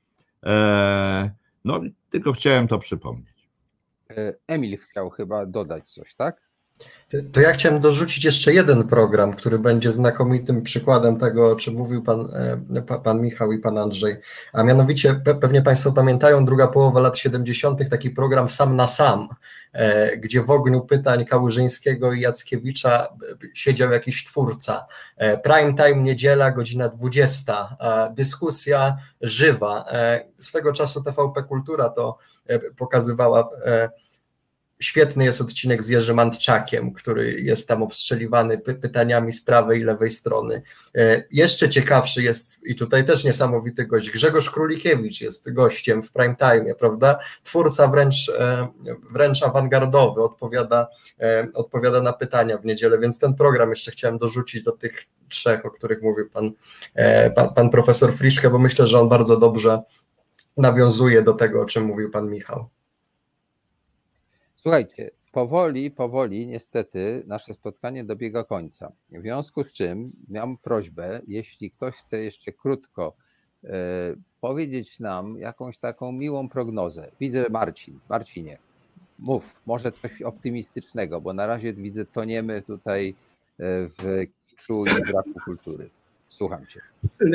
[SPEAKER 8] No tylko chciałem to przypomnieć.
[SPEAKER 2] Emil chciał chyba dodać coś, tak?
[SPEAKER 5] To ja chciałem dorzucić jeszcze jeden program, który będzie znakomitym przykładem tego, o czym mówił pan, pan Michał i pan Andrzej, a mianowicie pewnie państwo pamiętają druga połowa lat siedemdziesiątych taki program Sam na Sam, gdzie w ogniu pytań Kałużyńskiego i Jackiewicza siedział jakiś twórca. Prime time, niedziela, godzina dwudziesta, dyskusja żywa. Swego czasu T V P Kultura to pokazywała. Świetny jest odcinek z Jerzym Antczakiem, który jest tam obstrzeliwany py pytaniami z prawej i lewej strony. E, jeszcze ciekawszy jest, i tutaj też niesamowity gość, Grzegorz Królikiewicz jest gościem w prime time, prawda? Twórca wręcz, e, wręcz awangardowy, odpowiada, e, odpowiada na pytania w niedzielę, więc ten program jeszcze chciałem dorzucić do tych trzech, o których mówił pan, e, pan, pan profesor Friszke, bo myślę, że on bardzo dobrze nawiązuje do tego, o czym mówił pan Michał.
[SPEAKER 2] Słuchajcie, powoli, powoli niestety nasze spotkanie dobiega końca. W związku z czym mam prośbę, jeśli ktoś chce jeszcze krótko e, powiedzieć nam jakąś taką miłą prognozę. Widzę Marcin. Marcinie, mów, może coś optymistycznego, bo na razie widzę toniemy tutaj w kiczu i braku kultury. Słucham cię.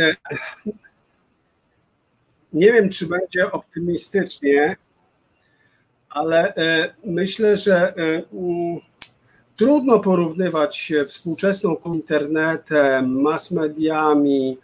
[SPEAKER 4] Nie wiem, czy będzie optymistycznie, ale myślę, że trudno porównywać współczesną internetem, mass mediami,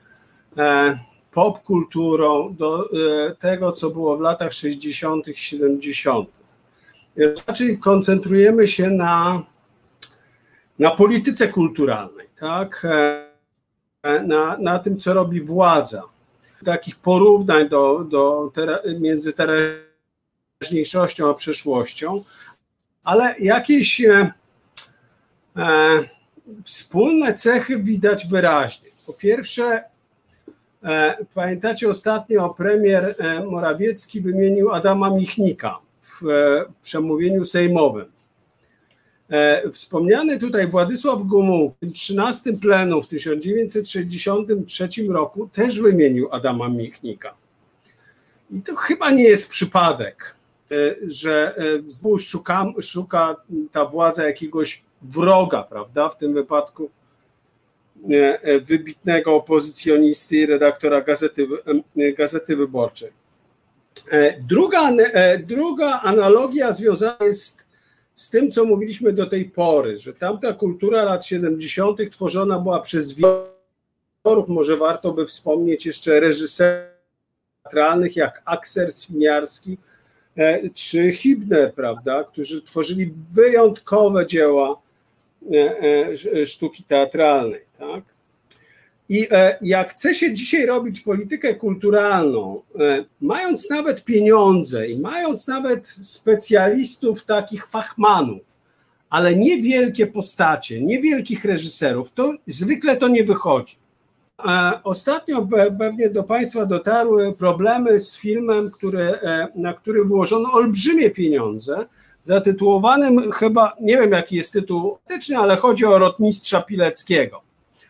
[SPEAKER 4] popkulturą do tego, co było w latach sześćdziesiątych, siedemdziesiątych. Raczej koncentrujemy się na, na polityce kulturalnej, tak? na, na tym, co robi władza. Takich porównań do, do tera, między teraźniejszością a przeszłością, ale jakieś e, e, wspólne cechy widać wyraźnie. Po pierwsze, e, pamiętacie ostatnio premier Morawiecki wymienił Adama Michnika w e, przemówieniu sejmowym. E, wspomniany tutaj Władysław Gomułka w tym trzynastym plenum w tysiąc dziewięćset sześćdziesiątym trzecim roku też wymienił Adama Michnika. I to chyba nie jest przypadek, że szuka, szuka ta władza jakiegoś wroga, prawda? W tym wypadku wybitnego opozycjonisty i redaktora Gazety, Gazety Wyborczej. Druga, druga analogia związana jest z tym, co mówiliśmy do tej pory, że tamta kultura lat siedemdziesiątych tworzona była przez wielu, może warto by wspomnieć jeszcze reżyserów teatralnych jak Akser Swiniarski czy Hibner, prawda, którzy tworzyli wyjątkowe dzieła sztuki teatralnej. Tak? I jak chce się dzisiaj robić politykę kulturalną, mając nawet pieniądze i mając nawet specjalistów, takich fachmanów, ale niewielkie postacie, niewielkich reżyserów, to zwykle to nie wychodzi. Ostatnio pewnie do Państwa dotarły problemy z filmem, który, na który włożono olbrzymie pieniądze, zatytułowanym chyba, nie wiem jaki jest tytuł, ale chodzi o rotmistrza Pileckiego.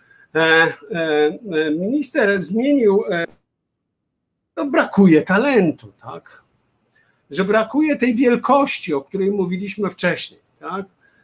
[SPEAKER 4] Minister zmienił, no brakuje talentu, tak? Że brakuje tej wielkości, o której mówiliśmy wcześniej. Tak?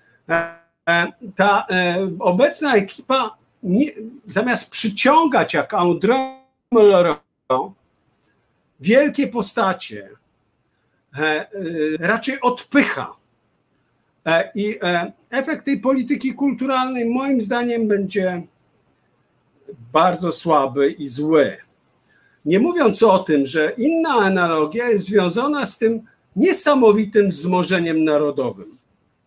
[SPEAKER 4] Ta obecna ekipa nie, zamiast przyciągać jak André Malraux wielkie postacie, e, e, raczej odpycha. E, I e, efekt tej polityki kulturalnej moim zdaniem będzie bardzo słaby i zły. Nie mówiąc o tym, że inna analogia jest związana z tym niesamowitym wzmożeniem narodowym.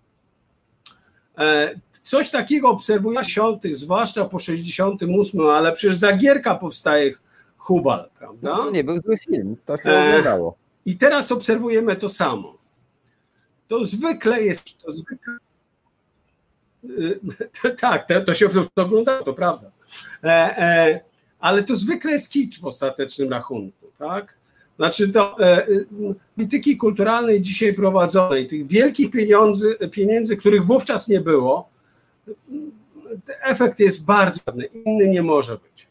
[SPEAKER 4] E, Coś takiego obserwuje w sześćdziesiątych, zwłaszcza po sześćdziesiątym ósmym, ale przecież za Gierka powstaje Hubal, prawda?
[SPEAKER 2] No to nie był zły film, to się oglądało.
[SPEAKER 4] I teraz obserwujemy to samo. To zwykle jest, to zwykle, tak, to się oglądało, to prawda. ale to zwykle jest kicz w ostatecznym rachunku, tak? Znaczy to e, polityki kulturalnej dzisiaj prowadzonej, tych wielkich pieniędzy, pieniędzy, których wówczas nie było, efekt jest bardzo inny, nie może być.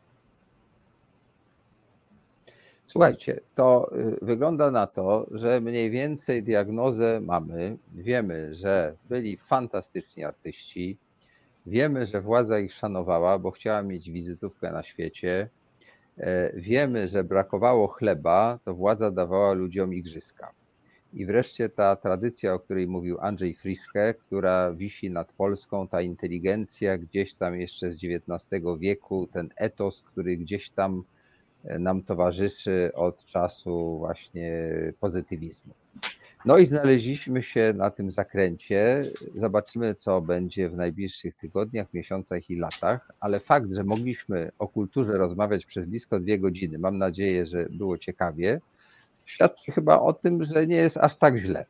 [SPEAKER 2] Słuchajcie, to wygląda na to, że mniej więcej diagnozę mamy. Wiemy, że byli fantastyczni artyści, wiemy, że władza ich szanowała, bo chciała mieć wizytówkę na świecie. Wiemy, że brakowało chleba, to władza dawała ludziom igrzyska. I wreszcie ta tradycja, o której mówił Andrzej Friszke, która wisi nad Polską, ta inteligencja gdzieś tam jeszcze z dziewiętnastego wieku, ten etos, który gdzieś tam nam towarzyszy od czasu właśnie pozytywizmu. No i znaleźliśmy się na tym zakręcie. Zobaczymy, co będzie w najbliższych tygodniach, miesiącach i latach, ale fakt, że mogliśmy o kulturze rozmawiać przez blisko dwie godziny, mam nadzieję, że było ciekawie, świadczy chyba o tym, że nie jest aż tak źle.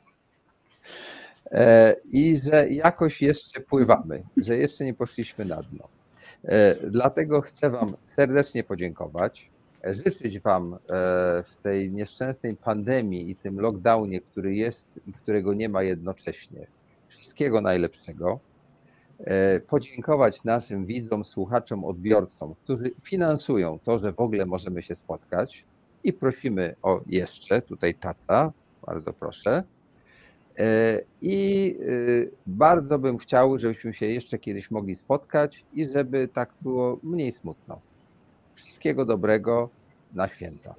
[SPEAKER 2] I że jakoś jeszcze pływamy, że jeszcze nie poszliśmy na dno. Dlatego chcę Wam serdecznie podziękować, życzyć Wam w tej nieszczęsnej pandemii i tym lockdownie, który jest i którego nie ma jednocześnie, wszystkiego najlepszego. Podziękować naszym widzom, słuchaczom, odbiorcom, którzy finansują to, że w ogóle możemy się spotkać i prosimy o jeszcze, tutaj taca, bardzo proszę. I bardzo bym chciał, żebyśmy się jeszcze kiedyś mogli spotkać i żeby tak było mniej smutno. Wszystkiego dobrego na święta.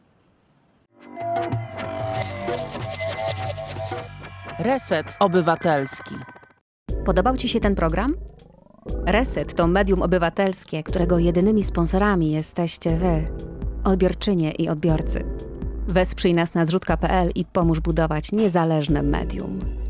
[SPEAKER 1] Reset Obywatelski.
[SPEAKER 7] Podobał Ci się ten program? Reset to medium obywatelskie, którego jedynymi sponsorami jesteście Wy, odbiorczynie i odbiorcy. Wesprzyj nas na zrzutka kropka pe el i pomóż budować niezależne medium.